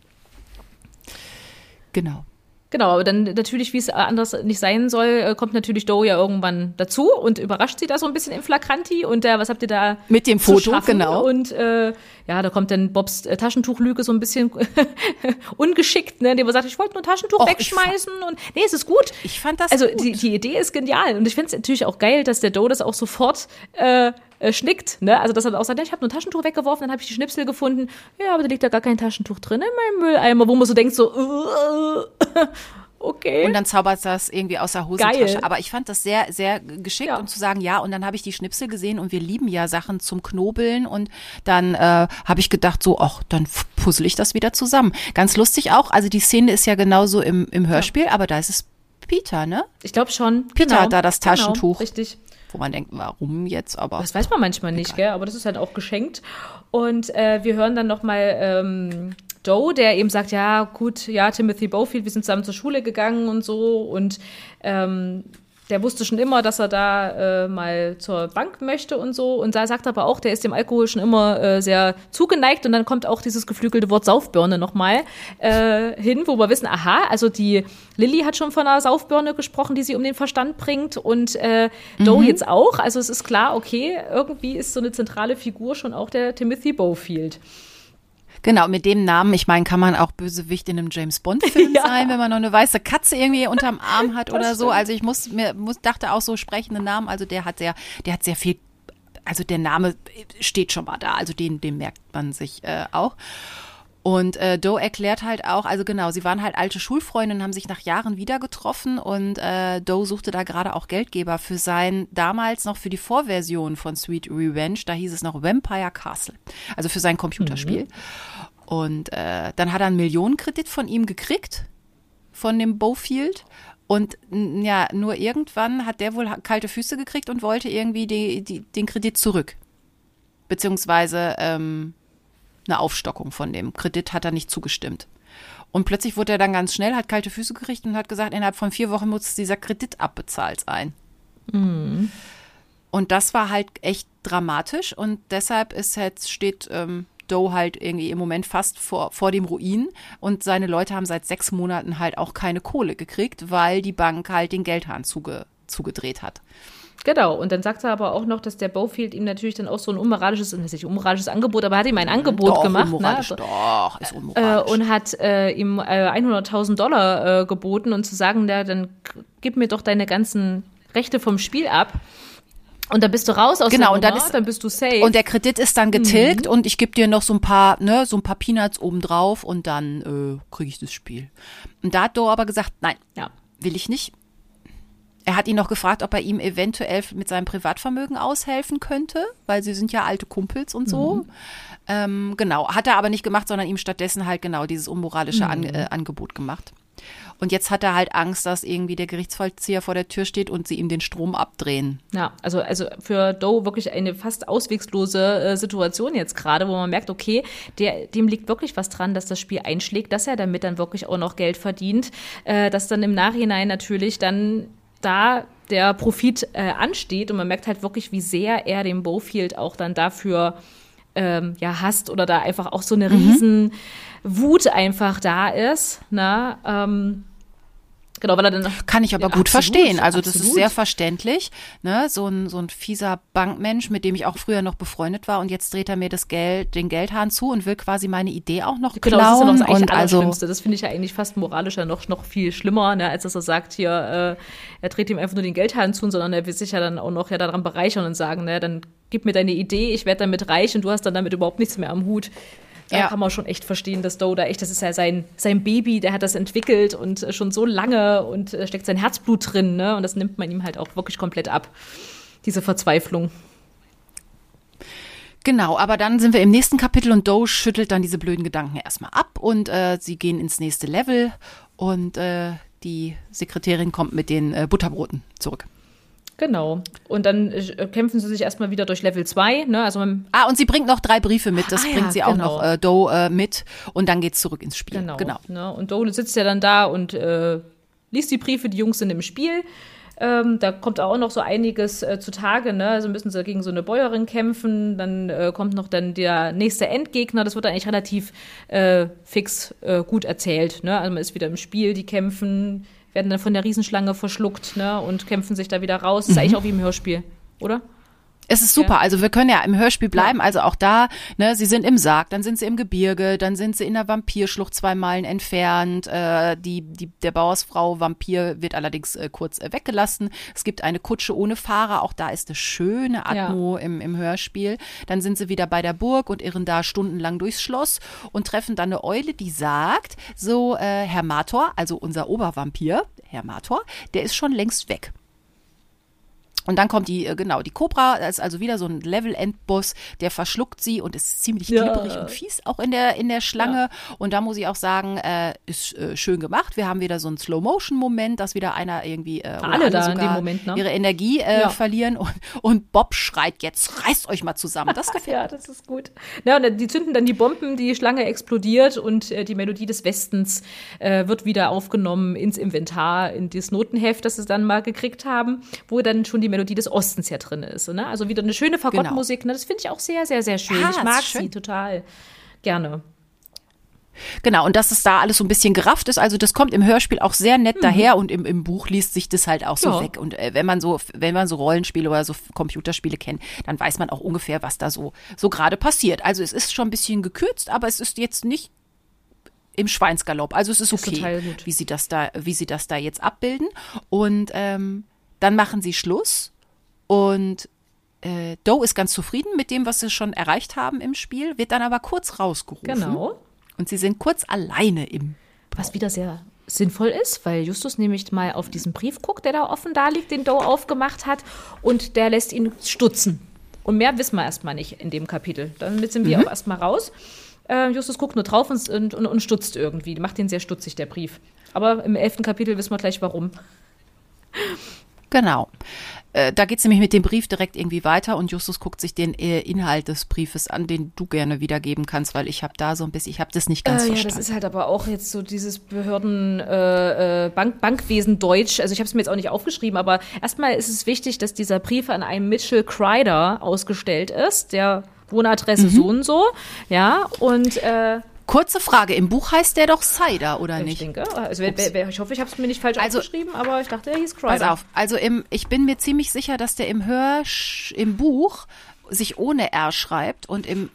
Genau. Genau, aber dann natürlich, wie es anders nicht sein soll, kommt natürlich Doe ja irgendwann dazu und überrascht sie da so ein bisschen in Flagranti und was habt ihr da mit dem Foto, schaffen? Genau. Und da kommt dann Bobs Taschentuchlüge so ein bisschen ungeschickt, indem er sagt, ich wollte nur ein Taschentuch wegschmeißen und nee, es ist gut. Ich fand das also gut. Die Idee ist genial und ich finde es natürlich auch geil, dass der Doe das auch sofort schnickt, also dass er dann auch sagt, ich habe nur ein Taschentuch weggeworfen, dann habe ich die Schnipsel gefunden, ja, aber da liegt da gar kein Taschentuch drin in meinem Mülleimer, wo man so denkt, so okay. Und dann zaubert das irgendwie aus der Hosentasche. Geil. Aber ich fand das sehr, sehr geschickt, um zu sagen, ja, und dann habe ich die Schnipsel gesehen und wir lieben ja Sachen zum Knobeln und dann habe ich gedacht so, ach, dann puzzle ich das wieder zusammen. Ganz lustig auch, also die Szene ist ja genauso im Hörspiel, aber da ist es Peter, ne? Ich glaube schon. Peter hat da das Taschentuch. Genau, richtig. Wo man denkt, warum jetzt? Aber das weiß man manchmal nicht, gell? Aber das ist halt auch geschenkt. Und wir hören dann nochmal Doe, der eben sagt, ja gut, ja, Timothy Bowfield, wir sind zusammen zur Schule gegangen und so. Und der wusste schon immer, dass er da mal zur Bank möchte und so. Und da sagt er aber auch, der ist dem Alkohol schon immer sehr zugeneigt. Und dann kommt auch dieses geflügelte Wort Saufbirne nochmal hin, wo wir wissen, aha, also die Lilly hat schon von einer Saufbirne gesprochen, die sie um den Verstand bringt. Und Doe jetzt auch. Also es ist klar, okay, irgendwie ist so eine zentrale Figur schon auch der Timothy Bowfield. Genau, mit dem Namen, ich meine, kann man auch Bösewicht in einem James-Bond-Film sein, wenn man noch eine weiße Katze irgendwie unterm Arm hat oder so. Also ich dachte auch so sprechende Namen, also der hat sehr viel, also der Name steht schon mal da, also den merkt man sich auch. Und Doe erklärt halt auch, also genau, sie waren halt alte Schulfreundinnen, haben sich nach Jahren wieder getroffen und Doe suchte da gerade auch Geldgeber für damals noch für die Vorversion von Sweet Revenge, da hieß es noch Vampire Castle, also für sein Computerspiel. Und dann hat er einen Millionenkredit von ihm gekriegt, von dem Bowfield. Und ja, nur irgendwann hat der wohl kalte Füße gekriegt und wollte irgendwie den Kredit zurück. Beziehungsweise eine Aufstockung von dem Kredit hat er nicht zugestimmt. Und plötzlich wurde er dann ganz schnell, hat kalte Füße gekriegt und hat gesagt, innerhalb von 4 Wochen muss dieser Kredit abbezahlt sein. Und das war halt echt dramatisch und deshalb steht Doe halt irgendwie im Moment fast vor dem Ruin und seine Leute haben seit 6 Monaten halt auch keine Kohle gekriegt, weil die Bank halt den Geldhahn zugedreht hat. Genau, und dann sagt er aber auch noch, dass der Bowfield ihm natürlich dann auch so ein unmoralisches Angebot, aber hat ihm ein Angebot gemacht. Unmoralisch, ne? Doch, ist unmoralisch. Und hat ihm $100.000 geboten und zu sagen, dann gib mir doch deine ganzen Rechte vom Spiel ab. Und dann bist du raus aus der Nummer, dann bist du safe. Und der Kredit ist dann getilgt und ich gebe dir noch so ein paar Peanuts obendrauf und dann kriege ich das Spiel. Und da hat Doe aber gesagt, nein, will ich nicht. Er hat ihn noch gefragt, ob er ihm eventuell mit seinem Privatvermögen aushelfen könnte, weil sie sind ja alte Kumpels und so. Genau, hat er aber nicht gemacht, sondern ihm stattdessen halt genau dieses unmoralische Angebot gemacht. Und jetzt hat er halt Angst, dass irgendwie der Gerichtsvollzieher vor der Tür steht und sie ihm den Strom abdrehen. Ja, also für Doe wirklich eine fast auswegslose Situation jetzt gerade, wo man merkt, okay, dem liegt wirklich was dran, dass das Spiel einschlägt, dass er damit dann wirklich auch noch Geld verdient, dass dann im Nachhinein natürlich dann da der Profit ansteht und man merkt halt wirklich, wie sehr er den Bowfield auch dann dafür hasst oder da einfach auch so eine riesen Wut einfach da ist. Ne? Genau, weil er dann kann ich aber gut verstehen. Also das ist sehr verständlich. Ne? So ein fieser Bankmensch, mit dem ich auch früher noch befreundet war und jetzt dreht er mir den Geldhahn zu und will quasi meine Idee auch noch klauen. Genau, das ist ja noch das Allerschlimmste. Das finde ich ja eigentlich fast moralischer noch viel schlimmer, ne, als dass er sagt, hier, er dreht ihm einfach nur den Geldhahn zu, sondern er will sich ja dann auch noch daran bereichern und sagen, ne, dann gib mir deine Idee, ich werde damit reich und du hast dann damit überhaupt nichts mehr am Hut. Da kann man schon echt verstehen, dass Doe da echt, das ist ja sein Baby, der hat das entwickelt und schon so lange und steckt sein Herzblut drin, ne? Und das nimmt man ihm halt auch wirklich komplett ab, diese Verzweiflung. Genau, aber dann sind wir im nächsten Kapitel und Doe schüttelt dann diese blöden Gedanken erstmal ab und sie gehen ins nächste Level und die Sekretärin kommt mit den Butterbroten zurück. Genau. Und dann kämpfen sie sich erstmal wieder durch Level 2. Ne? Also und sie bringt noch 3 Briefe mit. Das bringt sie auch noch Doe mit. Und dann geht's zurück ins Spiel. Genau. Ne? Und Doe sitzt ja dann da und liest die Briefe. Die Jungs sind im Spiel. Da kommt auch noch so einiges zutage. Ne? Also müssen sie gegen so eine Bäuerin kämpfen. Dann kommt noch dann der nächste Endgegner. Das wird eigentlich relativ fix gut erzählt. Ne? Also man ist wieder im Spiel, die kämpfen, werden dann von der Riesenschlange verschluckt, ne, und kämpfen sich da wieder raus. Das ist eigentlich auch wie im Hörspiel, oder? Es ist super, also wir können ja im Hörspiel bleiben, also auch da, ne, sie sind im Sarg, dann sind sie im Gebirge, dann sind sie in der Vampirschlucht 2 Meilen entfernt, der Bauersfrau Vampir wird allerdings kurz weggelassen, es gibt eine Kutsche ohne Fahrer, auch da ist eine schöne Atmo im Hörspiel, dann sind sie wieder bei der Burg und irren da stundenlang durchs Schloss und treffen dann eine Eule, die sagt, so Herr Mator, also unser Obervampir, Herr Mator, der ist schon längst weg. Und dann kommt die Kobra, das ist also wieder so ein Level-End-Boss, der verschluckt sie und ist ziemlich glibberig und fies, auch in der Schlange. Ja. Und da muss ich auch sagen, ist schön gemacht. Wir haben wieder so einen Slow-Motion-Moment, dass wieder einer irgendwie alle da in dem Moment, ne? ihre Energie verlieren. Und Bob schreit jetzt, reißt euch mal zusammen. Das gefällt mir. Ja, das ist gut. Ja, und die zünden dann die Bomben, die Schlange explodiert und die Melodie des Westens wird wieder aufgenommen ins Inventar, in das Notenheft, das sie dann mal gekriegt haben, wo dann schon die Melodie des Ostens ja drin ist. Ne? Also wieder eine schöne Fagottmusik. Ne? Das finde ich auch sehr, sehr, sehr schön. Ich mag sie total gerne. Genau, und dass es da alles so ein bisschen gerafft ist, also das kommt im Hörspiel auch sehr nett daher und im Buch liest sich das halt auch so weg. Und wenn man so Rollenspiele oder so Computerspiele kennt, dann weiß man auch ungefähr, was da so gerade passiert. Also es ist schon ein bisschen gekürzt, aber es ist jetzt nicht im Schweinsgalopp. Also es ist okay, wie sie das da jetzt abbilden. Und dann machen sie Schluss und Doe ist ganz zufrieden mit dem, was sie schon erreicht haben im Spiel, wird dann aber kurz rausgerufen. Genau. Und sie sind kurz alleine im Bau. Was wieder sehr sinnvoll ist, weil Justus nämlich mal auf diesen Brief guckt, der da offen da liegt, den Doe aufgemacht hat, und der lässt ihn stutzen. Und mehr wissen wir erstmal nicht in dem Kapitel. Damit sind wir auch erstmal raus. Justus guckt nur drauf und stutzt irgendwie. Macht ihn sehr stutzig, der Brief. Aber im 11. Kapitel wissen wir gleich, warum. Genau. Da geht es nämlich mit dem Brief direkt irgendwie weiter und Justus guckt sich den Inhalt des Briefes an, den du gerne wiedergeben kannst, weil ich habe da so ein bisschen, ich habe das nicht ganz verstanden. Ja, das ist halt aber auch jetzt so dieses Bankwesen Deutsch. Also ich habe es mir jetzt auch nicht aufgeschrieben, aber erstmal ist es wichtig, dass dieser Brief an einen Mitchell Kreider ausgestellt ist, Wohnadresse so und so, ja, und kurze Frage, im Buch heißt der doch Cider, oder ich nicht? denke, also ich hoffe, ich habe es mir nicht falsch aufgeschrieben, aber ich dachte, er hieß Crider. Pass auf, also ich bin mir ziemlich sicher, dass der im Buch sich ohne R schreibt und im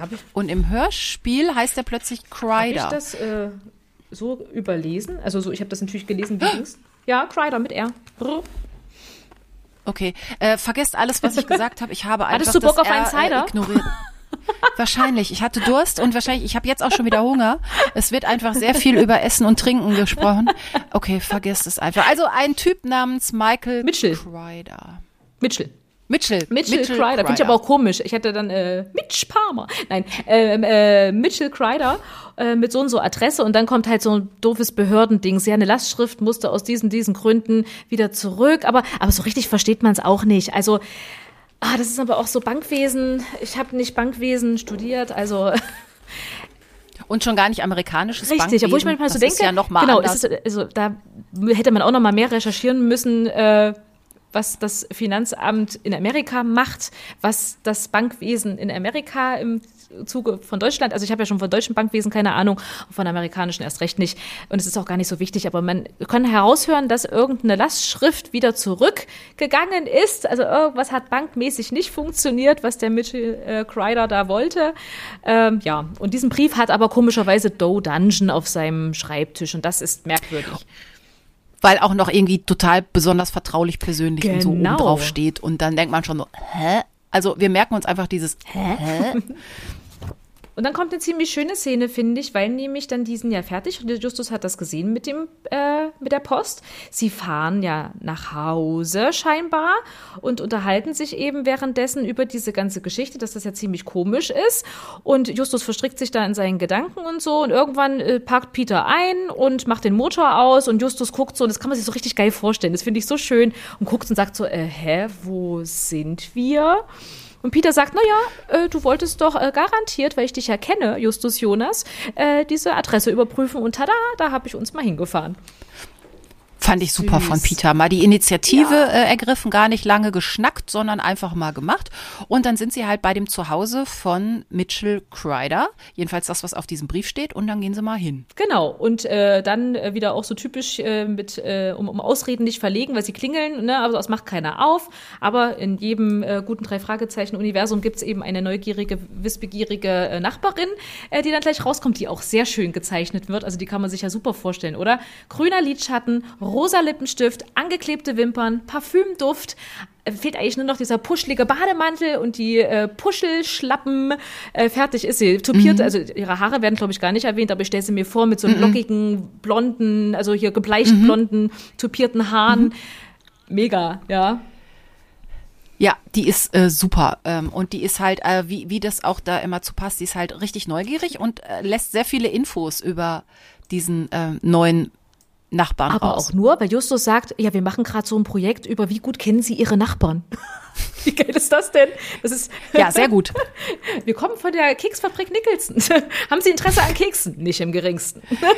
Hörspiel heißt er plötzlich Crider. Habe ich das so überlesen? Also so, ich habe das natürlich gelesen wie Dings. Ja, Crider mit R. Brr. Okay, vergesst alles, was ich gesagt habe. Ich habe einfach Hattest du Bock das auf einen R Cider? Ignoriert. Wahrscheinlich. Ich hatte Durst und ich habe jetzt auch schon wieder Hunger. Es wird einfach sehr viel über Essen und Trinken gesprochen. Okay, vergesst es einfach. Also ein Typ namens Michael Mitchell. Crider. Mitchell Crider. Finde ich aber auch komisch. Ich hätte dann Mitch Palmer. Nein, Mitchell Crider mit so und so Adresse und dann kommt halt so ein doofes Behördending. Ja, eine Lastschrift musste aus diesen Gründen wieder zurück. Aber so richtig versteht man es auch nicht. Also das ist aber auch so Bankwesen. Ich habe nicht Bankwesen studiert, also und schon gar nicht amerikanisches richtig, Bankwesen. Obwohl ich manchmal so denke, ist ja noch mal genau, anders. Also da hätte man auch noch mal mehr recherchieren müssen, was das Finanzamt in Amerika macht, was das Bankwesen in Amerika im Zuge von Deutschland, also ich habe ja schon von deutschem Bankwesen keine Ahnung, von amerikanischen erst recht nicht und es ist auch gar nicht so wichtig, aber man kann heraushören, dass irgendeine Lastschrift wieder zurückgegangen ist, also irgendwas hat bankmäßig nicht funktioniert, was der Mitchell Crider da wollte, ja, und diesen Brief hat aber komischerweise Doe Dungeon auf seinem Schreibtisch und das ist merkwürdig. Weil auch noch irgendwie total besonders vertraulich persönlich und so oben Genau. drauf steht und dann denkt man schon so, hä? Also wir merken uns einfach dieses hä? Und dann kommt eine ziemlich schöne Szene, finde ich, weil nämlich dann die sind ja fertig und der Justus hat das gesehen mit der Post. Sie fahren ja nach Hause scheinbar und unterhalten sich eben währenddessen über diese ganze Geschichte, dass das ja ziemlich komisch ist. Und Justus verstrickt sich da in seinen Gedanken und so und irgendwann parkt Peter ein und macht den Motor aus und Justus guckt so und das kann man sich so richtig geil vorstellen. Das finde ich so schön und guckt und sagt so, wo sind wir? Und Peter sagt, du wolltest doch garantiert, weil ich dich ja kenne, Justus Jonas, diese Adresse überprüfen und tada, da habe ich uns mal hingefahren. Fand ich super von Peter. Mal die Initiative ergriffen, gar nicht lange geschnackt, sondern einfach mal gemacht. Und dann sind sie halt bei dem Zuhause von Mitchell Crider. Jedenfalls das, was auf diesem Brief steht. Und dann gehen sie mal hin. Genau. Und dann wieder auch so typisch um Ausreden nicht verlegen, weil sie klingeln, ne? Aber das macht keiner auf. Aber in jedem guten Drei-Fragezeichen-Universum gibt es eben eine neugierige, wissbegierige Nachbarin, die dann gleich rauskommt, die auch sehr schön gezeichnet wird. Also die kann man sich ja super vorstellen, oder? Grüner Lidschatten, rosa Lippenstift, angeklebte Wimpern, Parfümduft. Fehlt eigentlich nur noch dieser puschelige Bademantel und die Puschelschlappen. Fertig ist sie. Tupiert, also ihre Haare werden, glaube ich, gar nicht erwähnt, aber ich stelle sie mir vor mit so lockigen, blonden, also hier gebleicht blonden, tupierten Haaren. Mega, ja. Ja, die ist super und die ist halt, wie das auch da immer zu passt, die ist halt richtig neugierig und lässt sehr viele Infos über diesen neuen Nachbarn aber raus. auch nur, weil Justus sagt, ja, wir machen gerade so ein Projekt über, wie gut kennen Sie Ihre Nachbarn? Wie geil ist das denn? Das ist ja, sehr gut. Wir kommen von der Keksfabrik Nicholson. Haben Sie Interesse an Keksen? Nicht im geringsten.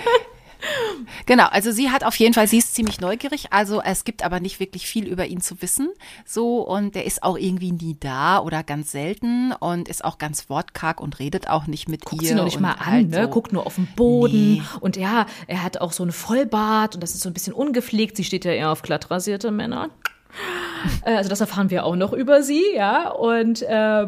Genau, also sie ist ziemlich neugierig, also es gibt aber nicht wirklich viel über ihn zu wissen, so, und der ist auch irgendwie nie da oder ganz selten und ist auch ganz wortkarg und redet auch nicht mit Guckt ihr. sie noch nicht mal an, halt ne? So. Guckt nur auf den Boden. Nee. Und ja, er hat auch so einen Vollbart und das ist so ein bisschen ungepflegt. Sie steht ja eher auf glatt rasierte Männer. Also das erfahren wir auch noch über sie, ja, und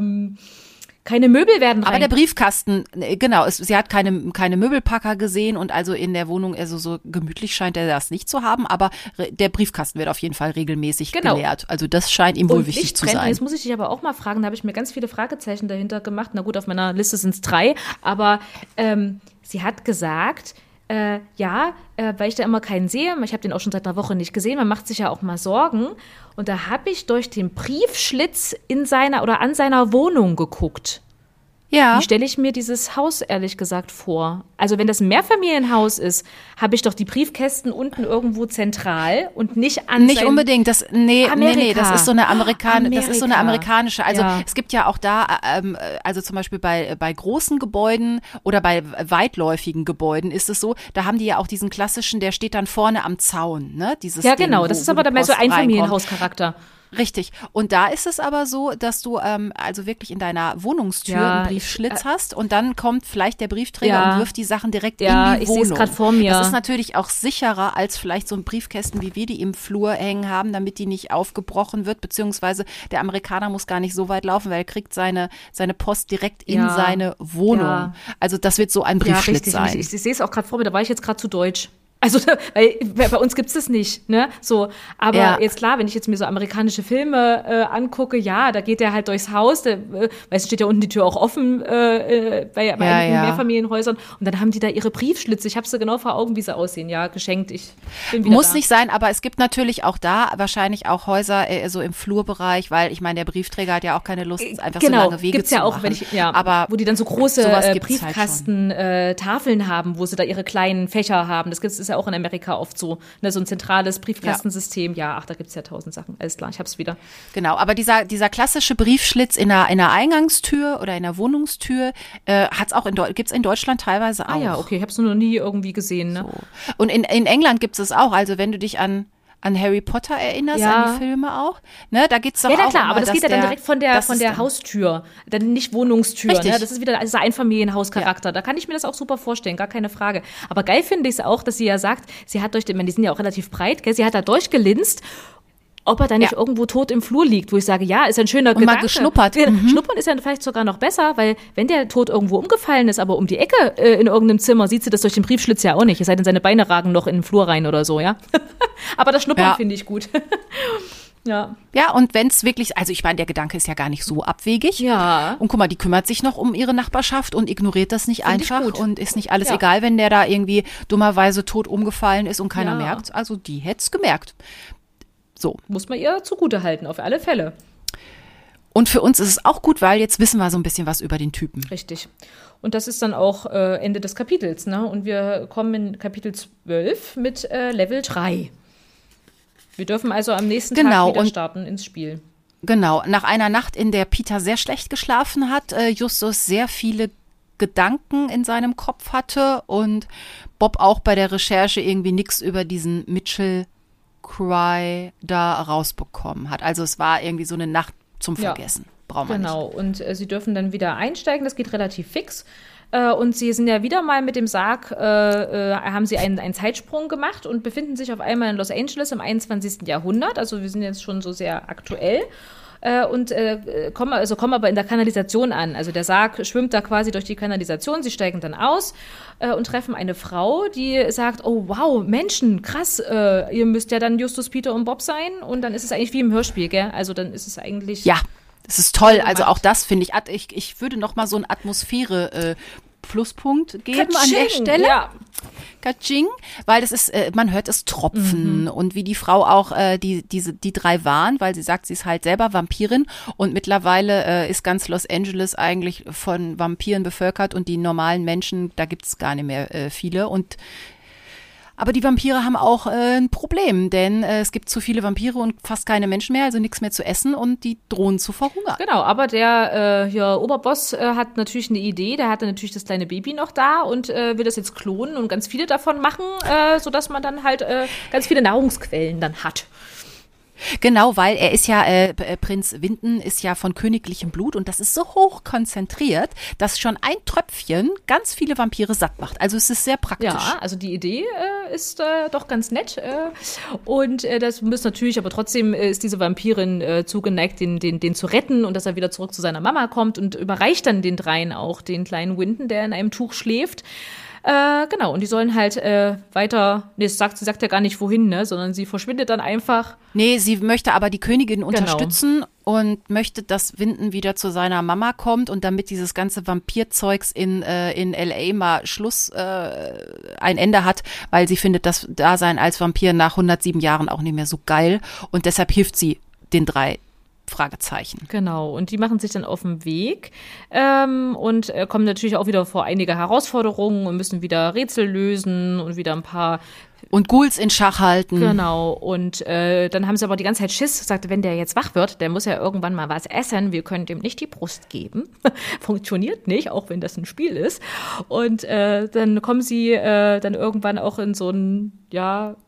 keine Möbel werden rein. Aber der Briefkasten, genau, sie hat keine Möbelpacker gesehen und also in der Wohnung, also so gemütlich scheint er das nicht zu haben, aber der Briefkasten wird auf jeden Fall regelmäßig geleert. Also das scheint ihm wohl wichtig zu sein. Jetzt muss ich dich aber auch mal fragen, da habe ich mir ganz viele Fragezeichen dahinter gemacht. Na gut, auf meiner Liste sind es 3, aber sie hat gesagt, weil ich da immer keinen sehe, ich habe den auch schon seit einer Woche nicht gesehen, man macht sich ja auch mal Sorgen. Und da habe ich durch den Briefschlitz an seiner Wohnung geguckt. Ja. Wie stelle ich mir dieses Haus ehrlich gesagt vor? Also wenn das ein Mehrfamilienhaus ist, habe ich doch die Briefkästen unten irgendwo zentral und nicht an Nicht unbedingt, das ist so eine amerikanische, also ja. Es gibt ja auch da, also zum Beispiel bei großen Gebäuden oder bei weitläufigen Gebäuden ist es so, da haben die ja auch diesen klassischen, der steht dann vorne am Zaun, ne? Dieses ja, genau, Ding, das ist aber dann mehr so Einfamilienhauscharakter. Richtig. Und da ist es aber so, dass du also wirklich in deiner Wohnungstür einen Briefschlitz hast und dann kommt vielleicht der Briefträger und wirft die Sachen direkt in die Wohnung. Ich sehe es gerade vor mir. Das ist natürlich auch sicherer als vielleicht so ein Briefkästen, wie wir die im Flur hängen haben, damit die nicht aufgebrochen wird, beziehungsweise der Amerikaner muss gar nicht so weit laufen, weil er kriegt seine Post direkt in seine Wohnung. Ja. Also das wird so ein Briefschlitz sein. Ich sehe es auch gerade vor mir, da war ich jetzt gerade zu deutsch. Also bei uns gibt's das nicht, ne? So, aber jetzt klar, wenn ich jetzt mir so amerikanische Filme angucke, da geht der halt durchs Haus, weil es steht ja unten die Tür auch offen bei Mehrfamilienhäusern und dann haben die da ihre Briefschlitze. Ich habe sie genau vor Augen, wie sie aussehen. Ja, geschenkt. Ich bin wieder Muss nicht sein, aber es gibt natürlich auch da wahrscheinlich auch Häuser so im Flurbereich, weil ich meine, der Briefträger hat ja auch keine Lust, einfach so lange Wege gibt's ja zu auch, machen. Aber wo die dann so große Briefkasten Tafeln haben, wo sie da ihre kleinen Fächer haben. Das ist ja auch in Amerika oft so, ne, so ein zentrales Briefkastensystem. Ja, da gibt's ja 1000 Sachen. Alles klar, ich hab's wieder. Genau, aber dieser klassische Briefschlitz in einer Eingangstür oder in einer Wohnungstür gibt's in Deutschland teilweise auch. Ah ja, okay, ich hab's nur noch nie irgendwie gesehen. Ne? So. Und in England gibt's es auch. Also wenn du dich an Harry Potter erinnerst, an die Filme auch. Ne, da geht's doch auch. Ja, klar, aber das geht ja dann direkt von der Haustür, dann nicht Wohnungstür. Ne? Das ist wieder dieser Einfamilienhauscharakter. Da kann ich mir das auch super vorstellen, gar keine Frage. Aber geil finde ich es auch, dass sie ja sagt, sie hat die sind ja auch relativ breit, gell? Sie hat da durchgelinst, ob er da nicht irgendwo tot im Flur liegt, wo ich sage, ja, ist ein schöner Gedanke. Mal geschnuppert. Schnuppern ist ja vielleicht sogar noch besser, weil wenn der tot irgendwo umgefallen ist, aber um die Ecke in irgendeinem Zimmer, sieht sie das durch den Briefschlitz ja auch nicht. Es sei denn, seine Beine ragen noch in den Flur rein oder so, ja. Aber das Schnuppern finde ich gut. Ja. Ja, und wenn es wirklich, also ich meine, der Gedanke ist ja gar nicht so abwegig. Ja. Und guck mal, die kümmert sich noch um ihre Nachbarschaft und ignoriert das nicht einfach und ist nicht alles egal, wenn der da irgendwie dummerweise tot umgefallen ist und keiner merkt. Also die hätte es gemerkt. So. Muss man ihr zugutehalten, auf alle Fälle. Und für uns ist es auch gut, weil jetzt wissen wir so ein bisschen was über den Typen. Richtig. Und das ist dann auch Ende des Kapitels, ne? Und wir kommen in Kapitel 12 mit Level 3. Wir dürfen also am nächsten Tag wieder starten ins Spiel. Genau. Nach einer Nacht, in der Peter sehr schlecht geschlafen hat, Justus sehr viele Gedanken in seinem Kopf hatte und Bob auch bei der Recherche irgendwie nichts über diesen Mitchell Cry da rausbekommen hat. Also es war irgendwie so eine Nacht zum Vergessen. Braucht man nicht. Und sie dürfen dann wieder einsteigen. Das geht relativ fix. Und sie sind ja wieder mal mit dem Sarg, haben sie einen Zeitsprung gemacht und befinden sich auf einmal in Los Angeles im 21. Jahrhundert. Also wir sind jetzt schon so sehr aktuell. Kommen aber in der Kanalisation an. Also der Sarg schwimmt da quasi durch die Kanalisation, sie steigen dann aus und treffen eine Frau, die sagt, oh wow, Menschen, krass, ihr müsst ja dann Justus, Peter und Bob sein und dann ist es eigentlich wie im Hörspiel, gell? Also dann ist es eigentlich... Ja, das ist toll, also auch das finde ich, ich würde noch mal so eine Atmosphäre Pluspunkt geben an der Stelle. Ja. Katsching, weil das ist, man hört es tropfen und wie die Frau auch die drei waren, weil sie sagt, sie ist halt selber Vampirin und mittlerweile ist ganz Los Angeles eigentlich von Vampiren bevölkert und die normalen Menschen, da gibt es gar nicht mehr viele aber die Vampire haben auch ein Problem, denn es gibt zu viele Vampire und fast keine Menschen mehr, also nichts mehr zu essen und die drohen zu verhungern. Genau, aber der Oberboss hat natürlich eine Idee, der hatte natürlich das kleine Baby noch da und will das jetzt klonen und ganz viele davon machen, sodass man dann halt ganz viele Nahrungsquellen dann hat. Genau, weil er ist ja, Prinz Winton ist ja von königlichem Blut und das ist so hoch konzentriert, dass schon ein Tröpfchen ganz viele Vampire satt macht. Also es ist sehr praktisch. Ja, also die Idee ist doch ganz nett und das muss natürlich, aber trotzdem ist diese Vampirin zugeneigt, den zu retten und dass er wieder zurück zu seiner Mama kommt und überreicht dann den dreien auch den kleinen Winton, der in einem Tuch schläft. Genau, und die sollen halt weiter, sie sagt ja gar nicht wohin, ne, sondern sie verschwindet dann einfach. Nee, sie möchte aber die Königin unterstützen und möchte, dass Winton wieder zu seiner Mama kommt und damit dieses ganze Vampirzeugs in L.A. mal ein Ende hat, weil sie findet das Dasein als Vampir nach 107 Jahren auch nicht mehr so geil und deshalb hilft sie den drei Fragezeichen. Genau, und die machen sich dann auf den Weg und kommen natürlich auch wieder vor einige Herausforderungen und müssen wieder Rätsel lösen und wieder ein paar und Ghouls in Schach halten. Genau, und dann haben sie aber die ganze Zeit Schiss, sagte, wenn der jetzt wach wird, der muss ja irgendwann mal was essen, wir können dem nicht die Brust geben. Funktioniert nicht, auch wenn das ein Spiel ist. Und dann kommen sie dann irgendwann auch in so ein,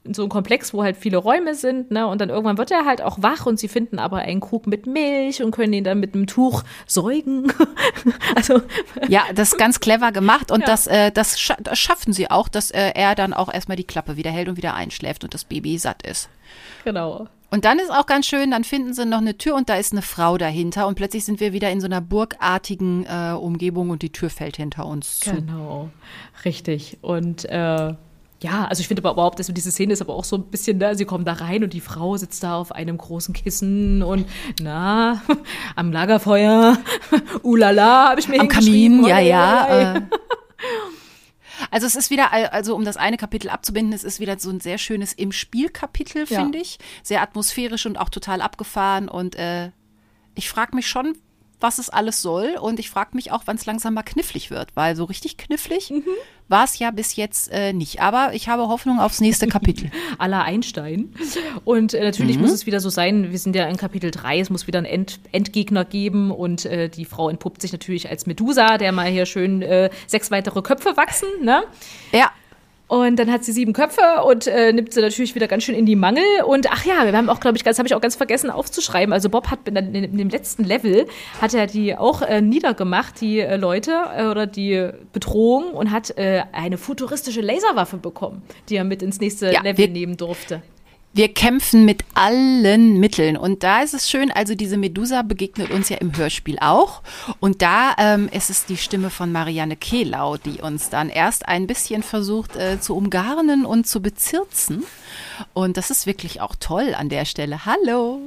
in so einem Komplex, wo halt viele Räume sind, ne? Und dann irgendwann wird er halt auch wach und sie finden aber einen Krug mit Milch und können ihn dann mit einem Tuch säugen. Also ja, das ist ganz clever gemacht und das schaffen sie auch, dass er dann auch erstmal die Klappe wieder hält und wieder einschläft und das Baby satt ist. Genau. Und dann ist auch ganz schön, dann finden sie noch eine Tür und da ist eine Frau dahinter und plötzlich sind wir wieder in so einer burgartigen Umgebung und die Tür fällt hinter uns zu. Genau, richtig. Und ja, also ich finde aber überhaupt, dass diese Szene ist aber auch so ein bisschen, ne, sie kommen da rein und die Frau sitzt da auf einem großen Kissen und am Lagerfeuer, ulala, habe ich mir am hingeschrieben. Kamin, ja. Also es ist wieder, also um das eine Kapitel abzubinden, es ist wieder so ein sehr schönes Im-Spiel-Kapitel, finde ich. Sehr atmosphärisch und auch total abgefahren und ich frage mich schon, was es alles soll und ich frage mich auch, wann es langsam mal knifflig wird, weil so richtig knifflig war es ja bis jetzt nicht. Aber ich habe Hoffnung aufs nächste Kapitel. À la Einstein. Und natürlich muss es wieder so sein, wir sind ja in Kapitel 3, es muss wieder einen Endgegner geben und die Frau entpuppt sich natürlich als Medusa, der mal hier schön 6 weitere Köpfe wachsen, ne? Ja. Und dann hat sie 7 Köpfe und nimmt sie natürlich wieder ganz schön in die Mangel. Und ach ja, wir haben auch, glaube ich, das habe ich auch ganz vergessen aufzuschreiben. Also Bob hat in dem letzten Level, hat er die auch niedergemacht, die Leute oder die Bedrohung und hat eine futuristische Laserwaffe bekommen, die er mit ins nächste Level nehmen durfte. Wir kämpfen mit allen Mitteln und da ist es schön, also diese Medusa begegnet uns ja im Hörspiel auch und da ist es die Stimme von Marianne Kehlau, die uns dann erst ein bisschen versucht zu umgarnen und zu bezirzen und das ist wirklich auch toll an der Stelle. Hallo!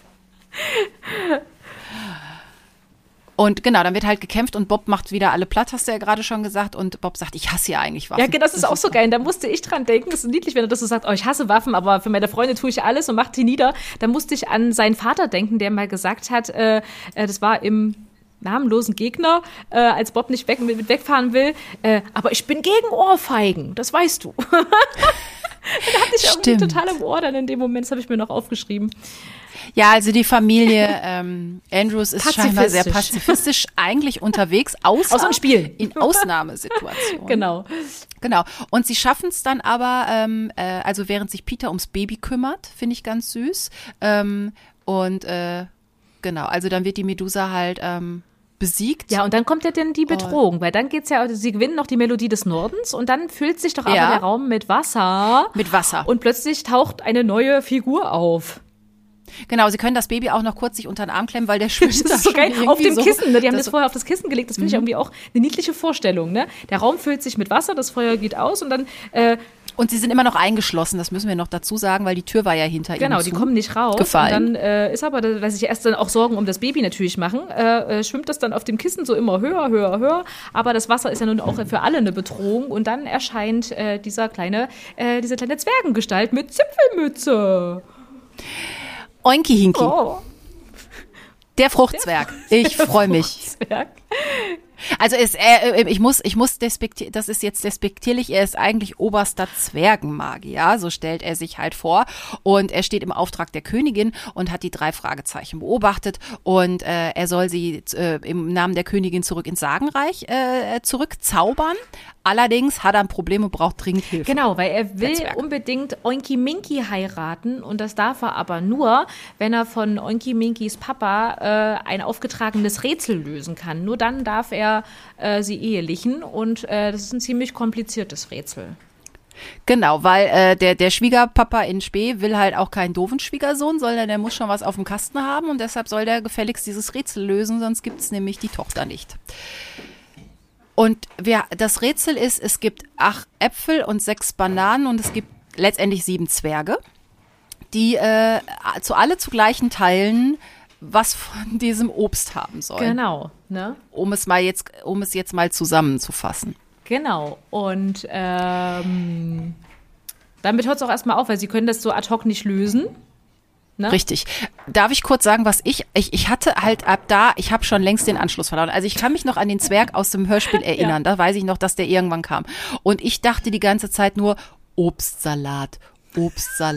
Und genau, dann wird halt gekämpft und Bob macht wieder alle platt, hast du ja gerade schon gesagt. Und Bob sagt, ich hasse ja eigentlich Waffen. Ja, das ist auch so geil. Da musste ich dran denken. Das ist niedlich, wenn er das so sagt, oh, ich hasse Waffen, aber für meine Freunde tue ich alles und macht die nieder. Da musste ich an seinen Vater denken, der mal gesagt hat, das war im namenlosen Gegner, als Bob nicht wegfahren will, aber ich bin gegen Ohrfeigen, das weißt du. Da hatte ich irgendwie total im Ohr dann in dem Moment, das habe ich mir noch aufgeschrieben. Ja, also die Familie Andrews ist scheinbar sehr pazifistisch eigentlich unterwegs, außer im Spiel. In Ausnahmesituationen. Genau. Und sie schaffen es dann aber, also während sich Peter ums Baby kümmert, finde ich ganz süß. Genau, also dann wird die Medusa halt besiegt. Ja, und dann kommt ja dann die Bedrohung, weil dann geht's ja, sie gewinnen noch die Melodie des Nordens und dann füllt sich doch aber der Raum mit Wasser. Mit Wasser. Und plötzlich taucht eine neue Figur auf. Genau, sie können das Baby auch noch kurz sich unter den Arm klemmen, weil der schwimmt das ist so geil. Auf dem Kissen, ne? Die haben das vorher auf das Kissen gelegt. Das finde ich irgendwie auch eine niedliche Vorstellung. Ne? Der Raum füllt sich mit Wasser, das Feuer geht aus und dann und sie sind immer noch eingeschlossen, das müssen wir noch dazu sagen, weil die Tür war ja hinter ihnen. Genau, die kommen nicht raus. Gefallen. Und dann ist aber, weil sich erst dann auch Sorgen um das Baby natürlich machen, schwimmt das dann auf dem Kissen so immer höher. Aber das Wasser ist ja nun auch für alle eine Bedrohung. Und dann erscheint diese kleine Zwergengestalt mit Zipfelmütze. Oinki Hinki. Oh. Der Fruchtzwerg. Ich freue mich. Also ich muss despektieren, das ist jetzt despektierlich, er ist eigentlich oberster Zwergenmagier, so stellt er sich halt vor und er steht im Auftrag der Königin und hat die 3 Fragezeichen beobachtet und er soll sie im Namen der Königin zurück ins Sagenreich zurückzaubern. Allerdings hat er ein Problem und braucht dringend Hilfe. Genau, weil er will unbedingt Oinki Minky heiraten und das darf er aber nur, wenn er von Oinki Minkys Papa ein aufgetragenes Rätsel lösen kann. Nur dann darf er sie ehelichen und das ist ein ziemlich kompliziertes Rätsel. Genau, weil der Schwiegerpapa in Spee will halt auch keinen doofen Schwiegersohn, sondern der muss schon was auf dem Kasten haben und deshalb soll der gefälligst dieses Rätsel lösen, sonst gibt es nämlich die Tochter nicht. Und das Rätsel ist, es gibt 8 Äpfel und 6 Bananen und es gibt letztendlich 7 Zwerge, die alle zu gleichen Teilen was von diesem Obst haben sollen. Genau, ne? Um es jetzt mal zusammenzufassen. Genau. Und damit hört es auch erstmal auf, weil sie können das so ad hoc nicht lösen. Ne? Richtig. Darf ich kurz sagen, was ich hatte halt ab da, ich habe schon längst den Anschluss verloren. Also ich kann mich noch an den Zwerg aus dem Hörspiel erinnern. Da weiß ich noch, dass der irgendwann kam. Und ich dachte die ganze Zeit nur Obstsalat. Und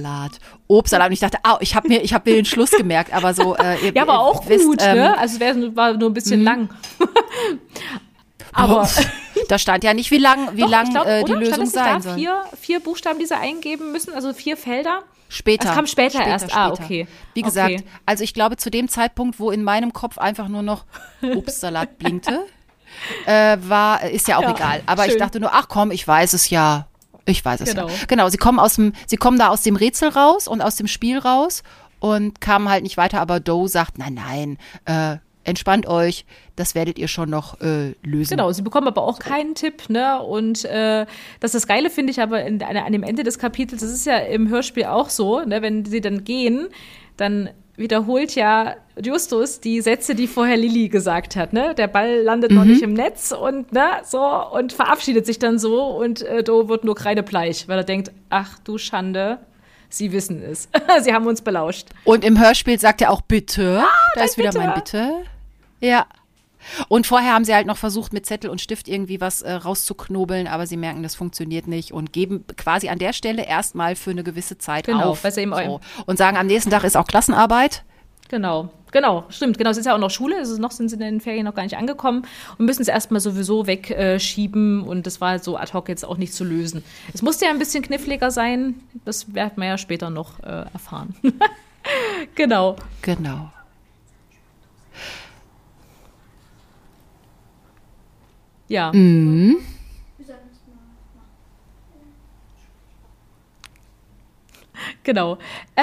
ich dachte, ich habe mir den Schluss gemerkt, aber so. Ja, aber auch gut, ne? Also es war nur ein bisschen lang. Aber Da stand ja nicht, wie lang Doch, ich glaub, die oder? Lösung sein Stand soll. da vier Buchstaben, die sie eingeben müssen, also 4 Felder? Später. Das kam später erst. Ah, okay. Wie gesagt, Okay. also ich glaube, zu dem Zeitpunkt, wo in meinem Kopf einfach nur noch Obstsalat blinkte, ist ja auch Ja, egal. Aber ich schön. dachte nur, ach komm, ich weiß es ja. Ich weiß es Genau. ja. Genau, sie kommen da aus dem Rätsel raus und aus dem Spiel raus und kamen halt nicht weiter, aber Doe sagt, nein, entspannt euch, das werdet ihr schon noch lösen. Genau, sie bekommen aber auch keinen Tipp, ne? Und das ist das Geile, finde ich aber an dem Ende des Kapitels, das ist ja im Hörspiel auch so, ne? Wenn sie dann gehen, dann wiederholt ja Justus die Sätze, die vorher Lilly gesagt hat, ne? Der Ball landet noch nicht im Netz und und verabschiedet sich dann so und Doe wird nur kreidebleich, weil er denkt, ach du Schande, sie wissen es. Sie haben uns belauscht. Und im Hörspiel sagt er auch bitte. Da ist wieder Bitte. mein Bitte. Ja. Und vorher haben sie halt noch versucht, mit Zettel und Stift irgendwie was rauszuknobeln, aber sie merken, das funktioniert nicht und geben quasi an der Stelle erstmal für eine gewisse Zeit Genau, auf. weil sie eben So. Und sagen, am nächsten Tag ist auch Klassenarbeit. Genau, stimmt. Genau, es ist ja auch noch Schule, noch sind sie in den Ferien noch gar nicht angekommen und müssen es erstmal sowieso wegschieben und das war halt so ad hoc jetzt auch nicht zu lösen. Es musste ja ein bisschen kniffliger sein, das werden wir ja später noch erfahren. Genau. Genau. Ja. Genau.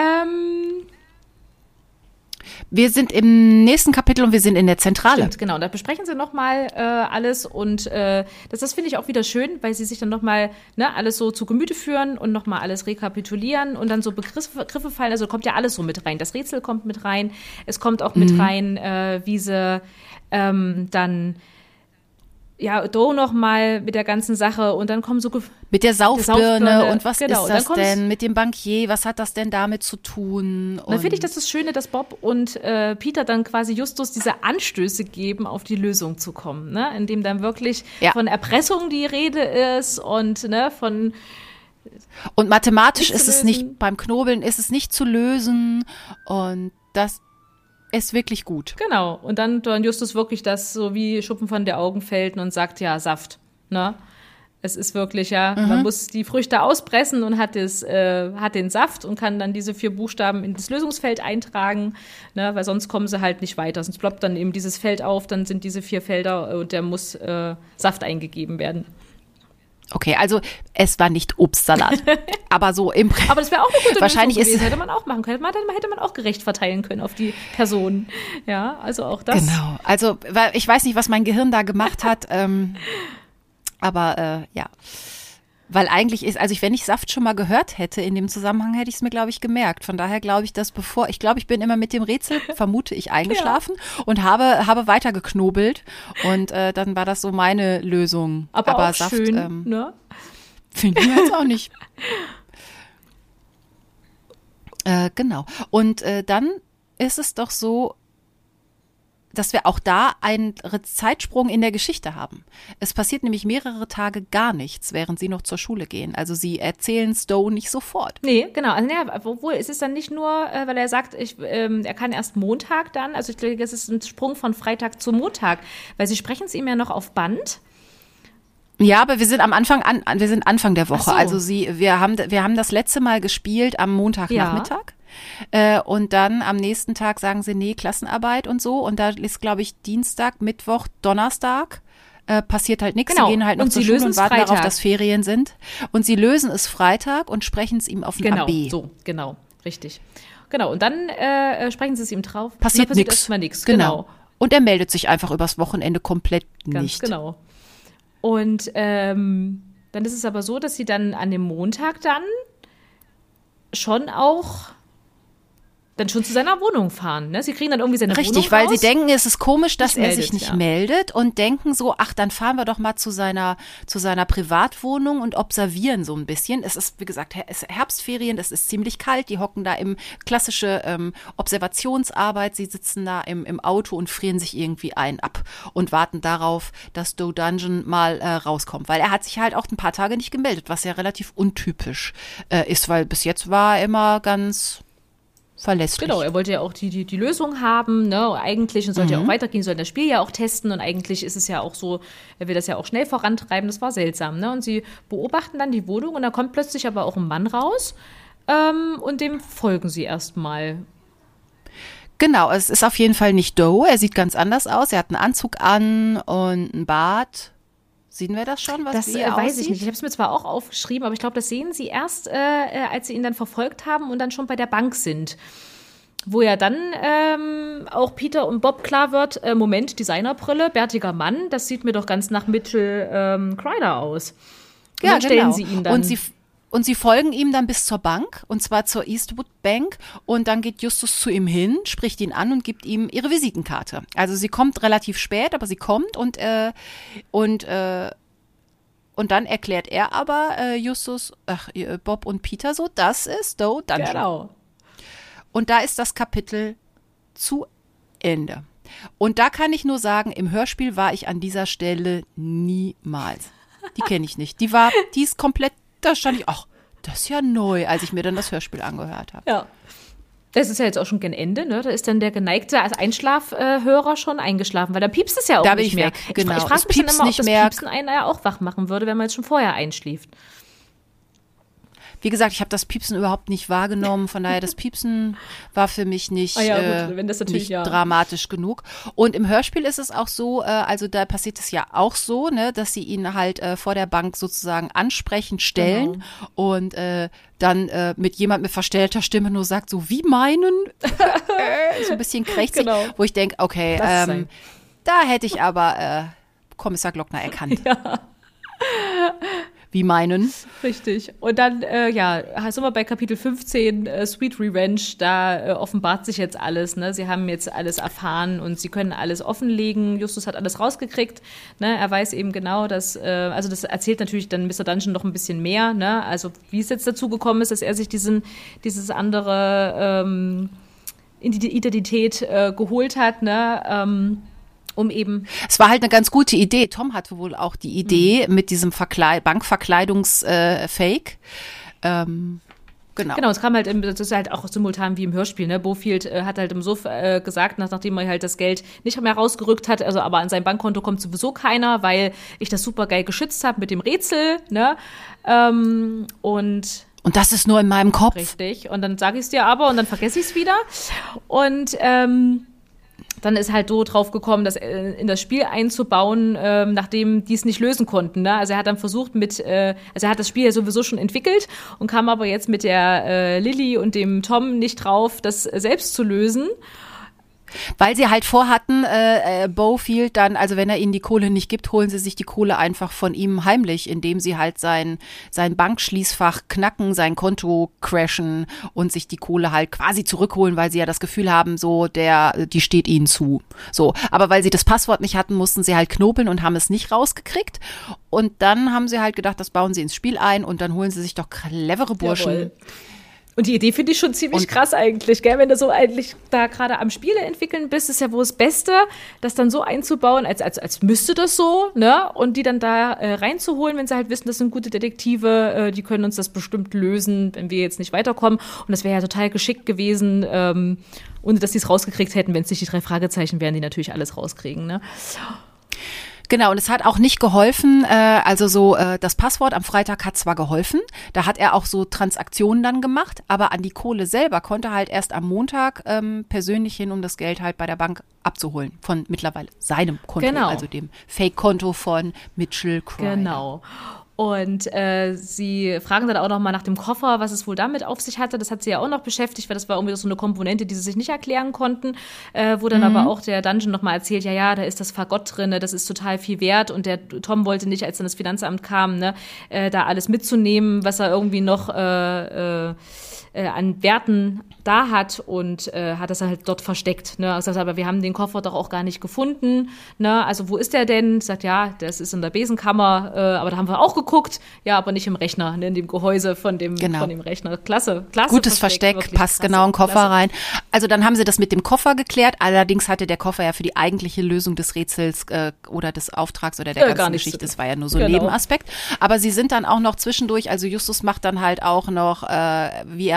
Wir sind im nächsten Kapitel und wir sind in der Zentrale. Stimmt, genau. Da besprechen sie nochmal alles und das finde ich auch wieder schön, weil sie sich dann nochmal alles so zu Gemüte führen und nochmal alles rekapitulieren und dann so Begriffe fallen. Also kommt ja alles so mit rein. Das Rätsel kommt mit rein. Es kommt auch mit rein, wie sie dann Doe noch mal mit der ganzen Sache und dann kommen so mit der Saufbirne und was genau, ist das denn mit dem Bankier, was hat das denn damit zu tun? Und dann finde ich das Schöne, dass Bob und Peter dann quasi Justus diese Anstöße geben, auf die Lösung zu kommen, ne? Indem dann wirklich von Erpressung die Rede ist und von und mathematisch nicht ist zu es lösen. nicht, beim Knobeln ist es nicht zu lösen und das ist wirklich gut. Genau. Und dann Justus wirklich das so wie Schuppen von der Augen fällt und sagt, ja, Saft, ne? Es ist wirklich, man muss die Früchte auspressen und hat den Saft und kann dann diese 4 Buchstaben in das Lösungsfeld eintragen, ne? Weil sonst kommen sie halt nicht weiter. Sonst ploppt dann eben dieses Feld auf, dann sind diese 4 Felder und der muss Saft eingegeben werden. Okay, also es war nicht Obstsalat, aber so im Aber das wäre auch eine gute wahrscheinlich Lösung gewesen. ist Hätte man auch machen können. Hätte man auch gerecht verteilen können auf die Personen. Ja, also auch das. Genau, also ich weiß nicht, was mein Gehirn da gemacht hat, aber ja. Weil eigentlich ist, also wenn ich Saft schon mal gehört hätte in dem Zusammenhang, hätte ich es mir, glaube ich, gemerkt. Von daher glaube ich, dass ich bin immer mit dem Rätsel, vermute ich, eingeschlafen und habe weiter geknobelt. Und dann war das so meine Lösung. Aber auch Saft, schön, ne? finde ich jetzt auch nicht. Genau. Und dann ist es doch so, dass wir auch da einen Zeitsprung in der Geschichte haben. Es passiert nämlich mehrere Tage gar nichts, während sie noch zur Schule gehen. Also sie erzählen Stowe nicht sofort. Nee, genau. Also, obwohl es ist dann nicht nur, weil er sagt, er kann erst Montag dann, also ich glaube, es ist ein Sprung von Freitag zu Montag, weil sie sprechen es ihm ja noch auf Band. Ja, aber wir sind am Anfang wir sind Anfang der Woche. Ach so. Also wir haben das letzte Mal gespielt am Montagnachmittag. Und dann am nächsten Tag sagen sie, nee, Klassenarbeit und so. Und da ist, glaube ich, Dienstag, Mittwoch, Donnerstag. Passiert halt nichts. Genau. Sie gehen halt noch Und zur sie Schule lösen und es warten darauf, Freitag. dass Ferien sind. Und sie lösen es Freitag und sprechen es ihm auf ein Genau, AB. so, genau, richtig. Genau, und dann sprechen sie es ihm drauf. Passiert Und dann nichts. erstmal nichts, Genau. Und er meldet sich einfach übers Wochenende komplett Ganz nicht. genau. Und dann ist es aber so, dass sie dann an dem Montag dann schon zu seiner Wohnung fahren. Ne? Sie kriegen dann irgendwie seine Wohnung Richtig, weil raus. sie denken, es ist komisch, dass er meldet, sich nicht ja. meldet und denken so, ach, dann fahren wir doch mal zu seiner Privatwohnung und observieren so ein bisschen. Es ist, wie gesagt, es ist Herbstferien, es ist ziemlich kalt, die hocken da im klassische Observationsarbeit, sie sitzen da im Auto und frieren sich irgendwie ab und warten darauf, dass Doe Dungeon mal rauskommt, weil er hat sich halt auch ein paar Tage nicht gemeldet, was ja relativ untypisch ist, weil bis jetzt war er immer ganz verlässlich. Genau, er wollte ja auch die Lösung haben, ne, eigentlich, und sollte ja auch weitergehen, sollte das Spiel ja auch testen, und eigentlich ist es ja auch so, er will das ja auch schnell vorantreiben, das war seltsam, ne, und sie beobachten dann die Wohnung, und da kommt plötzlich aber auch ein Mann raus, und dem folgen sie erstmal. Genau, es ist auf jeden Fall nicht Doe, er sieht ganz anders aus, er hat einen Anzug an und einen Bart. Sehen wir das schon, Das weiß ich nicht. Ich habe es mir zwar auch aufgeschrieben, aber ich glaube, das sehen sie erst, als sie ihn dann verfolgt haben und dann schon bei der Bank sind. Wo ja dann auch Peter und Bob klar wird, Moment, Designerbrille, bärtiger Mann, das sieht mir doch ganz nach Mitchell Kreider aus. Und Ja, dann stellen genau. sie ihn dann. Und sie folgen ihm dann bis zur Bank, und zwar zur Eastwood Bank, und dann geht Justus zu ihm hin, spricht ihn an und gibt ihm ihre Visitenkarte. Also sie kommt relativ spät, aber sie kommt, und dann erklärt er aber Bob und Peter so, das ist Doe Dungeon. Genau. Und da ist das Kapitel zu Ende. Und da kann ich nur sagen, im Hörspiel war ich an dieser Stelle niemals. Die kenne ich nicht. Die ist komplett, da stand ich, ach, das ist ja neu, als ich mir dann das Hörspiel angehört habe. Ja. Das ist ja jetzt auch schon gegen Ende, ne? Da ist dann der geneigte Einschlafhörer schon eingeschlafen, weil da piepst es ja auch Da bin nicht ich mehr. weg, genau. Ich frage mich dann immer, ob das mehr. Piepsen einen ja auch wach machen würde, wenn man jetzt schon vorher einschläft. Wie gesagt, ich habe das Piepsen überhaupt nicht wahrgenommen, von daher das Piepsen war für mich nicht, gut, wenn das natürlich, nicht dramatisch genug. Und im Hörspiel ist es auch so, also da passiert es ja auch so, ne, dass sie ihn halt vor der Bank sozusagen ansprechend stellen, und dann mit jemand mit verstellter Stimme nur sagt, so wie meinen, so ein bisschen krächzig, wo ich denke, okay, da hätte ich aber Kommissar Glockner erkannt. Ja. Wie meinen. Richtig. Und dann, sind wir bei Kapitel 15, Sweet Revenge, da offenbart sich jetzt alles, ne? Sie haben jetzt alles erfahren und sie können alles offenlegen. Justus hat alles rausgekriegt, ne? Er weiß eben genau, dass, also das erzählt natürlich dann Mr. Dungeon noch ein bisschen mehr, ne? Also wie es jetzt dazu gekommen ist, dass er sich dieses andere Identität geholt hat, ne? Um eben. Es war halt eine ganz gute Idee. Tom hatte wohl auch die Idee mit diesem Bankverkleidungs-Fake. Genau, es kam halt, das ist halt auch simultan wie im Hörspiel, ne? Bofield hat halt im Suff gesagt, nachdem er halt das Geld nicht mehr rausgerückt hat, also aber an sein Bankkonto kommt sowieso keiner, weil ich das super geil geschützt habe mit dem Rätsel, ne? Und das ist nur in meinem Kopf. Richtig. Und dann sage ich es dir aber und dann vergesse ich es wieder. Und dann ist halt so drauf gekommen, das in das Spiel einzubauen, nachdem die es nicht lösen konnten. Ne? Also er hat dann versucht er hat das Spiel ja sowieso schon entwickelt und kam aber jetzt mit der Lilly und dem Tom nicht drauf, das selbst zu lösen. Weil sie halt vorhatten, Bofield dann, also wenn er ihnen die Kohle nicht gibt, holen sie sich die Kohle einfach von ihm heimlich, indem sie halt sein Bankschließfach knacken, sein Konto crashen und sich die Kohle halt quasi zurückholen, weil sie ja das Gefühl haben, so die steht ihnen zu. So, aber weil sie das Passwort nicht hatten, mussten sie halt knobeln und haben es nicht rausgekriegt. Und dann haben sie halt gedacht, das bauen sie ins Spiel ein und dann holen sie sich doch clevere Burschen. Jawohl. Und die Idee finde ich schon ziemlich krass eigentlich, gell? Wenn du so eigentlich da gerade am Spiele entwickeln bist, ist ja wohl das Beste, das dann so einzubauen, als müsste das so, ne? Und die dann da reinzuholen, wenn sie halt wissen, das sind gute Detektive, die können uns das bestimmt lösen, wenn wir jetzt nicht weiterkommen. Und das wäre ja total geschickt gewesen, ohne dass die es rausgekriegt hätten, wenn es nicht die 3 Fragezeichen wären, die natürlich alles rauskriegen, ne? Genau, und es hat auch nicht geholfen, das Passwort am Freitag hat zwar geholfen, da hat er auch so Transaktionen dann gemacht, aber an die Kohle selber konnte er halt erst am Montag persönlich hin, um das Geld halt bei der Bank abzuholen, von mittlerweile seinem Konto, also dem Fake-Konto von Mitchell Kreider. Genau. Und sie fragen dann auch noch mal nach dem Koffer, was es wohl damit auf sich hatte. Das hat sie ja auch noch beschäftigt, weil das war irgendwie so eine Komponente, die sie sich nicht erklären konnten. Wo dann aber auch der Dungeon noch mal erzählt, ja, da ist das Fagott drin, das ist total viel wert. Und der Tom wollte nicht, als dann das Finanzamt kam, ne, da alles mitzunehmen, was er irgendwie noch an Werten da hat und hat das halt dort versteckt. Ne? Also, aber wir haben den Koffer doch auch gar nicht gefunden. Ne? Also wo ist der denn? Sagt, ja, das ist in der Besenkammer, aber da haben wir auch geguckt. Ja, aber nicht im Rechner, ne? In dem Gehäuse von dem Rechner. Klasse. Gutes Versteck, passt genau in den Koffer rein. Also dann haben sie das mit dem Koffer geklärt. Allerdings hatte der Koffer ja für die eigentliche Lösung des Rätsels oder des Auftrags oder der ganzen Geschichte, das war ja nur so ein Nebenaspekt. Aber sie sind dann auch noch zwischendurch, also Justus macht dann halt auch noch, wie er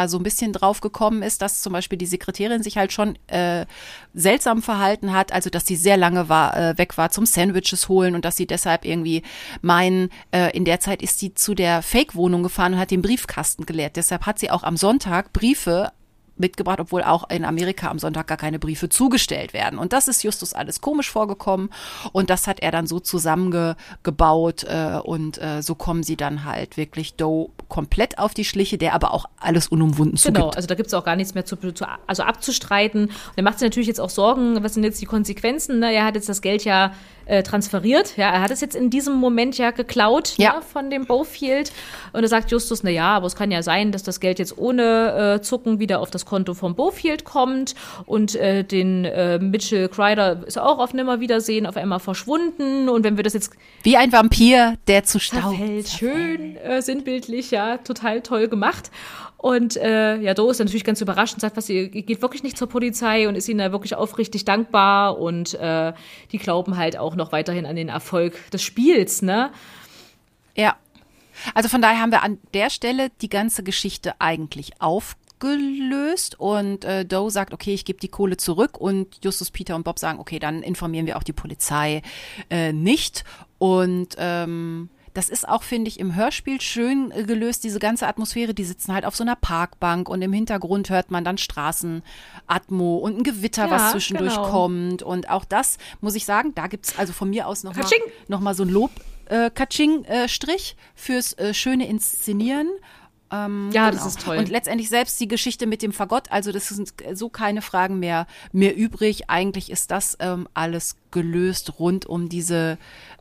da so ein bisschen drauf gekommen ist, dass zum Beispiel die Sekretärin sich halt schon seltsam verhalten hat, also dass sie sehr lange weg war zum Sandwiches holen und dass sie deshalb irgendwie meinen, in der Zeit ist sie zu der Fake-Wohnung gefahren und hat den Briefkasten geleert. Deshalb hat sie auch am Sonntag Briefe mitgebracht, obwohl auch in Amerika am Sonntag gar keine Briefe zugestellt werden. Und das ist Justus alles komisch vorgekommen und das hat er dann so zusammengebaut und so kommen sie dann halt wirklich Doe komplett auf die Schliche, der aber auch alles unumwunden zugibt. Genau, also da gibt es auch gar nichts mehr also abzustreiten. Und er macht sich natürlich jetzt auch Sorgen, was sind jetzt die Konsequenzen? Ne? Er hat jetzt das Geld ja transferiert. Ja, er hat es jetzt in diesem Moment ja geklaut von dem Bofield. Und da sagt Justus, na ja, aber es kann ja sein, dass das Geld jetzt ohne Zucken wieder auf das Konto vom Bofield kommt. Und den Mitchell Kreider ist auch auf Nimmerwiedersehen auf einmal verschwunden. Und wenn wir das jetzt wie ein Vampir, der zu Staub zerfällt. Schön sinnbildlich, ja, total toll gemacht. Und Doe ist dann natürlich ganz überrascht und sagt, ihr geht wirklich nicht zur Polizei und ist ihnen da wirklich aufrichtig dankbar. Und die glauben halt auch noch weiterhin an den Erfolg des Spiels, ne? Ja. Also von daher haben wir an der Stelle die ganze Geschichte eigentlich aufgelöst und Doe sagt, okay, ich gebe die Kohle zurück und Justus, Peter und Bob sagen, okay, dann informieren wir auch die Polizei nicht. Und das ist auch, finde ich, im Hörspiel schön gelöst, diese ganze Atmosphäre. Die sitzen halt auf so einer Parkbank und im Hintergrund hört man dann Straßenatmo und ein Gewitter, was zwischendurch kommt. Und auch das, muss ich sagen, da gibt's also von mir aus noch mal so ein Lob-Katsching-Strich fürs schöne Inszenieren. Das ist toll. Und letztendlich selbst die Geschichte mit dem Fagott, also das sind so keine Fragen mehr übrig. Eigentlich ist das alles gelöst rund um dieses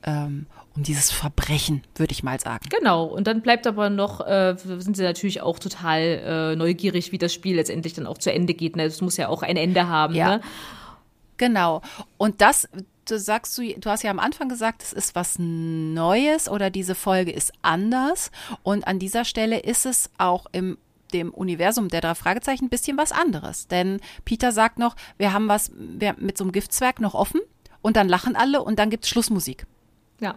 Verbrechen, würde ich mal sagen. Genau, und dann bleibt aber noch, sind sie natürlich auch total neugierig, wie das Spiel letztendlich dann auch zu Ende geht. Ne? Das muss ja auch ein Ende haben. Ja, ne? Genau. Und das, du hast ja am Anfang gesagt, es ist was Neues oder diese Folge ist anders. Und an dieser Stelle ist es auch im dem Universum der 3 Fragezeichen ein bisschen was anderes. Denn Peter sagt noch, wir haben mit so einem Giftzwerg noch offen und dann lachen alle und dann gibt's Schlussmusik. Ja.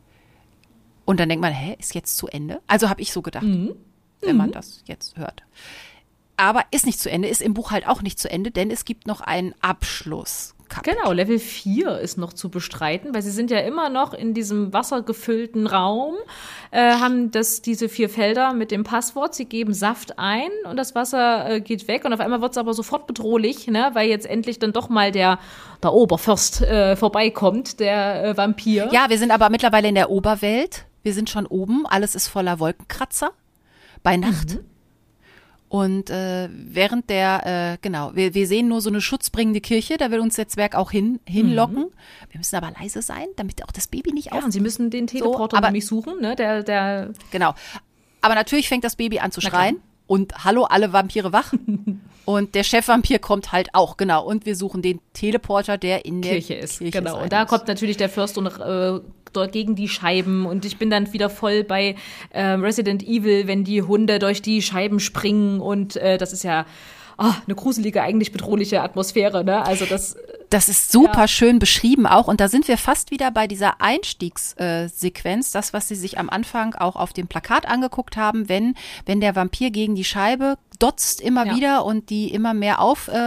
Und dann denkt man, ist jetzt zu Ende? Also habe ich so gedacht, wenn man das jetzt hört. Aber ist nicht zu Ende, ist im Buch halt auch nicht zu Ende, denn es gibt noch einen Abschluss. Genau, Level 4 ist noch zu bestreiten, weil sie sind ja immer noch in diesem wassergefüllten Raum, haben diese 4 Felder mit dem Passwort, sie geben Saft ein und das Wasser geht weg und auf einmal wird es aber sofort bedrohlich, ne, weil jetzt endlich dann doch mal der Oberfürst vorbeikommt, der Vampir. Ja, wir sind aber mittlerweile in der Oberwelt, wir sind schon oben, alles ist voller Wolkenkratzer bei Nacht. Und während wir sehen nur so eine schutzbringende Kirche, da will uns der Zwerg auch hinlocken. Wir müssen aber leise sein, damit auch das Baby nicht Ja, und sie müssen den Teleporter nämlich suchen, ne? Der Genau. Aber natürlich fängt das Baby an zu schreien. Und hallo, alle Vampire wach. Und der Chefvampir kommt halt auch, genau. Und wir suchen den Teleporter, der in der Kirche ist. Genau. Und da kommt natürlich der Fürst und dort gegen die Scheiben. Und ich bin dann wieder voll bei Resident Evil, wenn die Hunde durch die Scheiben springen. Und das ist ja eine gruselige, eigentlich bedrohliche Atmosphäre, ne? Also das ist super schön beschrieben auch. Und da sind wir fast wieder bei dieser Einstiegssequenz, das, was Sie sich am Anfang auch auf dem Plakat angeguckt haben, wenn der Vampir gegen die Scheibe dotzt immer wieder und die immer mehr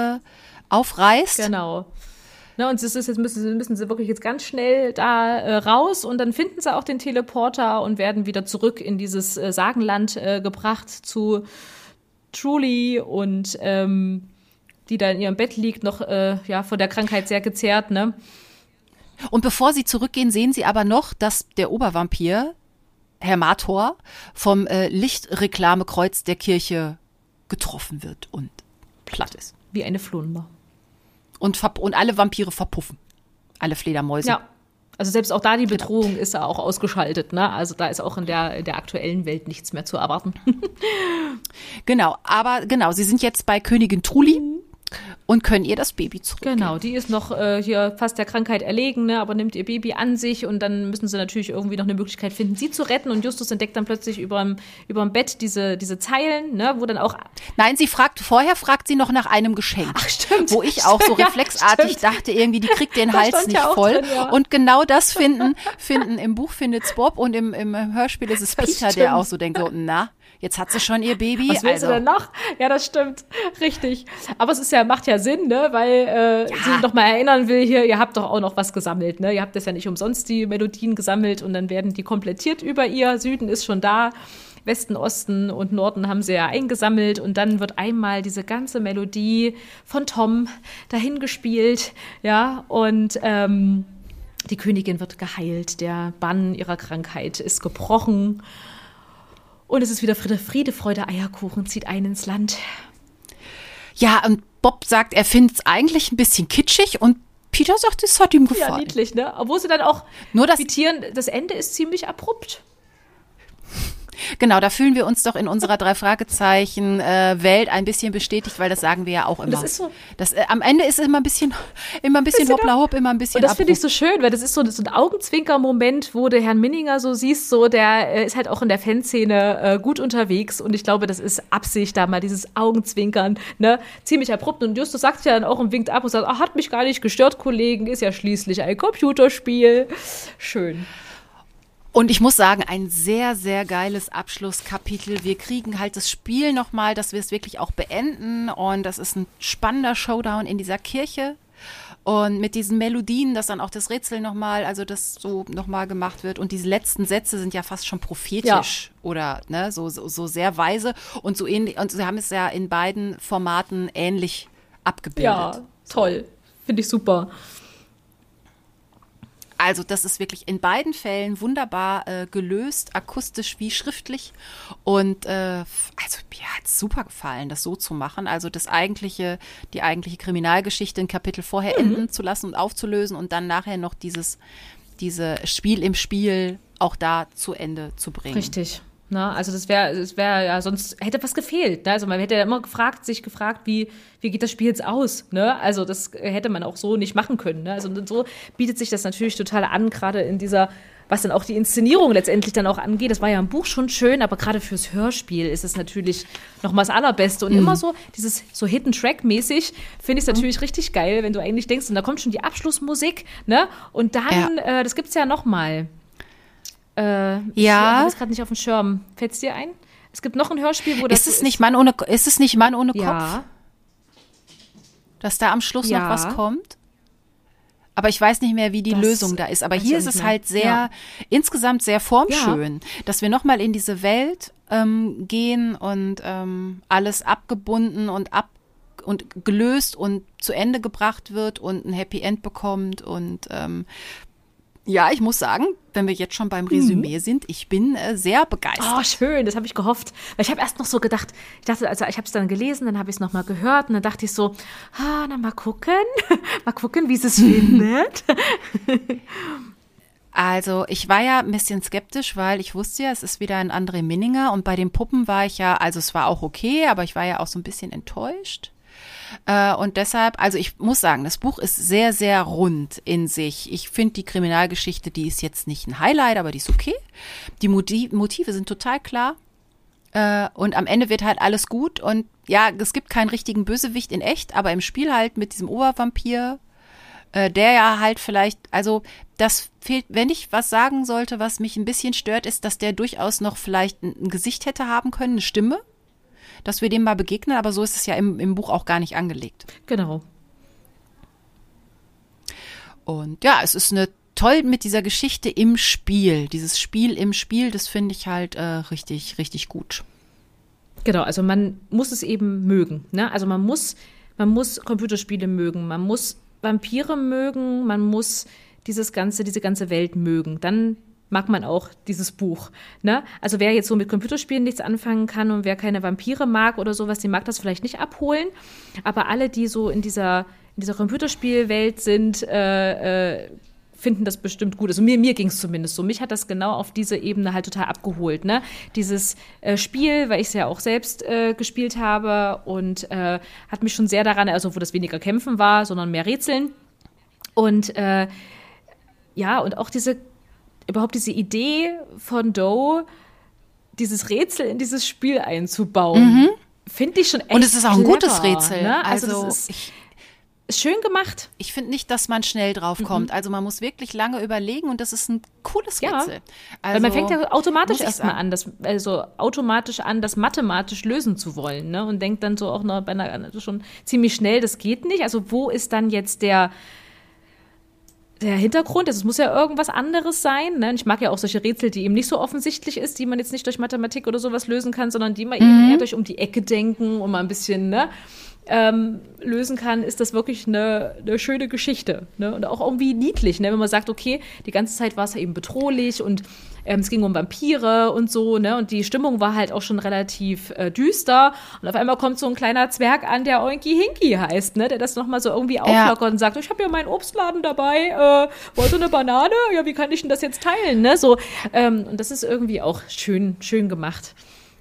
aufreißt. Genau. Ne, und das ist jetzt müssen sie wirklich jetzt ganz schnell da raus und dann finden sie auch den Teleporter und werden wieder zurück in dieses Sagenland gebracht zu Truly und die da in ihrem Bett liegt, noch von der Krankheit sehr gezerrt, ne? Und bevor sie zurückgehen, sehen sie aber noch, dass der Obervampir, Herr Mator, vom Lichtreklamekreuz der Kirche getroffen wird und platt ist. Wie eine Flunder. Und alle Vampire verpuffen. Alle Fledermäuse. Ja. Also selbst auch da die Bedrohung ist ja auch ausgeschaltet, ne? Also da ist auch in der aktuellen Welt nichts mehr zu erwarten. Genau, sie sind jetzt bei Königin Truli und können ihr das Baby zurückgeben. Genau, die ist noch hier fast der Krankheit erlegen, ne, aber nimmt ihr Baby an sich und dann müssen sie natürlich irgendwie noch eine Möglichkeit finden, sie zu retten und Justus entdeckt dann plötzlich überm Bett diese Zeilen, ne, wo dann auch... Nein, vorher fragt sie noch nach einem Geschenk. Ach, stimmt. Wo ich auch so reflexartig dachte, irgendwie, die kriegt den Hals nicht voll. Drin, ja. Und genau das finden im Buch findet's Bob und im Hörspiel ist es Peter, der auch so denkt, so, na, Jetzt hat sie schon ihr Baby. Was willst du denn noch? Ja, das stimmt. Richtig. Aber macht ja Sinn, ne? Weil sie noch mal erinnern will hier, ihr habt doch auch noch was gesammelt, ne? Ihr habt das ja nicht umsonst, die Melodien gesammelt und dann werden die komplettiert über ihr. Süden ist schon da. Westen, Osten und Norden haben sie ja eingesammelt und dann wird einmal diese ganze Melodie von Tom dahin gespielt, ja, und die Königin wird geheilt, der Bann ihrer Krankheit ist gebrochen. Und es ist wieder Friede, Freude, Eierkuchen, zieht ein ins Land. Ja, und Bob sagt, er findet es eigentlich ein bisschen kitschig und Peter sagt, es hat ihm gefallen. Ja, niedlich, ne? Obwohl sie dann auch nur quittieren, das Ende ist ziemlich abrupt. Genau, da fühlen wir uns doch in unserer Drei-Fragezeichen-Welt ein bisschen bestätigt, weil das sagen wir ja auch immer. Und das ist so. Am Ende ist es immer ein bisschen hoppla hopp, immer ein bisschen Und das finde ich so schön, weil das ist so ein Augenzwinker-Moment, wo du Herrn Minninger so siehst, so der ist halt auch in der Fanszene gut unterwegs und ich glaube, das ist Absicht da mal, dieses Augenzwinkern, ne, ziemlich abrupt. Und Justus sagt ja dann auch und winkt ab und sagt, hat mich gar nicht gestört, Kollegen, ist ja schließlich ein Computerspiel. Schön. Und ich muss sagen, ein sehr, sehr geiles Abschlusskapitel. Wir kriegen halt das Spiel nochmal, dass wir es wirklich auch beenden. Und das ist ein spannender Showdown in dieser Kirche. Und mit diesen Melodien, dass dann auch das Rätsel nochmal, also das so nochmal gemacht wird. Und diese letzten Sätze sind ja fast schon prophetisch oder ne, so sehr weise. Und so ähnlich. Und sie haben es ja in beiden Formaten ähnlich abgebildet. Ja, toll. Finde ich super. Also das ist wirklich in beiden Fällen wunderbar gelöst, akustisch wie schriftlich. Und also mir hat es super gefallen, das so zu machen. Also die eigentliche Kriminalgeschichte ein Kapitel vorher enden zu lassen und aufzulösen und dann nachher noch dieses Spiel im Spiel auch da zu Ende zu bringen. Richtig. Na, also das wäre ja, sonst hätte was gefehlt. Ne? Also man hätte ja immer sich gefragt, wie geht das Spiel jetzt aus? Ne? Also das hätte man auch so nicht machen können. Ne? Also und so bietet sich das natürlich total an, gerade in dieser, was dann auch die Inszenierung letztendlich dann auch angeht. Das war ja im Buch schon schön, aber gerade fürs Hörspiel ist es natürlich noch mal das Allerbeste. Und immer so dieses so Hidden Track-mäßig finde ich es natürlich richtig geil, wenn du eigentlich denkst, und da kommt schon die Abschlussmusik, ne? Und dann, das gibt's ja noch mal. Ich habe es gerade nicht auf dem Schirm. Fällt es dir ein? Es gibt noch ein Hörspiel, wo das ist. Ist es nicht Mann ohne Kopf? Ja. Dass da am Schluss noch was kommt? Aber ich weiß nicht mehr, wie die Lösung da ist. Aber hier ist es halt insgesamt sehr formschön, dass wir nochmal in diese Welt gehen und alles abgebunden und gelöst und zu Ende gebracht wird und ein Happy End bekommt und ja, ich muss sagen, wenn wir jetzt schon beim Resümee sind, ich bin sehr begeistert. Oh, schön, das habe ich gehofft. Weil ich habe erst noch so gedacht, also ich habe es dann gelesen, dann habe ich es nochmal gehört und dann dachte ich so, na mal gucken, wie sie es findet. Also ich war ja ein bisschen skeptisch, weil ich wusste ja, es ist wieder ein André Minninger und bei den Puppen war ich ja, also es war auch okay, aber ich war ja auch so ein bisschen enttäuscht. Und deshalb, also ich muss sagen, das Buch ist sehr, sehr rund in sich. Ich finde die Kriminalgeschichte, die ist jetzt nicht ein Highlight, aber die ist okay. Die Motive sind total klar. Und am Ende wird halt alles gut. Und ja, es gibt keinen richtigen Bösewicht in echt, aber im Spiel halt mit diesem Obervampir, der ja halt vielleicht, also das fehlt, wenn ich was sagen sollte, was mich ein bisschen stört, ist, dass der durchaus noch vielleicht ein Gesicht hätte haben können, eine Stimme. Dass wir dem mal begegnen, aber so ist es ja im Buch auch gar nicht angelegt. Genau. Und ja, es ist toll mit dieser Geschichte im Spiel. Dieses Spiel im Spiel, das finde ich halt richtig, richtig gut. Genau, also man muss es eben mögen. Ne? Also man muss Computerspiele mögen, man muss Vampire mögen, man muss diese ganze Welt mögen. Dann mag man auch dieses Buch. Ne? Also wer jetzt so mit Computerspielen nichts anfangen kann und wer keine Vampire mag oder sowas, den mag das vielleicht nicht abholen. Aber alle, die so in dieser Computerspielwelt sind, finden das bestimmt gut. Also mir ging es zumindest so. Mich hat das genau auf diese Ebene halt total abgeholt. Ne? Dieses Spiel, weil ich es ja auch selbst gespielt habe und hat mich schon sehr daran, also wo das weniger Kämpfen war, sondern mehr Rätseln. Und und auch überhaupt diese Idee von Doe, dieses Rätsel in dieses Spiel einzubauen, finde ich schon echt und es ist auch ein clever, gutes Rätsel. Ne? Also ist schön gemacht. Ich finde nicht, dass man schnell drauf kommt. Also man muss wirklich lange überlegen und das ist ein cooles Rätsel. Also, weil man fängt ja automatisch erstmal an, das mathematisch lösen zu wollen, ne? Und denkt dann so auch noch schon ziemlich schnell, das geht nicht. Also wo ist dann jetzt der Hintergrund? Es muss ja irgendwas anderes sein, ne? Und ich mag ja auch solche Rätsel, die eben nicht so offensichtlich ist, die man jetzt nicht durch Mathematik oder sowas lösen kann, sondern die man eben eher durch um die Ecke denken und mal ein bisschen, ne? Lösen kann, ist das wirklich eine schöne Geschichte. Ne? Und auch irgendwie niedlich, ne? Wenn man sagt, okay, die ganze Zeit war es ja eben bedrohlich und es ging um Vampire und so, ne? Und die Stimmung war halt auch schon relativ düster. Und auf einmal kommt so ein kleiner Zwerg an, der Oinky Hinky heißt, ne? Der das nochmal so irgendwie auflockert und sagt, ich habe ja meinen Obstladen dabei, wollt ihr eine Banane? Ja, wie kann ich denn das jetzt teilen? Ne? So, und das ist irgendwie auch schön gemacht.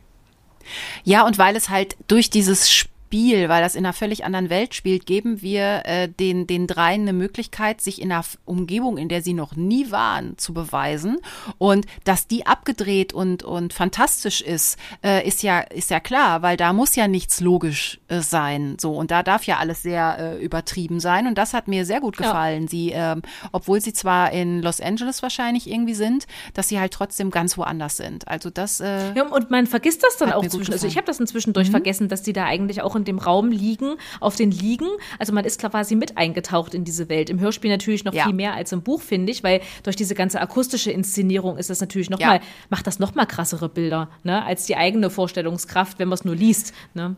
Ja, und weil es halt durch dieses Spiel, weil das in einer völlig anderen Welt spielt, geben wir den dreien eine Möglichkeit, sich in einer Umgebung, in der sie noch nie waren, zu beweisen. Und dass die abgedreht und fantastisch ist ja klar, weil da muss ja nichts logisch sein. So, und da darf ja alles sehr übertrieben sein. Und das hat mir sehr gut gefallen. Sie, obwohl sie zwar in Los Angeles wahrscheinlich irgendwie sind, dass sie halt trotzdem ganz woanders sind. Also das ja, und man vergisst das dann auch zwischen. Also ich habe das inzwischen vergessen, dass die da eigentlich auch in dem Raum liegen, auf den Liegen. Also man ist quasi mit eingetaucht in diese Welt. Im Hörspiel natürlich noch viel mehr als im Buch, finde ich, weil durch diese ganze akustische Inszenierung ist das natürlich macht das noch mal krassere Bilder, ne, als die eigene Vorstellungskraft, wenn man es nur liest. Ne?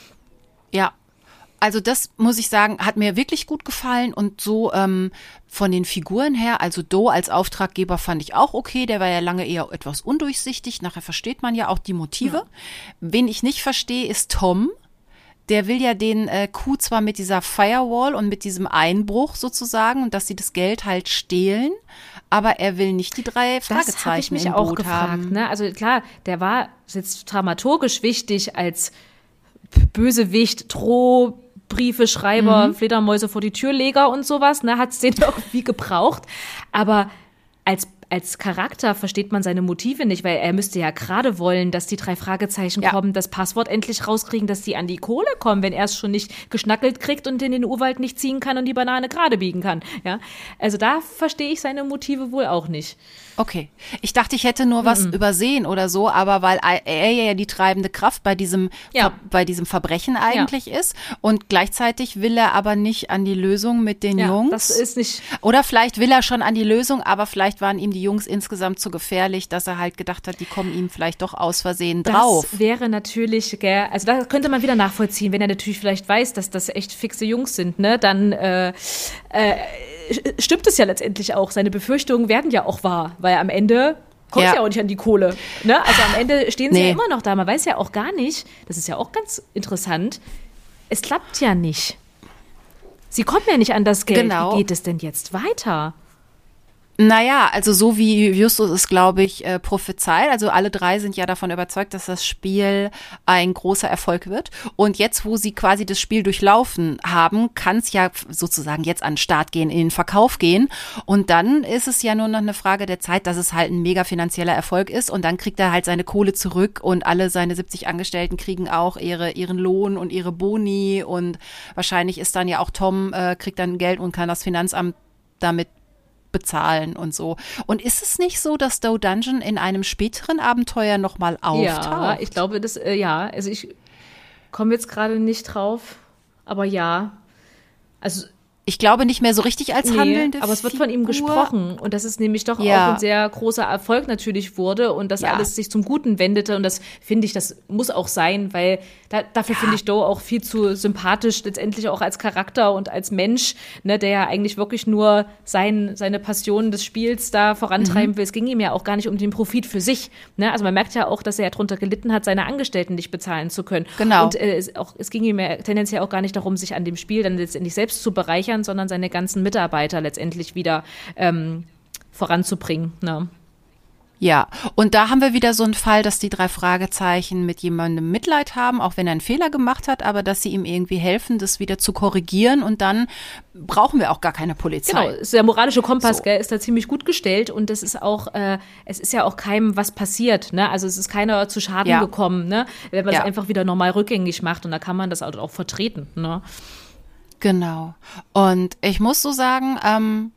Ja. Also das, muss ich sagen, hat mir wirklich gut gefallen und so von den Figuren her, also Doe als Auftraggeber fand ich auch okay, der war ja lange eher etwas undurchsichtig, nachher versteht man ja auch die Motive. Ja. Wen ich nicht verstehe, ist Tom. Der will ja den Coup zwar mit dieser Firewall und mit diesem Einbruch sozusagen und dass sie das Geld halt stehlen, aber er will nicht die 3 Fragezeichen im Boot haben. Ne? Also klar, der war jetzt dramaturgisch wichtig als Bösewicht, Briefe, Schreiber, Fledermäuse vor die Türleger und sowas, ne, hat es den irgendwie gebraucht. Aber als Charakter versteht man seine Motive nicht, weil er müsste ja gerade wollen, dass die 3 Fragezeichen kommen, das Passwort endlich rauskriegen, dass die an die Kohle kommen, wenn er es schon nicht geschnackelt kriegt und in den Urwald nicht ziehen kann und die Banane gerade biegen kann. Ja? Also da verstehe ich seine Motive wohl auch nicht. Okay. Ich dachte, ich hätte nur was übersehen oder so, aber weil er ja die treibende Kraft bei diesem Verbrechen eigentlich ist und gleichzeitig will er aber nicht an die Lösung mit den Jungs. Das ist nicht. Oder vielleicht will er schon an die Lösung, aber vielleicht waren ihm die Jungs insgesamt zu gefährlich, dass er halt gedacht hat, die kommen ihm vielleicht doch aus Versehen drauf. Das wäre natürlich, also da könnte man wieder nachvollziehen, wenn er natürlich vielleicht weiß, dass das echt fixe Jungs sind, ne, dann stimmt es ja letztendlich auch. Seine Befürchtungen werden ja auch wahr, weil am Ende kommt ja auch nicht an die Kohle. Ne? Also am Ende stehen sie ja immer noch da. Man weiß ja auch gar nicht, das ist ja auch ganz interessant, es klappt ja nicht. Sie kommen ja nicht an das Geld. Genau. Wie geht es denn jetzt weiter? Naja, also so wie Justus es, glaube ich, prophezeit. Also alle 3 sind ja davon überzeugt, dass das Spiel ein großer Erfolg wird. Und jetzt, wo sie quasi das Spiel durchlaufen haben, kann es ja sozusagen jetzt an den Start gehen, in den Verkauf gehen. Und dann ist es ja nur noch eine Frage der Zeit, dass es halt ein mega finanzieller Erfolg ist. Und dann kriegt er halt seine Kohle zurück und alle seine 70 Angestellten kriegen auch ihren Lohn und ihre Boni. Und wahrscheinlich ist dann ja auch Tom, kriegt dann Geld und kann das Finanzamt damit bezahlen und so. Und ist es nicht so, dass Doe Dungeon in einem späteren Abenteuer nochmal auftaucht? Ja, ich glaube, also ich komme jetzt gerade nicht drauf, aber ja. Also ich glaube nicht mehr so richtig als handelnde aber es wird von ihm gesprochen und dass es nämlich doch auch ein sehr großer Erfolg natürlich wurde und dass alles sich zum Guten wendete und das finde ich, das muss auch sein, weil dafür finde ich Doe auch viel zu sympathisch, letztendlich auch als Charakter und als Mensch, ne, der ja eigentlich wirklich nur seine Passion des Spiels da vorantreiben will. Es ging ihm ja auch gar nicht um den Profit für sich. Ne? Also man merkt ja auch, dass er ja drunter gelitten hat, seine Angestellten nicht bezahlen zu können. Genau. Und es ging ihm ja tendenziell auch gar nicht darum, sich an dem Spiel dann letztendlich selbst zu bereichern, sondern seine ganzen Mitarbeiter letztendlich wieder voranzubringen. Ne? Ja, und da haben wir wieder so einen Fall, dass die 3 Fragezeichen mit jemandem Mitleid haben, auch wenn er einen Fehler gemacht hat, aber dass sie ihm irgendwie helfen, das wieder zu korrigieren und dann brauchen wir auch gar keine Polizei. Genau, der moralische Kompass ist da ziemlich gut gestellt und das ist auch, es ist ja auch keinem was passiert, ne? Also es ist keiner zu Schaden gekommen, ne? Wenn man es einfach wieder normal rückgängig macht und da kann man das auch vertreten, ne? Genau. Und ich muss so sagen,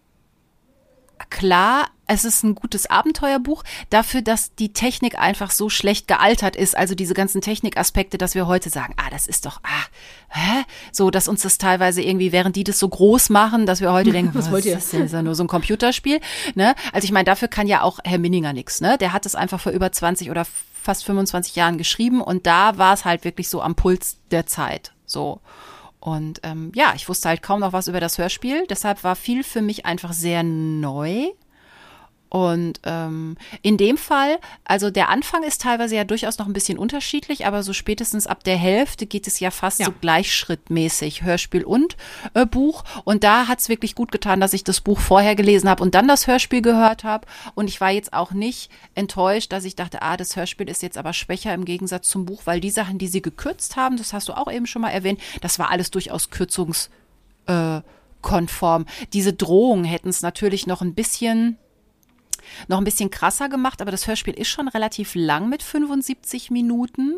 klar, es ist ein gutes Abenteuerbuch, dafür, dass die Technik einfach so schlecht gealtert ist, also diese ganzen Technikaspekte, dass wir heute sagen, das ist doch, so, dass uns das teilweise irgendwie, während die das so groß machen, dass wir heute denken, was ist das denn? Ist ja nur so ein Computerspiel, ne? Also ich meine, dafür kann ja auch Herr Minninger nix, ne? Der hat es einfach vor über 20 oder fast 25 Jahren geschrieben und da war es halt wirklich so am Puls der Zeit, so. Und ich wusste halt kaum noch was über das Hörspiel, deshalb war viel für mich einfach sehr neu. Und in dem Fall, also der Anfang ist teilweise ja durchaus noch ein bisschen unterschiedlich, aber so spätestens ab der Hälfte geht es ja fast so gleichschrittmäßig, Hörspiel und Buch. Und da hat es wirklich gut getan, dass ich das Buch vorher gelesen habe und dann das Hörspiel gehört habe. Und ich war jetzt auch nicht enttäuscht, dass ich dachte, das Hörspiel ist jetzt aber schwächer im Gegensatz zum Buch, weil die Sachen, die sie gekürzt haben, das hast du auch eben schon mal erwähnt, das war alles durchaus kürzungskonform. Diese Drohungen hätten es natürlich noch ein bisschen krasser gemacht, aber das Hörspiel ist schon relativ lang mit 75 Minuten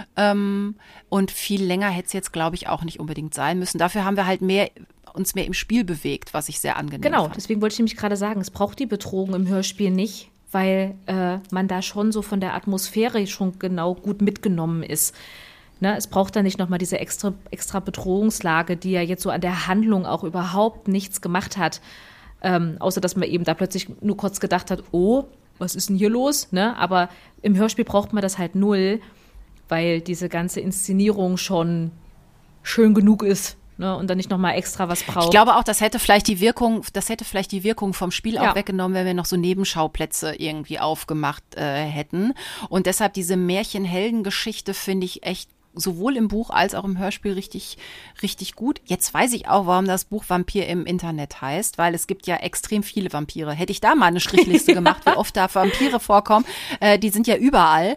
und viel länger hätte es jetzt, glaube ich, auch nicht unbedingt sein müssen. Dafür haben wir halt uns mehr im Spiel bewegt, was ich sehr angenehm fand. Deswegen wollte ich nämlich gerade sagen, es braucht die Bedrohung im Hörspiel nicht, weil man da schon so von der Atmosphäre schon genau gut mitgenommen ist. Ne, es braucht da nicht nochmal diese extra Bedrohungslage, die ja jetzt so an der Handlung auch überhaupt nichts gemacht hat. Außer, dass man eben da plötzlich nur kurz gedacht hat, oh, was ist denn hier los? Ne? Aber im Hörspiel braucht man das halt null, weil diese ganze Inszenierung schon schön genug ist, ne? Und dann nicht nochmal extra was braucht. Ich glaube auch, das hätte vielleicht die Wirkung vom Spiel auch weggenommen, wenn wir noch so Nebenschauplätze irgendwie aufgemacht hätten. Und deshalb diese Märchenheldengeschichte finde ich echt sowohl im Buch als auch im Hörspiel richtig, richtig gut. Jetzt weiß ich auch, warum das Buch Vampir im Internet heißt, weil es gibt ja extrem viele Vampire. Hätte ich da mal eine Strichliste gemacht, wie oft da Vampire vorkommen, die sind ja überall.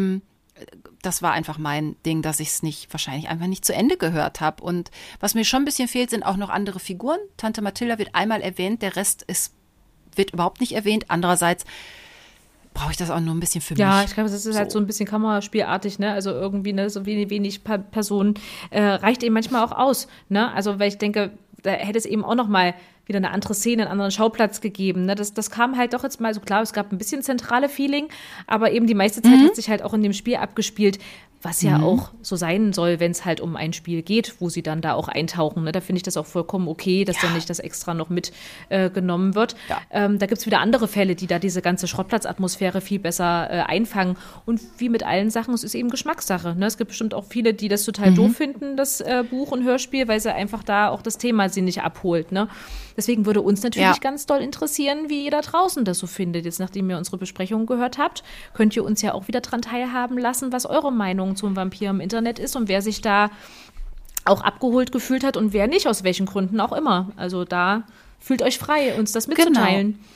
Das war einfach mein Ding, dass ich es wahrscheinlich einfach nicht zu Ende gehört habe. Und was mir schon ein bisschen fehlt, sind auch noch andere Figuren. Tante Mathilda wird einmal erwähnt, der Rest wird überhaupt nicht erwähnt. Andererseits brauche ich das auch nur ein bisschen für mich. Ja, ich glaube, das ist halt so ein bisschen Kammerspielartig, ne? Also irgendwie, ne, so wenig Personen reicht eben manchmal auch aus, ne? Also, weil ich denke, da hätte es eben auch noch mal wieder eine andere Szene, einen anderen Schauplatz gegeben, ne? Das kam halt doch jetzt mal so klar, es gab ein bisschen zentrale Feeling, aber eben die meiste Zeit hat sich halt auch in dem Spiel abgespielt, was ja auch so sein soll, wenn es halt um ein Spiel geht, wo sie dann da auch eintauchen. Ne? Da finde ich das auch vollkommen okay, dass dann nicht das extra noch mitgenommen wird. Ja. Da gibt es wieder andere Fälle, die da diese ganze Schrottplatzatmosphäre viel besser einfangen. Und wie mit allen Sachen, es ist eben Geschmackssache. Ne? Es gibt bestimmt auch viele, die das total doof finden, das Buch und Hörspiel, weil sie einfach da auch das Thema sie nicht abholt. Ne? Deswegen würde uns natürlich ganz doll interessieren, wie ihr da draußen das so findet. Jetzt, nachdem ihr unsere Besprechung gehört habt, könnt ihr uns ja auch wieder dran teilhaben lassen, was eure Meinung zum Vampir im Internet ist und wer sich da auch abgeholt gefühlt hat und wer nicht, aus welchen Gründen auch immer. Also da fühlt euch frei, uns das mitzuteilen. Genau.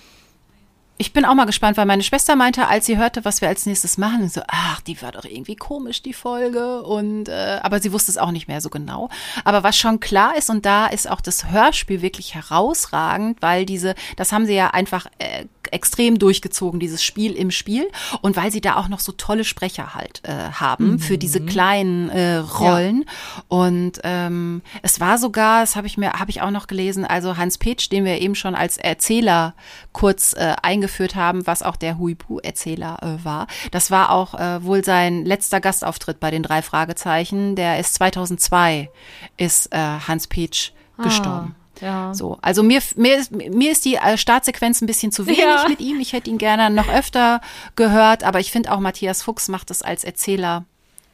Ich bin auch mal gespannt, weil meine Schwester meinte, als sie hörte, was wir als nächstes machen, so, die war doch irgendwie komisch, die Folge. Und aber sie wusste es auch nicht mehr so genau. Aber was schon klar ist, und da ist auch das Hörspiel wirklich herausragend, weil das haben sie ja einfach extrem durchgezogen, dieses Spiel im Spiel. Und weil sie da auch noch so tolle Sprecher halt haben für diese kleinen Rollen. Ja. Und es war sogar, das habe ich auch noch gelesen, also Hans Petsch, den wir eben schon als Erzähler kurz eingeführt haben, was auch der Huibu-Erzähler war. Das war auch wohl sein letzter Gastauftritt bei den 3 Fragezeichen. Der ist 2002, ist Hans Petsch gestorben. Ja. So, also mir ist die Startsequenz ein bisschen zu wenig mit ihm. Ich hätte ihn gerne noch öfter gehört, aber ich finde auch Matthias Fuchs macht das als Erzähler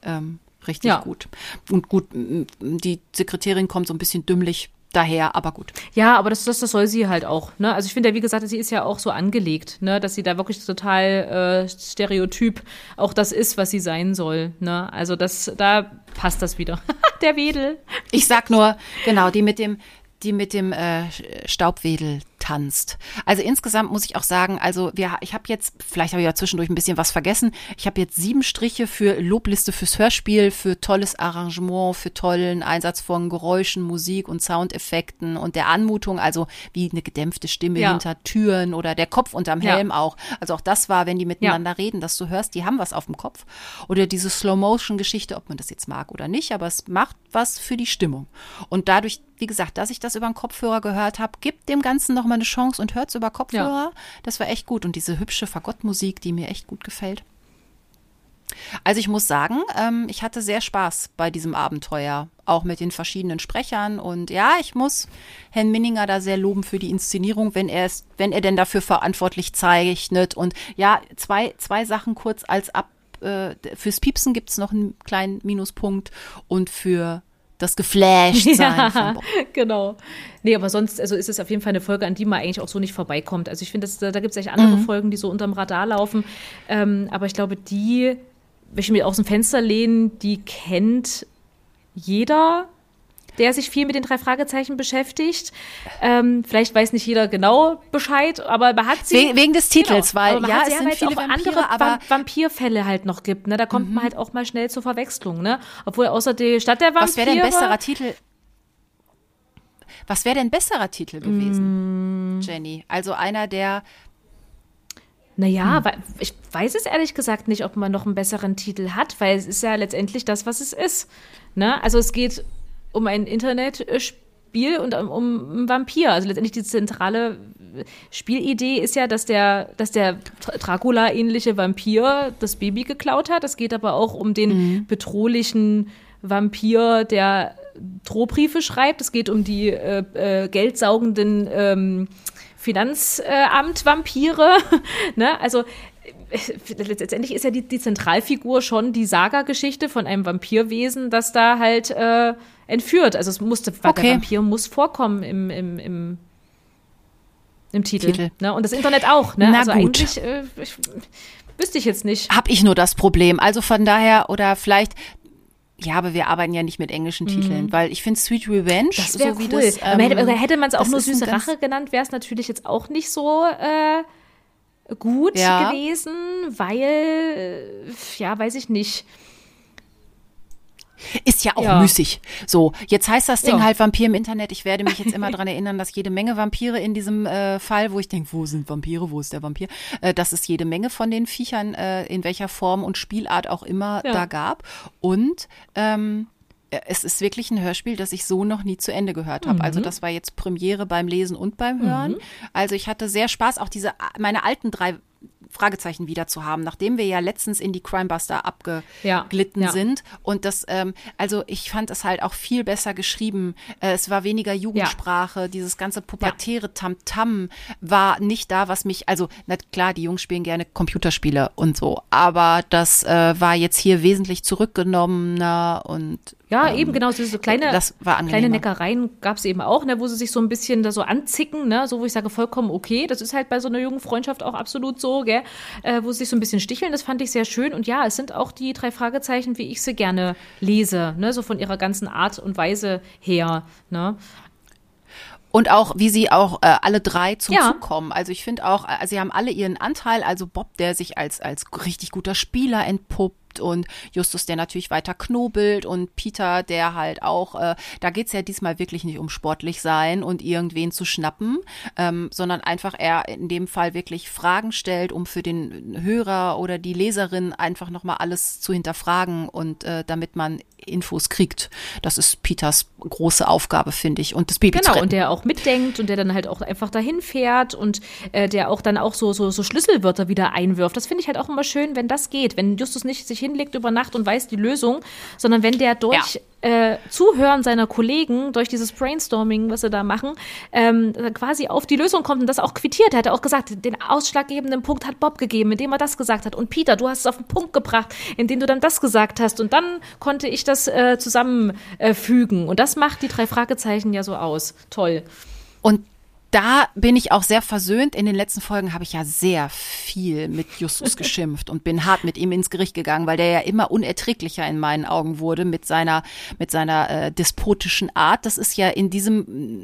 richtig gut. Und gut, die Sekretärin kommt so ein bisschen dümmlich daher, aber gut. Ja, aber das soll sie halt auch. Ne? Also ich finde ja, wie gesagt, sie ist ja auch so angelegt, ne? Dass sie da wirklich total stereotyp auch das ist, was sie sein soll. Ne? Also da passt das wieder. Der Wedel. Ich sag nur, genau, die mit dem Staubwedelteil. tanzt. Also insgesamt muss ich auch sagen, also ich habe jetzt, vielleicht habe ich ja zwischendurch ein bisschen was vergessen, ich habe jetzt 7 Striche für Lobliste fürs Hörspiel, für tolles Arrangement, für tollen Einsatz von Geräuschen, Musik und Soundeffekten und der Anmutung, also wie eine gedämpfte Stimme hinter Türen oder der Kopf unterm Helm auch. Also auch das war, wenn die miteinander reden, dass du hörst, die haben was auf dem Kopf. Oder diese Slow-Motion-Geschichte, ob man das jetzt mag oder nicht, aber es macht was für die Stimmung. Und dadurch, wie gesagt, dass ich das über einen Kopfhörer gehört habe, gibt dem Ganzen nochmal eine Chance und hört es über Kopfhörer. Ja. Das war echt gut. Und diese hübsche Fagottmusik, die mir echt gut gefällt. Also ich muss sagen, ich hatte sehr Spaß bei diesem Abenteuer, auch mit den verschiedenen Sprechern. Und ja, ich muss Herrn Minninger da sehr loben für die Inszenierung, wenn er denn dafür verantwortlich zeichnet. Und ja, zwei Sachen kurz fürs Piepsen gibt es noch einen kleinen Minuspunkt und für das Geflasht-Sein von Bob. Genau. Nee, aber sonst, also ist es auf jeden Fall eine Folge, an die man eigentlich auch so nicht vorbeikommt. Also ich finde, da gibt es echt andere Folgen, die so unterm Radar laufen. Aber ich glaube, wenn ich mir aus dem Fenster lehne, die kennt jeder, der sich viel mit den 3 Fragezeichen beschäftigt. Vielleicht weiß nicht jeder genau Bescheid, aber man hat sie... Wegen des Titels, genau, weil ja, es sind viele auch Vampire, andere Vampirfälle halt noch gibt. Ne? Da kommt man halt auch mal schnell zur Verwechslung. Ne? Obwohl außer die Stadt der Vampire... Was wäre denn besserer Titel gewesen, Jenny? Also einer, der... Naja, ich weiß es ehrlich gesagt nicht, ob man noch einen besseren Titel hat, weil es ist ja letztendlich das, was es ist. Ne? Also es geht um ein Internetspiel und um einen Vampir. Also letztendlich die zentrale Spielidee ist ja, dass der Dracula-ähnliche Vampir das Baby geklaut hat. Es geht aber auch um den bedrohlichen Vampir, der Drohbriefe schreibt. Es geht um die geldsaugenden Finanzamt-Vampire. Ne? Also letztendlich ist ja die Zentralfigur schon die Saga-Geschichte von einem Vampirwesen, das da halt entführt. Also der Vampir muss vorkommen im Titel. Ne? Und das Internet auch. Ne? Na also gut. Eigentlich wüsste ich jetzt nicht. Hab ich nur das Problem. Also von daher, oder vielleicht... Ja, aber wir arbeiten ja nicht mit englischen Titeln, weil ich finde Sweet Revenge, das wäre so wie cool. das... hätte man es auch nur Süße ganz Rache genannt, wäre es natürlich jetzt auch nicht so gut gewesen, weil, weiß ich nicht. Ist ja auch müßig. So, jetzt heißt das Ding halt Vampir im Internet. Ich werde mich jetzt immer daran erinnern, dass jede Menge Vampire in diesem Fall, wo ich denke, wo sind Vampire, wo ist der Vampir, dass es jede Menge von den Viechern in welcher Form und Spielart auch immer da gab. Und es ist wirklich ein Hörspiel, das ich so noch nie zu Ende gehört habe. Also das war jetzt Premiere beim Lesen und beim Hören. Also ich hatte sehr Spaß, auch meine alten 3 Fragezeichen wieder zu haben, nachdem wir ja letztens in die Crimebuster abgeglitten sind. Und das, also ich fand es halt auch viel besser geschrieben. Es war weniger Jugendsprache, dieses ganze pubertäre Tamtam war nicht da, was mich, also na klar, die Jungs spielen gerne Computerspiele und so, aber das war jetzt hier wesentlich zurückgenommener und eben genau, so kleine Neckereien gab es eben auch, ne, wo sie sich so ein bisschen da so anzicken, ne, so wo ich sage, vollkommen okay, das ist halt bei so einer jungen Freundschaft auch absolut so, gell, wo sie sich so ein bisschen sticheln, das fand ich sehr schön und ja, es sind auch die 3 Fragezeichen, wie ich sie gerne lese, ne, so von ihrer ganzen Art und Weise her, ne. Und auch, wie sie auch alle 3 zum Zug kommen. Also ich finde auch, sie haben alle ihren Anteil, also Bob, der sich als richtig guter Spieler entpuppt und Justus, der natürlich weiter knobelt und Peter, der halt auch, da geht's ja diesmal wirklich nicht um sportlich sein und irgendwen zu schnappen, sondern einfach er in dem Fall wirklich Fragen stellt, um für den Hörer oder die Leserin einfach nochmal alles zu hinterfragen und damit man Infos kriegt. Das ist Peters große Aufgabe, finde ich. Und das Baby zu retten. Und der auch mitdenkt und der dann halt auch einfach dahin fährt und der auch dann auch so Schlüsselwörter wieder einwirft. Das finde ich halt auch immer schön, wenn das geht. Wenn Justus nicht sich hinlegt über Nacht und weiß die Lösung, sondern wenn der durch Zuhören seiner Kollegen, durch dieses Brainstorming, was sie da machen, quasi auf die Lösung kommt und das auch quittiert. Er hat auch gesagt, den ausschlaggebenden Punkt hat Bob gegeben, indem er das gesagt hat. Und Peter, du hast es auf den Punkt gebracht, indem du dann das gesagt hast. Und dann konnte ich das zusammenfügen. Und das macht die 3 Fragezeichen ja so aus. Toll. Und da bin ich auch sehr versöhnt. In den letzten Folgen habe ich ja sehr viel mit Justus geschimpft und bin hart mit ihm ins Gericht gegangen, weil der ja immer unerträglicher in meinen Augen wurde mit seiner despotischen Art. Das ist ja in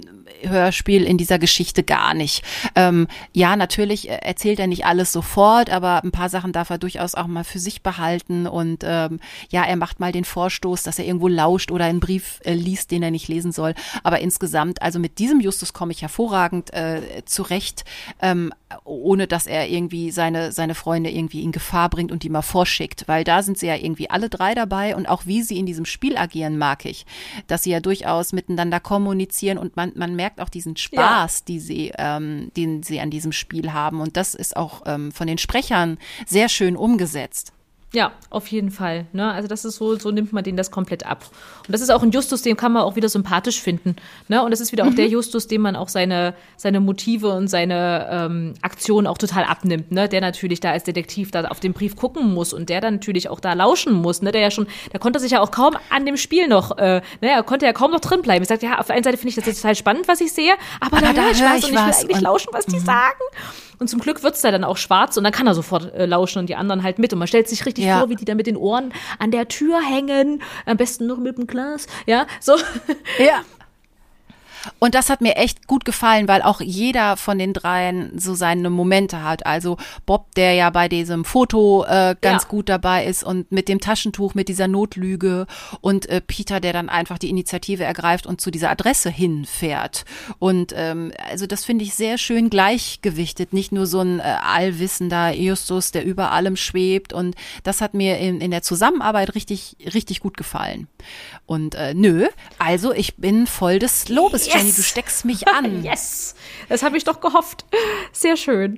Hörspiel in dieser Geschichte gar nicht. Ja, natürlich erzählt er nicht alles sofort, aber ein paar Sachen darf er durchaus auch mal für sich behalten und ja, er macht mal den Vorstoß, dass er irgendwo lauscht oder einen Brief liest, den er nicht lesen soll. Aber insgesamt, also mit diesem Justus komme ich hervorragend zurecht, ohne dass er irgendwie seine Freunde irgendwie in Gefahr bringt und die mal vorschickt, weil da sind sie ja irgendwie alle drei dabei und auch wie sie in diesem Spiel agieren, mag ich, dass sie ja durchaus miteinander kommunizieren und man merkt auch diesen Spaß, den sie an diesem Spiel haben und das ist auch von den Sprechern sehr schön umgesetzt. Ja, auf jeden Fall. Ne? Also das ist so nimmt man denen das komplett ab. Und das ist auch ein Justus, den kann man auch wieder sympathisch finden. Ne? Und das ist wieder auch der Justus, dem man auch seine Motive und seine Aktionen auch total abnimmt. Ne? Der natürlich da als Detektiv da auf den Brief gucken muss und der dann natürlich auch da lauschen muss. Ne? Der konnte sich ja auch kaum an dem Spiel noch, er konnte ja kaum noch drin bleiben. Ich sagte, ja, auf der einen Seite finde ich das jetzt total spannend, was ich sehe, aber da höre ich was und ich will eigentlich lauschen, was die sagen. Und zum Glück wird's da dann auch schwarz und dann kann er sofort lauschen und die anderen halt mit. Und man stellt sich richtig vor, wie die da mit den Ohren an der Tür hängen. Am besten noch mit dem Glas. Ja, so. Ja. Und das hat mir echt gut gefallen, weil auch jeder von den dreien so seine Momente hat. Also Bob, der ja bei diesem Foto ganz gut dabei ist und mit dem Taschentuch, mit dieser Notlüge und Peter, der dann einfach die Initiative ergreift und zu dieser Adresse hinfährt. Und also das finde ich sehr schön gleichgewichtet, nicht nur so ein allwissender Justus, der über allem schwebt. Und das hat mir in der Zusammenarbeit richtig, richtig gut gefallen. Und also ich bin voll des Lobes. Jenny, du steckst mich an. Yes, das habe ich doch gehofft. Sehr schön.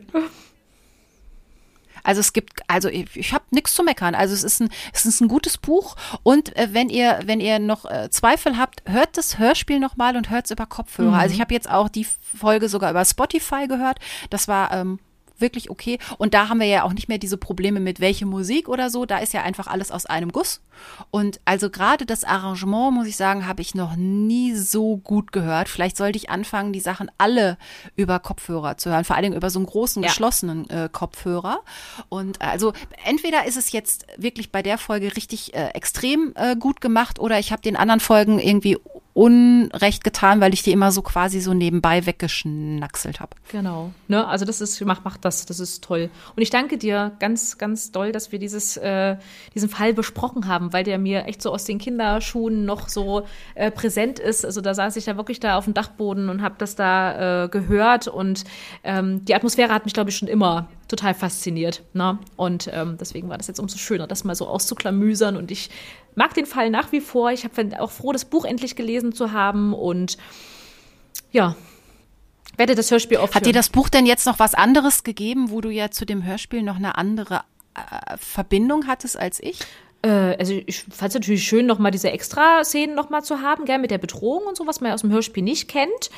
Also ich habe nichts zu meckern. Also es ist ein gutes Buch und wenn ihr noch Zweifel habt, hört das Hörspiel nochmal und hört es über Kopfhörer. Also ich habe jetzt auch die Folge sogar über Spotify gehört. Das war wirklich okay. Und da haben wir ja auch nicht mehr diese Probleme mit welche Musik oder so. Da ist ja einfach alles aus einem Guss. Und also gerade das Arrangement, muss ich sagen, habe ich noch nie so gut gehört. Vielleicht sollte ich anfangen, die Sachen alle über Kopfhörer zu hören. Vor allen Dingen über so einen großen, geschlossenen Kopfhörer. Und also entweder ist es jetzt wirklich bei der Folge richtig extrem gut gemacht oder ich habe den anderen Folgen irgendwie Unrecht getan, weil ich die immer so quasi so nebenbei weggeschnackselt habe. Genau. Ne? Also das ist, macht das ist toll. Und ich danke dir ganz, ganz doll, dass wir diesen Fall besprochen haben, weil der mir echt so aus den Kinderschuhen noch so präsent ist. Also da saß ich ja wirklich da auf dem Dachboden und habe das da gehört und die Atmosphäre hat mich, glaube ich, schon immer total fasziniert. Ne? Und deswegen war das jetzt umso schöner, das mal so auszuklamüsern und ich mag den Fall nach wie vor. Ich bin auch froh, das Buch endlich gelesen zu haben und ja, werde das Hörspiel aufhören. Hat dir das Buch denn jetzt noch was anderes gegeben, wo du ja zu dem Hörspiel noch eine andere Verbindung hattest als ich? Also ich fand es natürlich schön, nochmal diese Extra-Szenen nochmal zu haben, gell, mit der Bedrohung und so, was man ja aus dem Hörspiel nicht kennt.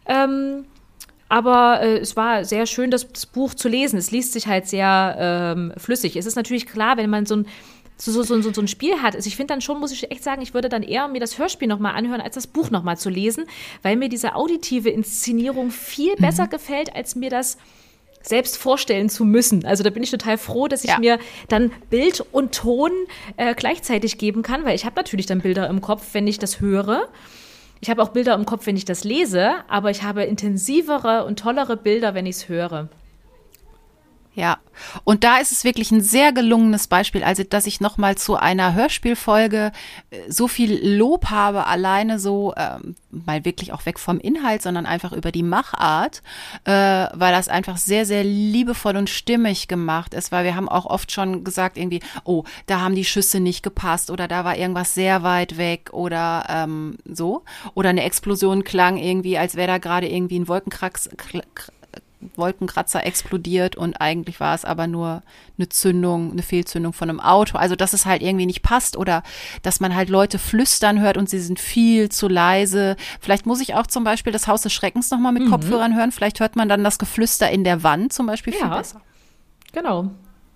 Aber es war sehr schön, das Buch zu lesen. Es liest sich halt sehr flüssig. Es ist natürlich klar, wenn man so ein Spiel hat. Also ich finde dann schon, muss ich echt sagen, ich würde dann eher mir das Hörspiel nochmal anhören, als das Buch nochmal zu lesen, weil mir diese auditive Inszenierung viel besser gefällt, als mir das selbst vorstellen zu müssen. Also da bin ich total froh, dass ich mir dann Bild und Ton gleichzeitig geben kann, weil ich habe natürlich dann Bilder im Kopf, wenn ich das höre. Ich habe auch Bilder im Kopf, wenn ich das lese, aber ich habe intensivere und tollere Bilder, wenn ich es höre. Ja, und da ist es wirklich ein sehr gelungenes Beispiel, also dass ich nochmal zu einer Hörspielfolge so viel Lob habe, alleine so, mal wirklich auch weg vom Inhalt, sondern einfach über die Machart, weil das einfach sehr, sehr liebevoll und stimmig gemacht ist, weil wir haben auch oft schon gesagt irgendwie, oh, da haben die Schüsse nicht gepasst oder da war irgendwas sehr weit weg oder so, oder eine Explosion klang irgendwie, als wäre da gerade irgendwie ein Wolkenkratzer explodiert und eigentlich war es aber nur eine Fehlzündung von einem Auto. Also, dass es halt irgendwie nicht passt oder dass man halt Leute flüstern hört und sie sind viel zu leise. Vielleicht muss ich auch zum Beispiel das Haus des Schreckens nochmal mit Kopfhörern hören. Vielleicht hört man dann das Geflüster in der Wand zum Beispiel viel besser. Genau.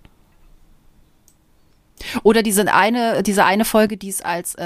Oder diese eine Folge, die es als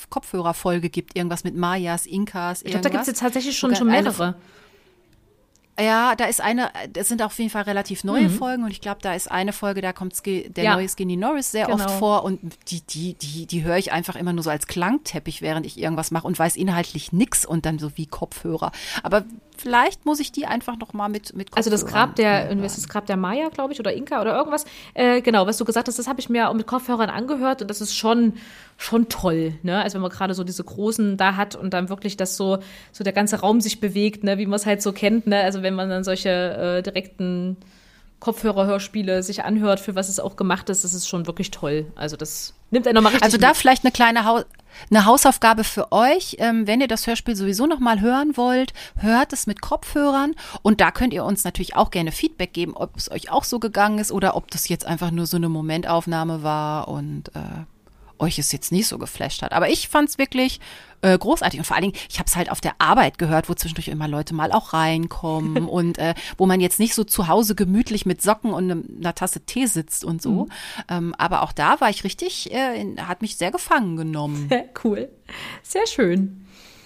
Kopfhörerfolge gibt. Irgendwas mit Mayas, Inkas, irgendwas. Ich glaube, da gibt es jetzt tatsächlich schon mehrere. Ja, das sind auf jeden Fall relativ neue Folgen und ich glaube, da ist eine Folge, da kommt der neue Skinny Norris sehr oft vor und die höre ich einfach immer nur so als Klangteppich, während ich irgendwas mache und weiß inhaltlich nix und dann so wie Kopfhörer. Aber vielleicht muss ich die einfach noch mal mit Kopfhörern. Also das Grab der Maya, glaube ich, oder Inka oder irgendwas. Genau, was du gesagt hast, das habe ich mir auch mit Kopfhörern angehört und das ist schon toll, ne? Also wenn man gerade so diese großen da hat und dann wirklich das so der ganze Raum sich bewegt, ne? Wie man es halt so kennt, ne? Also wenn man dann solche direkten Kopfhörerhörspiele sich anhört, für was es auch gemacht ist, das ist schon wirklich toll. Also das nimmt einen nochmal richtig Also da vielleicht eine kleine eine Hausaufgabe für euch, wenn ihr das Hörspiel sowieso noch mal hören wollt, hört es mit Kopfhörern und da könnt ihr uns natürlich auch gerne Feedback geben, ob es euch auch so gegangen ist oder ob das jetzt einfach nur so eine Momentaufnahme war und euch es jetzt nicht so geflasht hat. Aber ich fand es wirklich großartig und vor allen Dingen, ich habe es halt auf der Arbeit gehört, wo zwischendurch immer Leute mal auch reinkommen und wo man jetzt nicht so zu Hause gemütlich mit Socken und einer Tasse Tee sitzt und so. Aber auch da war ich richtig, hat mich sehr gefangen genommen. Cool. Sehr schön.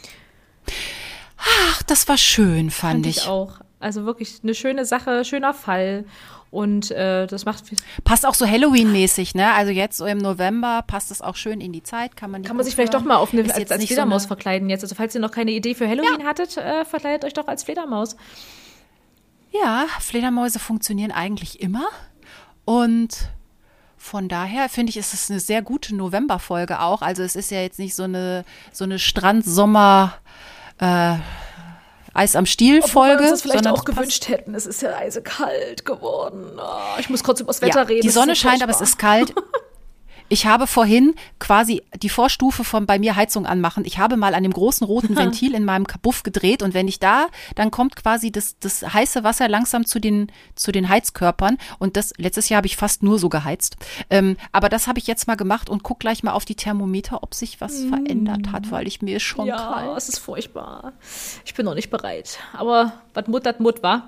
Ach, das war schön, fand ich. Auch. Also wirklich eine schöne Sache, schöner Fall. Und das passt auch so Halloween-mäßig, ne? Also jetzt so im November passt es auch schön in die Zeit. Kann man sich vielleicht doch mal als Fledermaus verkleiden jetzt. Also falls ihr noch keine Idee für Halloween hattet, verkleidet euch doch als Fledermaus. Ja, Fledermäuse funktionieren eigentlich immer. Und von daher finde ich, ist es eine sehr gute Novemberfolge auch. Also es ist ja jetzt nicht so eine Strandsommer Eis am Stiel-Folge. Obwohl wir uns das vielleicht auch gewünscht hätten. Es ist ja eisekalt geworden. Oh, ich muss kurz über das Wetter reden. Die Sonne scheint, aber es ist kalt. Ich habe vorhin quasi die Vorstufe von bei mir Heizung anmachen. Ich habe mal an dem großen roten Ventil in meinem Kabuff gedreht und wenn ich dann kommt quasi das heiße Wasser langsam zu den Heizkörpern und letztes Jahr habe ich fast nur so geheizt. Aber das habe ich jetzt mal gemacht und guck gleich mal auf die Thermometer, ob sich was verändert hat, weil mir ist schon kalt. Ja, es ist furchtbar. Ich bin noch nicht bereit. Aber was Mut, das Mut, war.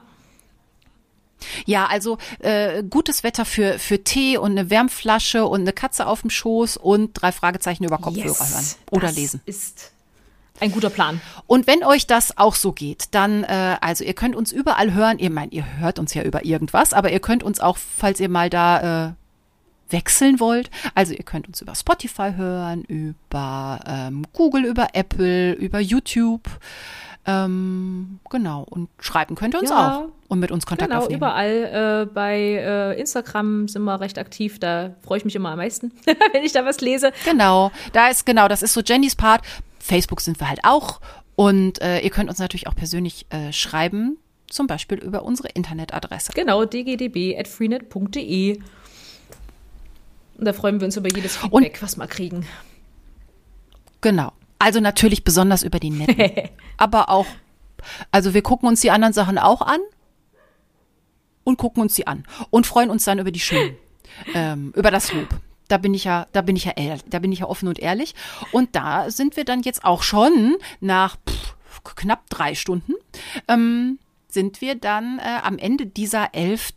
Ja, also gutes Wetter für Tee und eine Wärmflasche und eine Katze auf dem Schoß und 3 Fragezeichen über Kopfhörer hören oder lesen. Das ist ein guter Plan. Und wenn euch das auch so geht, dann, also ihr könnt uns überall hören. Ihr hört uns ja über irgendwas, aber ihr könnt uns auch, falls ihr mal da wechseln wollt, also ihr könnt uns über Spotify hören, über Google, über Apple, über YouTube. Genau, und schreiben könnt ihr uns auch und mit uns Kontakt aufnehmen. Genau, überall. Bei Instagram sind wir recht aktiv, da freue ich mich immer am meisten, wenn ich da was lese. Genau, das ist so Jennys Part. Facebook sind wir halt auch und ihr könnt uns natürlich auch persönlich schreiben, zum Beispiel über unsere Internetadresse. Genau, dgdb@freenet.de. Und da freuen wir uns über jedes Feedback, was wir kriegen. Genau. Also natürlich besonders über die netten. Aber auch, also wir gucken uns die anderen Sachen auch an und gucken uns die an und freuen uns dann über die schönen, über das Lob. Da bin ich ja offen und ehrlich. Und da sind wir dann jetzt auch schon nach knapp 3 Stunden, sind wir dann am Ende dieser 11.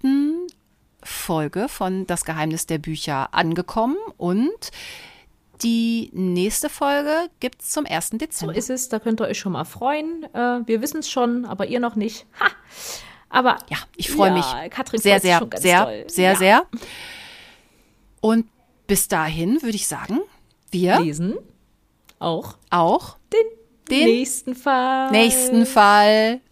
Folge von Das Geheimnis der Bücher angekommen und die nächste Folge gibt's zum 1. Dezember. So ist es, da könnt ihr euch schon mal freuen. Wir wissen es schon, aber ihr noch nicht. Ha! Aber ja, ich freue mich Katrin sehr, sehr, schon ganz sehr, toll. sehr. Und bis dahin würde ich sagen, wir lesen auch den nächsten Fall. Nächsten Fall.